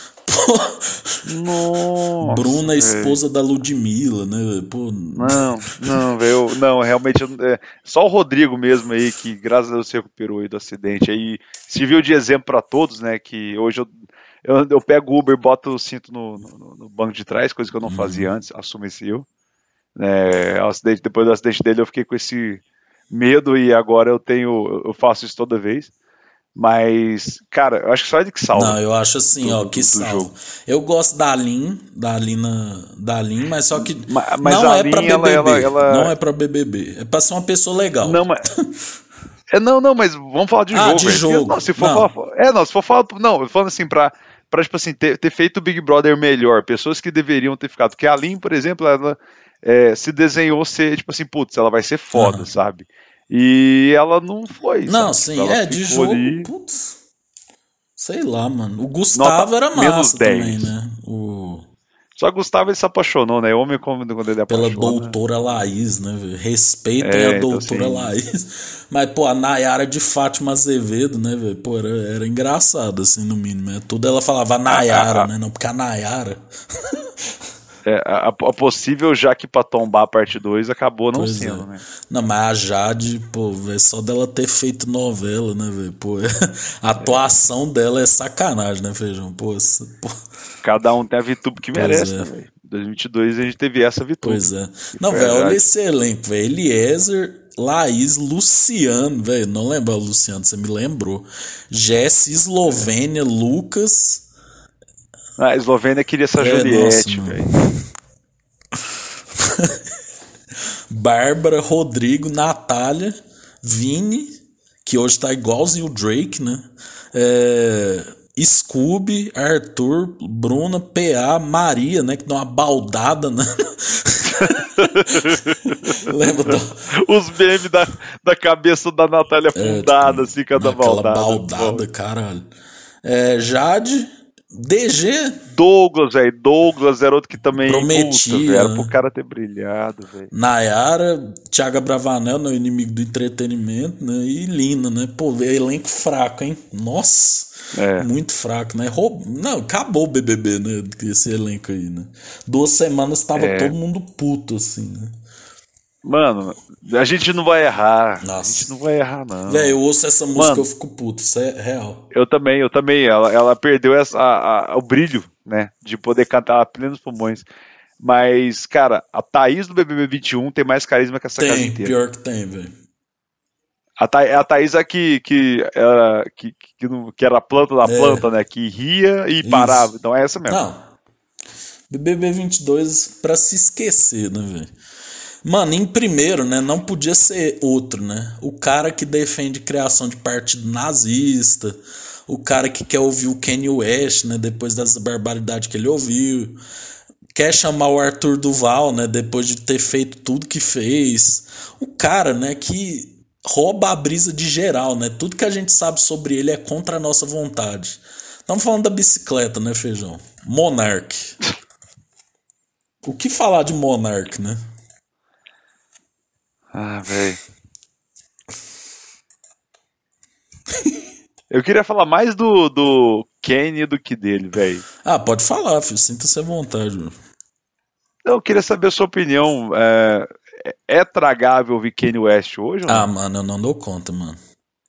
Nossa, Bruna, esposa da Ludmilla, né? Pô. Não, não, velho. Não, realmente. É, só o Rodrigo mesmo aí, que graças a Deus se recuperou aí do acidente. Aí serviu de exemplo pra todos, né? Que hoje eu, eu, eu pego o Uber, boto o cinto no, no, no banco de trás, coisa que eu não fazia antes, assumo esse eu. É, acidente, depois do acidente dele eu fiquei com esse medo e agora eu tenho. Eu faço isso toda vez. Mas, cara, eu acho que só ele que salva. Não, eu acho assim, do, ó, que do, do salva. Jogo. Eu gosto da Lin, da Lina, da Lin, mas só que mas, mas não é Lin, pra B B B. Ela, ela, ela... Não é pra B B B. É pra ser uma pessoa legal. Não, mas... é, não, não, mas vamos falar de ah, jogo. de velho. jogo. Não, se for não. Falar, é, não, se for falar... Não, eu tô falando assim, pra, pra tipo assim, ter, ter feito o Big Brother melhor. Pessoas que deveriam ter ficado. Porque a Lin, por exemplo, ela é, se desenhou ser, tipo assim, putz, ela vai ser foda, uhum. sabe? E ela não foi. Não, sabe? sim, ela é, de jogo, ali... putz... Sei lá, mano. O Gustavo Nota era massa também, né? O... Só o Gustavo ele se apaixonou, né? O homem quando ele apaixona. Pela doutora Laís, né? Respeitem é, a doutora então, assim... Laís. Mas, pô, a Nayara de Fátima Azevedo, né, velho? Pô, era, era engraçado, assim, no mínimo. Né? Tudo ela falava a Nayara, ah, ah, né? Não, porque a Nayara... É, a, a possível Jaque pra tombar a parte dois acabou não pois sendo, é. né? Não, mas a Jade, pô, véio, só dela ter feito novela, né, velho? Pô, a atuação é. dela é sacanagem, né, Feijão? Pô, essa, pô. Cada um tem a VTube que pois merece, é. né, velho? Em dois mil e vinte e dois a gente teve essa VTube. Pois é. Não, velho, olha esse elenco, velho. Eliezer, Laís, Luciano, velho. Não lembro o Luciano, você me lembrou. Jesse, Eslovênia, é. Lucas. Ah, a Eslovênia queria essa é, Juliette, velho. Bárbara, Rodrigo, Natália, Vini, que hoje tá igualzinho o Drake, né? É, Scooby, Arthur, Bruna, P A, Maria, né? Que dá uma baldada, né? Lembra do... Os memes da, da cabeça da Natália afundada, é, assim, cada baldada. baldada, caralho. É, Jade. D G? Douglas, velho. Douglas era outro que também prometia. Era pro cara ter brilhado, velho. Nayara, Thiago Bravanel, no inimigo do entretenimento, né? E Lina, né? Pô, elenco fraco, hein? Nossa. É. Muito fraco, né? Roub... Não, acabou o B B B, né? Esse elenco aí, né? Duas semanas tava é. todo mundo puto, assim, né? Mano, a gente não vai errar. Nossa. A gente não vai errar, não. Velho, eu ouço essa música e eu fico puto. Isso é real. Eu também, eu também. Ela, ela perdeu essa, a, a, o brilho, né? De poder cantar a plenos pulmões. Mas, cara, a Thaís do B B B vinte e um tem mais carisma que essa tem, casa inteira. Pior que tem, velho. A, Tha, a Thaís é que, que, era, que, que, que era a planta da é. planta, né? Que ria e Isso. parava. Então é essa mesmo. Não. B B B vinte e dois pra se esquecer, né, velho? Mano, em primeiro, né, não podia ser outro, né? O cara que defende criação de partido nazista, o cara que quer ouvir o Kanye West, né, depois das barbaridades que ele ouviu, quer chamar o Arthur Duval, né, depois de ter feito tudo que fez, o cara, né, que rouba a brisa de geral, né, tudo que a gente sabe sobre ele é contra a nossa vontade. Estamos falando da bicicleta, né, Feijão? Monark. O que falar de Monark, né? Ah, velho. Eu queria falar mais do, do Kanye do que dele, velho. Ah, pode falar, filho. Sinta-se à vontade, meu. Eu queria saber a sua opinião. É, é tragável ouvir Kanye West hoje? Ou não? Ah, mano, eu não dou conta, mano.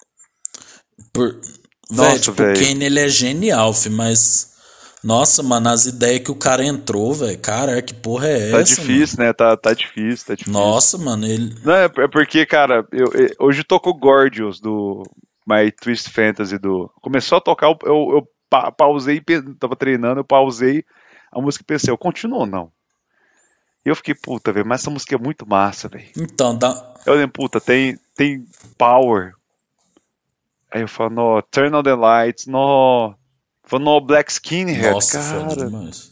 Por... Nossa, véio, tipo, véio. o Kanye, ele é genial, filho, mas... Nossa, mano, as ideias que o cara entrou, velho. Cara, que porra é tá essa, difícil, mano? né? Tá, tá difícil, tá difícil. Nossa, mano, ele... Não, é, é porque, cara, eu, eu, hoje eu tô com o Gorgios do My Twist Fantasy. Do... Começou a tocar, eu, eu, eu pa, pausei, tava treinando, eu pausei a música e pensei, eu continuo ou não? E eu fiquei, puta, velho, mas essa música é muito massa, velho. Então, dá... Eu lembro, puta, tem, tem power. Aí eu falo, no, turn on the lights, no... Foi no Black Skinhead, Nossa, cara. foda demais.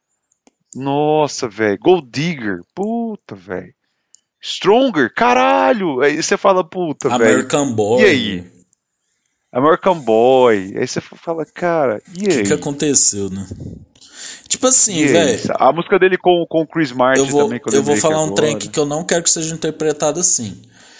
Nossa, velho. Gold Digger. Puta, velho. Stronger. Caralho. Aí você fala, puta, velho. American Boy. E aí? American Boy. Aí você fala, cara, e aí? O que, que aconteceu, né? Tipo assim, E aí? velho. A música dele com, com o Chris Martin Eu vou, também. Que eu eu vou lembrei falar aqui um trem agora. aqui que eu não quero que seja interpretado assim.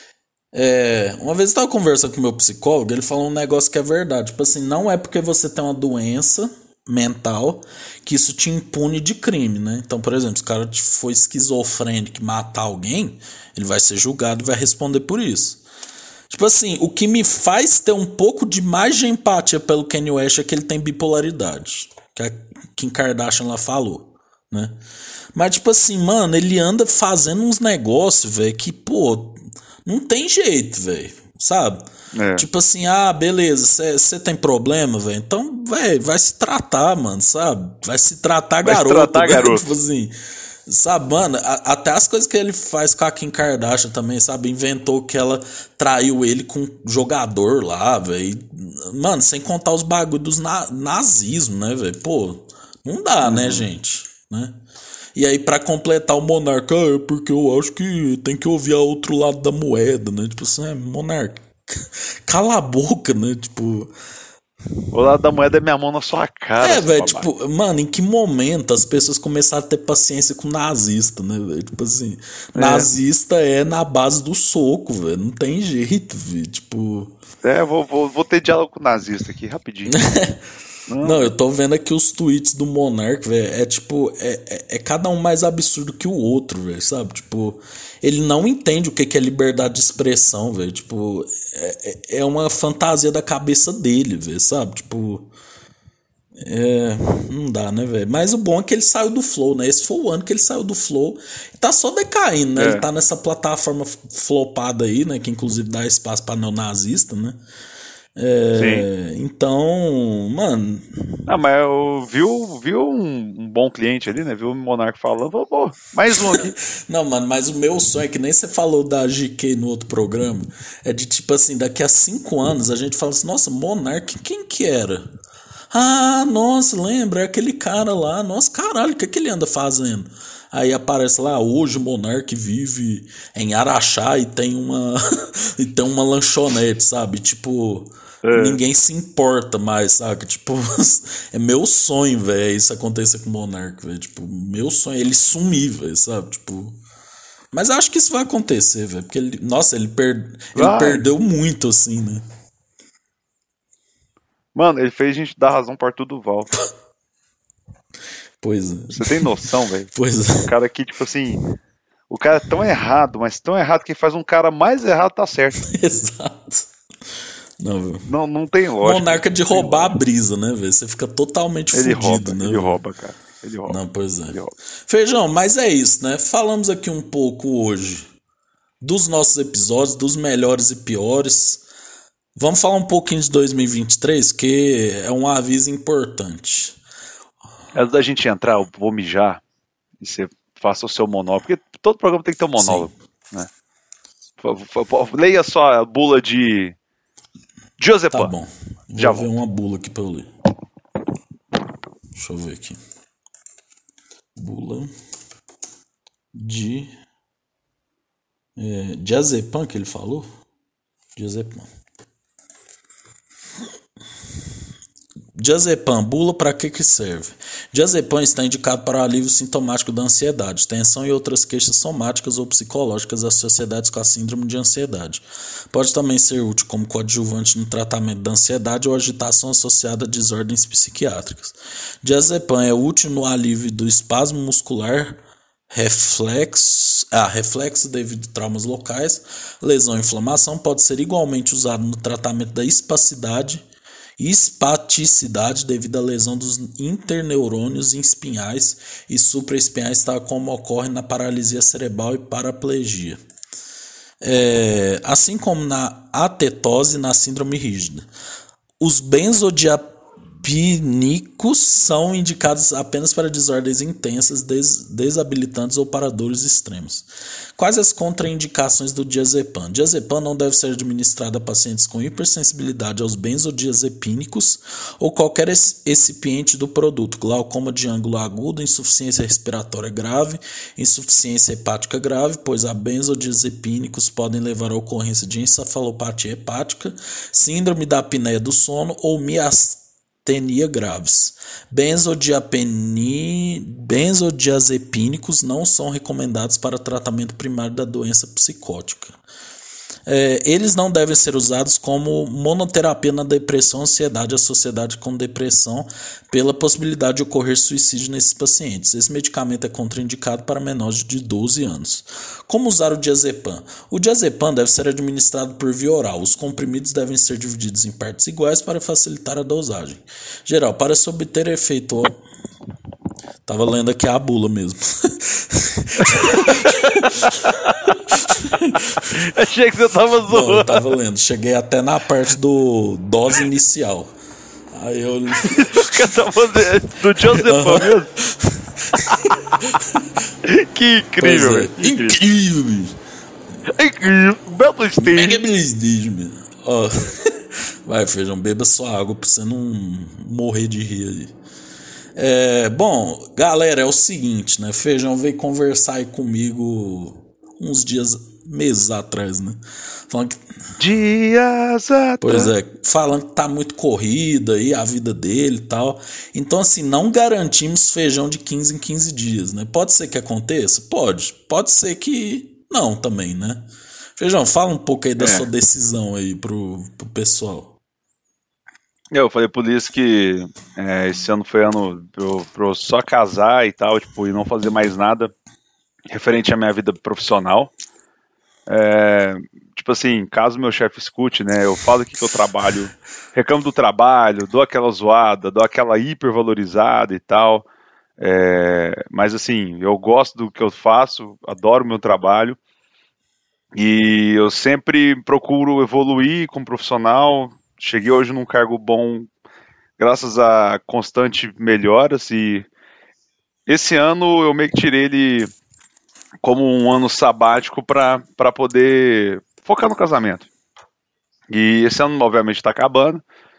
É, uma vez eu tava conversando com o meu psicólogo, ele falou um negócio que é verdade. Tipo assim, não é porque você tem uma doença mental que isso te impune de crime, né? Então, por exemplo, se o cara foi esquizofrênico e matar alguém, ele vai ser julgado e vai responder por isso. Tipo assim, o que me faz ter um pouco de mais de empatia pelo Kanye West é que ele tem bipolaridade, que a Kim Kardashian lá falou, né? Mas tipo assim, mano, ele anda fazendo uns negócios, velho, que, pô, não tem jeito, velho, sabe? É. Tipo assim, ah, beleza, você tem problema, velho, então, velho, vai se tratar, mano, sabe? Vai se tratar, Vai garoto. se tratar, né? garoto. Tipo assim, sabe, mano, a, até as coisas que ele faz com a Kim Kardashian também, sabe? Inventou que ela traiu ele com um jogador lá, velho. Mano, sem contar os bagulhos dos na, nazismo, né, velho? Pô, não dá, uhum. né, gente? Né? E aí, pra completar o Monarca, é porque eu acho que tem que ouvir a outro lado da moeda, né? Tipo assim, é, Monarca, cala a boca, né? Tipo... O lado da moeda é minha mão na sua cara. É, velho, babaca. tipo, mano, em que momento as pessoas começaram a ter paciência com nazista, né, velho? Tipo assim, É. nazista é na base do soco, velho. Não tem jeito, velho. Tipo. É, vou, vou, vou ter diálogo com o nazista aqui, rapidinho. Não. Não, eu tô vendo aqui os tweets do Monark, velho. É tipo, é, é, é cada um mais absurdo que o outro, velho, sabe? Tipo, ele não entende o que, que é liberdade de expressão, velho. Tipo, é, é uma fantasia da cabeça dele, velho, sabe? Tipo. É, não dá, né, velho? Mas o bom é que ele saiu do Flow, né? Esse foi o ano que ele saiu do Flow. E tá só decaindo, né? É. Ele tá nessa plataforma flopada aí, né? Que inclusive dá espaço pra neonazista, né? É, então, mano. Ah, mas eu viu, viu um, um bom cliente ali, né? Viu o Monark falando, pô, pô, mais um aqui. Não, mano, mas o meu sonho é que nem você falou da G K no outro programa. É de tipo assim, daqui a cinco anos a gente fala assim, nossa, Monark, quem que era? Ah, nossa, lembra? É aquele cara lá. Nossa, caralho, o que, é que ele anda fazendo? Aí aparece lá, hoje o Monark vive em Araxá e tem uma e tem uma lanchonete, sabe? Tipo, é. Ninguém se importa mais, saca? Tipo, é meu sonho, velho, isso acontecer com o Monark, velho. Tipo, meu sonho é ele sumir, velho, sabe? Tipo, mas acho que isso vai acontecer, velho, porque ele, nossa, ele, per, ele perdeu muito, assim, né? Mano, ele fez a gente dar razão para tudo, Val. Pois é. Você tem noção, velho? Pois é. O cara aqui, tipo assim, o cara é tão errado, mas tão errado que faz um cara mais errado tá certo. Exato. Não, não, não tem lógica. Monarca de roubar a brisa, né, velho? Você fica totalmente ele fudido, rouba, né? Ele rouba, cara. Ele rouba. Não, pois é. Ele rouba. Feijão, mas é isso, né? Falamos aqui um pouco hoje dos nossos episódios, dos melhores e piores. Vamos falar um pouquinho de dois mil e vinte e três, que é um aviso importante. Antes da gente entrar, eu vou mijar e você faça o seu monólogo, porque todo programa tem que ter um monólogo, sim, né? Leia só a bula de Joseph. Tá bom. Já vou ver uma bula aqui pra eu ler. Deixa eu ver aqui. Bula de é, diazepam que ele falou? Diazepam. Diazepam, bula para que que serve? Diazepam está indicado para alívio sintomático da ansiedade, tensão e outras queixas somáticas ou psicológicas associadas com a síndrome de ansiedade. Pode também ser útil como coadjuvante no tratamento da ansiedade ou agitação associada a desordens psiquiátricas. Diazepam é útil no alívio do espasmo muscular, reflexo, ah, reflexo devido a traumas locais, lesão e inflamação. Pode ser igualmente usado no tratamento da espasticidade espaticidade devido à lesão dos interneurônios espinhais e supraespinhais, tal como ocorre na paralisia cerebral e paraplegia, é, assim como na atetose e na síndrome rígida. Os benzodiazepínicos são indicados apenas para desordens intensas, des- desabilitantes ou para dores extremas. Quais as contraindicações do diazepam? Diazepam não deve ser administrado a pacientes com hipersensibilidade aos benzodiazepínicos ou qualquer excipiente do produto, glaucoma de ângulo agudo, insuficiência respiratória grave, insuficiência hepática grave, pois a benzodiazepínicos podem levar à ocorrência de encefalopatia hepática, síndrome da apneia do sono ou miastenia tenia graves. Benzodiazepini... Benzodiazepínicos não são recomendados para tratamento primário da doença psicótica. É, eles não devem ser usados como monoterapia na depressão, ansiedade associada com depressão, pela possibilidade de ocorrer suicídio nesses pacientes. Esse medicamento é contraindicado para menores de doze anos. Como usar o diazepam? O diazepam deve ser administrado por via oral. Os comprimidos devem ser divididos em partes iguais para facilitar a dosagem. Geral, para se obter efeito... Tava lendo aqui a bula mesmo. Achei que você tava zoando. Não, eu tava lendo. Cheguei até na parte do dose inicial. Aí eu... O cara tá fazendo do diazepam mesmo? Que incrível, Pois é. que incrível. Incrível, bicho. Incrível. Belo stage. Mega prestígio, mesmo. Ó. Vai, Feijão, beba sua água pra você não morrer de rir aí. É, bom, galera, é o seguinte, né? Feijão veio conversar aí comigo uns dias, meses atrás, né? Falando que, Dias atrás. pois é, falando que tá muito corrida aí a vida dele e tal. Então, assim, não garantimos Feijão de quinze em quinze dias, né? Pode ser que aconteça? Pode. Pode ser que não também, né? Feijão, fala um pouco aí da É. sua decisão aí pro, pro pessoal. Eu falei por isso que é, esse ano foi ano pra eu, pra eu só casar e tal, tipo, e não fazer mais nada referente à minha vida profissional. É, tipo assim, caso meu chefe escute, né, eu falo aqui que eu trabalho, reclamo do trabalho, dou aquela zoada, dou aquela hipervalorizada e tal, é, mas assim, eu gosto do que eu faço, adoro o meu trabalho, e eu sempre procuro evoluir como profissional. Cheguei hoje num cargo bom graças a constante melhoras, e esse ano eu meio que tirei ele como um ano sabático para poder focar no casamento. E esse ano obviamente está acabando,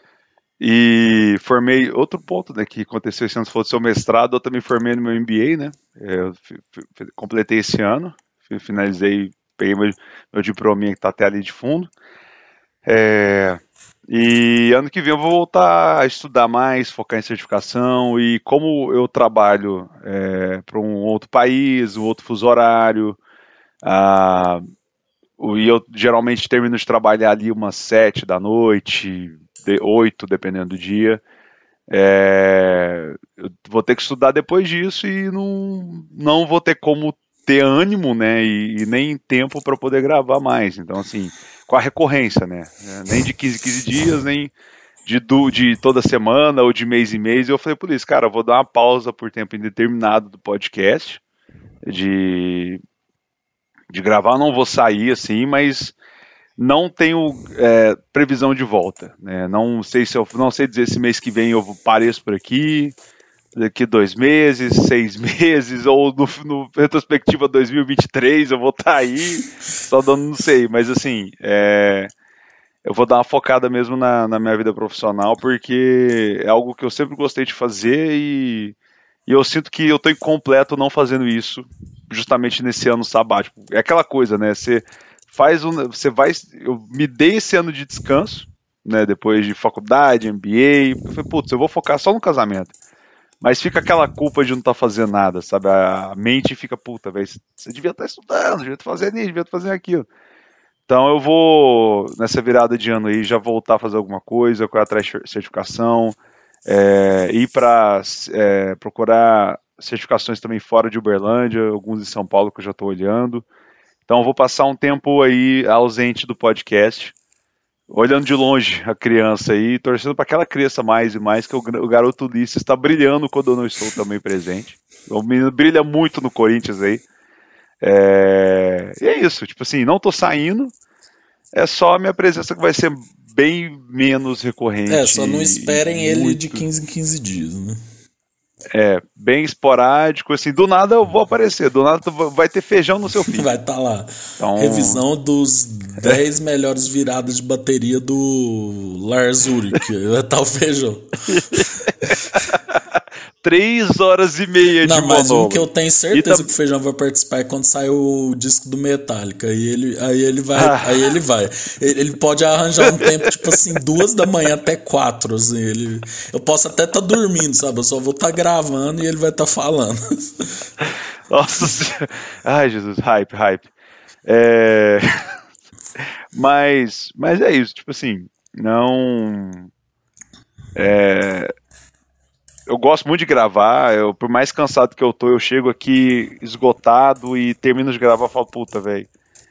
e formei, outro ponto, né, que aconteceu esse ano, se fosse seu mestrado, eu também formei no meu M B A, né, eu fi- fi- completei esse ano, fi- finalizei, peguei meu, meu diplominha que está até ali de fundo. É, e ano que vem eu vou voltar a estudar mais, focar em certificação, e como eu trabalho para um outro país, um outro fuso horário, ah, o- e eu geralmente termino de trabalhar ali umas sete da noite, de, oito, dependendo do dia, é, eu vou ter que estudar depois disso e não, não vou ter como ter ânimo, né, e, e nem tempo para poder gravar mais. Então, assim, com a recorrência, né, é, nem de quinze em quinze dias, nem de, du- de toda semana ou de mês em mês. Eu falei por isso, cara, eu vou dar uma pausa por tempo indeterminado do podcast, de, de gravar, não vou sair assim, mas não tenho é, previsão de volta, né? Não sei se eu não sei dizer se mês que vem eu pareço por aqui, daqui dois meses, seis meses, ou no, no retrospectiva dois mil e vinte e três eu vou estar aí, só dando, não sei, mas assim, é, eu vou dar uma focada mesmo na, na minha vida profissional, porque é algo que eu sempre gostei de fazer e, e eu sinto que eu tô incompleto não fazendo isso, justamente nesse ano sabático. É aquela coisa, né? Você faz um, você vai, eu me dei esse ano de descanso, né? Depois de faculdade, M B A, eu falei, putz, eu vou focar só no casamento. Mas fica aquela culpa de não estar tá fazendo nada, sabe? A mente fica, puta, velho, você devia estar tá estudando, devia estar tá fazendo isso, devia estar tá fazendo aquilo. Então eu vou, nessa virada de ano aí, já voltar a fazer alguma coisa, correr atrás de certificação, é, ir para é, procurar certificações também fora de Uberlândia, alguns em São Paulo que eu já estou olhando. Então eu vou passar um tempo aí ausente do podcast, olhando de longe a criança aí, torcendo para aquela criança mais e mais, que o, o garoto Ulisses está brilhando quando eu não estou também presente. O menino brilha muito no Corinthians aí. É... E é isso, tipo assim, não tô saindo, é só a minha presença que vai ser bem menos recorrente. É, só não esperem ele muito... de quinze em quinze dias, né? É, bem esporádico, assim, do nada eu vou aparecer, do nada vai ter feijão no seu fim. Vai estar tá lá. Então... Revisão dos dez melhores viradas de bateria do Lars Ulrich. Vai estar o feijão. Três horas e meia não, de mas monólogo. um que eu tenho certeza tam... que o Feijão vai participar é quando sair o disco do Metallica. Aí ele, aí ele vai. Ah. Aí ele vai. Ele, ele pode arranjar um tempo, tipo assim, duas da manhã até quatro. Assim, ele, eu posso até estar tá dormindo, sabe? Eu só vou estar tá gravando e ele vai estar tá falando. Nossa Senhora. Ai, Jesus, hype, hype. É... mas, mas é isso, tipo assim, não. É. Eu gosto muito de gravar, eu, por mais cansado que eu tô, eu chego aqui esgotado e termino de gravar e falo, puta, velho.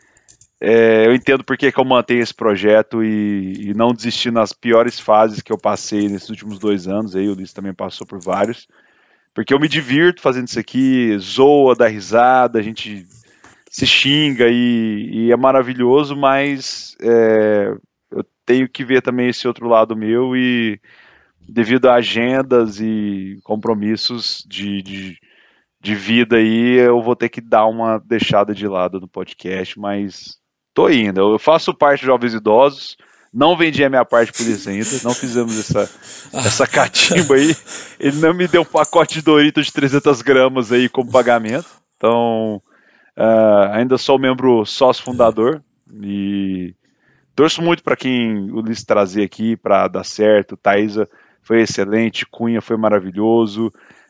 É, eu entendo porque que eu mantenho esse projeto e, e não desisti nas piores fases que eu passei nesses últimos dois anos, aí o Ulisses também passou por vários, porque eu me divirto fazendo isso aqui, zoa, dá risada, a gente se xinga e, e é maravilhoso, mas é, eu tenho que ver também esse outro lado meu e devido a agendas e compromissos de, de, de vida aí, eu vou ter que dar uma deixada de lado no podcast, mas tô indo. Eu faço parte de Jovens Idosos, não vendi a minha parte por isso ainda, não fizemos essa, essa catimba aí. Ele não me deu um pacote de Doritos de trezentas gramas aí como pagamento, então uh, ainda sou membro sócio fundador e torço muito para quem o Ulisses trazer aqui para dar certo. Thaisa foi excelente, Cunha foi maravilhoso,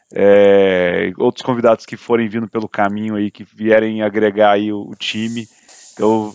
é, outros convidados que forem vindo pelo caminho aí, que vierem agregar aí o, o time, eu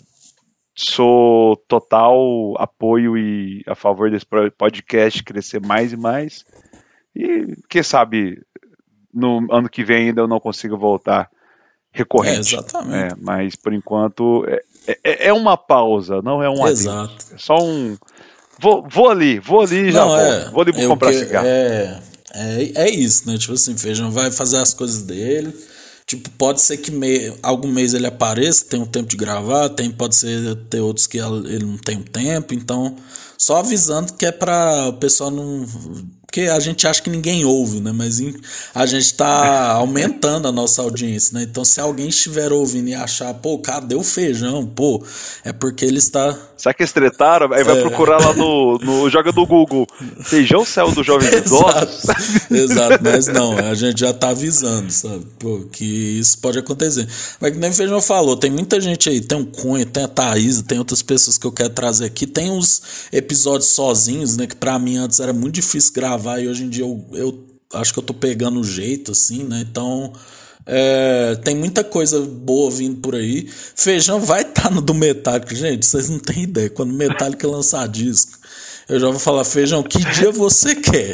sou total apoio e a favor desse podcast crescer mais e mais, e quem sabe no ano que vem ainda eu não consigo voltar recorrente, é, exatamente. É, mas por enquanto é, é, é uma pausa, não é um Exato. adeus, é só um Vou, vou ali, vou ali e já vou. É, vou ali é comprar que, cigarro. É, é, é isso, né? Tipo assim, Feijão vai fazer as coisas dele. Tipo, pode ser que me, algum mês ele apareça, tem um tempo de gravar, tem, pode ser ter outros que ele não tem um tempo. Então, só avisando que é pra o pessoal não... Porque a gente acha que ninguém ouve, né? Mas a gente tá aumentando a nossa audiência, né? Então, se alguém estiver ouvindo e achar, pô, cadê o Feijão? Pô, é porque ele está... Será que eles tretaram? Aí vai é. procurar lá no, no... Joga do Google. Feijão saiu do Jovem Idosos? Exato, exato, mas não, a gente já tá avisando, sabe? Pô, que isso pode acontecer. Mas que nem o Feijão falou, tem muita gente aí, tem o Cunha, tem a Thaisa, tem outras pessoas que eu quero trazer aqui, tem uns episódios sozinhos, né? Que pra mim antes era muito difícil gravar e hoje em dia eu, eu acho que eu tô pegando o jeito, assim, né? Então, é, tem muita coisa boa vindo por aí. Feijão vai estar tá no do Metallica, gente, vocês não têm ideia. Quando o Metallica lançar disco, eu já vou falar, Feijão, que dia você quer?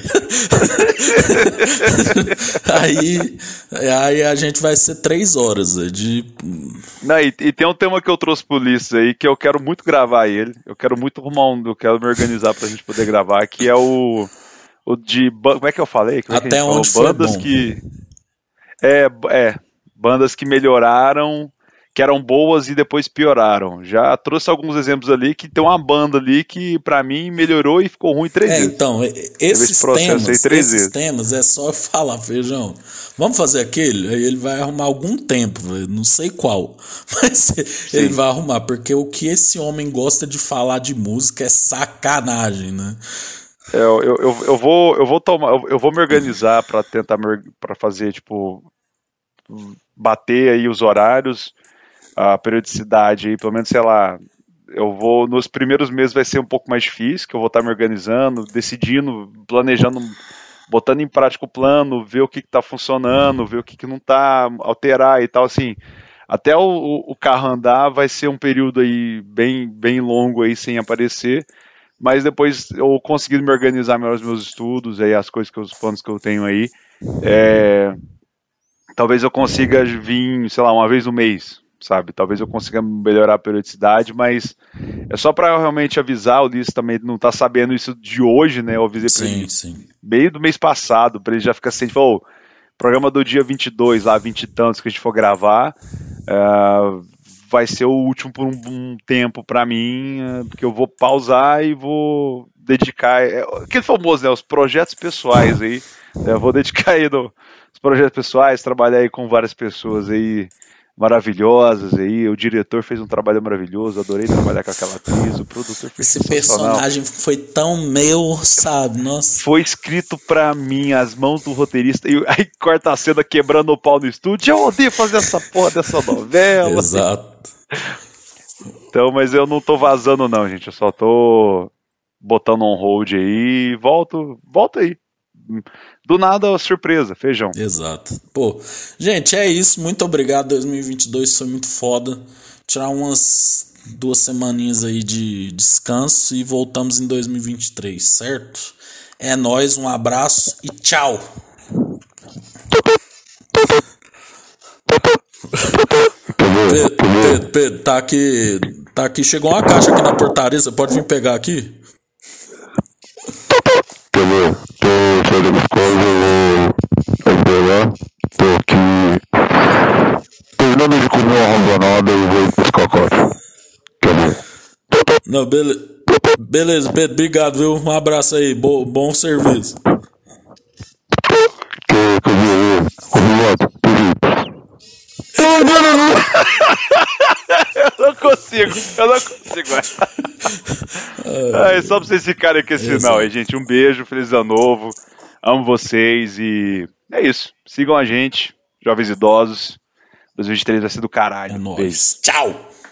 aí, aí a gente vai ser três horas de... Não, e, e tem um tema que eu trouxe pro Ulisses aí, que eu quero muito gravar ele. Eu quero muito arrumar um, eu quero me organizar pra gente poder gravar, que é o... O de. Como é que eu falei? Como Até é onde falou? Bandas foi bom. que. É, é. Bandas que melhoraram. que eram boas e depois pioraram. Já trouxe alguns exemplos ali que tem uma banda ali que pra mim melhorou e ficou ruim três é, vezes. Então, esses temas, aí três esses vezes. temas é só falar, Feijão, vamos fazer aquele? Aí ele vai arrumar algum tempo, não sei qual, mas Sim. ele vai arrumar, porque o que esse homem gosta de falar de música é sacanagem, né? Eu, eu, eu, eu vou eu vou tomar eu vou me organizar pra tentar para fazer tipo bater aí os horários, a periodicidade aí, pelo menos, sei lá, eu vou, nos primeiros meses vai ser um pouco mais difícil, que eu vou estar me organizando, decidindo, planejando, botando em prática o plano, ver o que está funcionando, ver o que, que não está, alterar e tal, assim, até o, o carro andar vai ser um período aí bem, bem longo aí sem aparecer, mas depois eu conseguindo me organizar melhor os meus estudos, aí as coisas, que os planos que eu tenho aí, é, talvez eu consiga vir, sei lá, uma vez no mês, sabe? Talvez eu consiga melhorar a periodicidade, mas é só para realmente avisar. O Ulisses também não tá sabendo isso de hoje, né? Eu avisei para ele sim. meio do mês passado, para ele já ficar assim, falou, programa do dia vinte e dois, lá, vinte e tantos que a gente for gravar, uh, vai ser o último por um, um tempo para mim, uh, porque eu vou pausar e vou dedicar, é, aquele famoso, né? Os projetos pessoais aí, né, eu vou dedicar aí no, os projetos pessoais, trabalhar aí com várias pessoas aí maravilhosas aí, o diretor fez um trabalho maravilhoso, adorei trabalhar com aquela atriz, o produtor fez esse personagem foi tão meu, sabe, nossa. Foi escrito pra mim, as mãos do roteirista, e aí corta a cena quebrando o pau no estúdio, eu odeio fazer essa porra dessa novela. Exato. Então, mas eu não tô vazando não, gente, eu só tô botando on hold aí e volto, volto aí. Do nada, surpresa, Feijão. Exato. Pô, gente, é isso. Muito obrigado. dois mil e vinte e dois foi muito foda. Tirar umas duas semaninhas aí de descanso e voltamos em dois mil e vinte e três, certo? É nóis, um abraço e tchau. Pedro, Pedro, Pedro, tá aqui, tá aqui. Chegou uma caixa aqui na portaria. Você pode vir pegar aqui? Entendeu? Tô fazendo as coisas, eu vou pegar, tô aqui terminando de comer uma rabanada e vou buscar a caixa. Entendeu? Não, bele... beleza, Pedro, obrigado, viu? Um abraço aí, Bo... bom serviço. Que que eu obrigado, eu não consigo, eu não consigo. É só pra vocês ficarem com esse final aí, gente. Um beijo, feliz ano novo. Amo vocês e é isso. Sigam a gente, jovens idosos. dois mil e vinte e três vai ser do caralho. É nóis. Beijo. Tchau!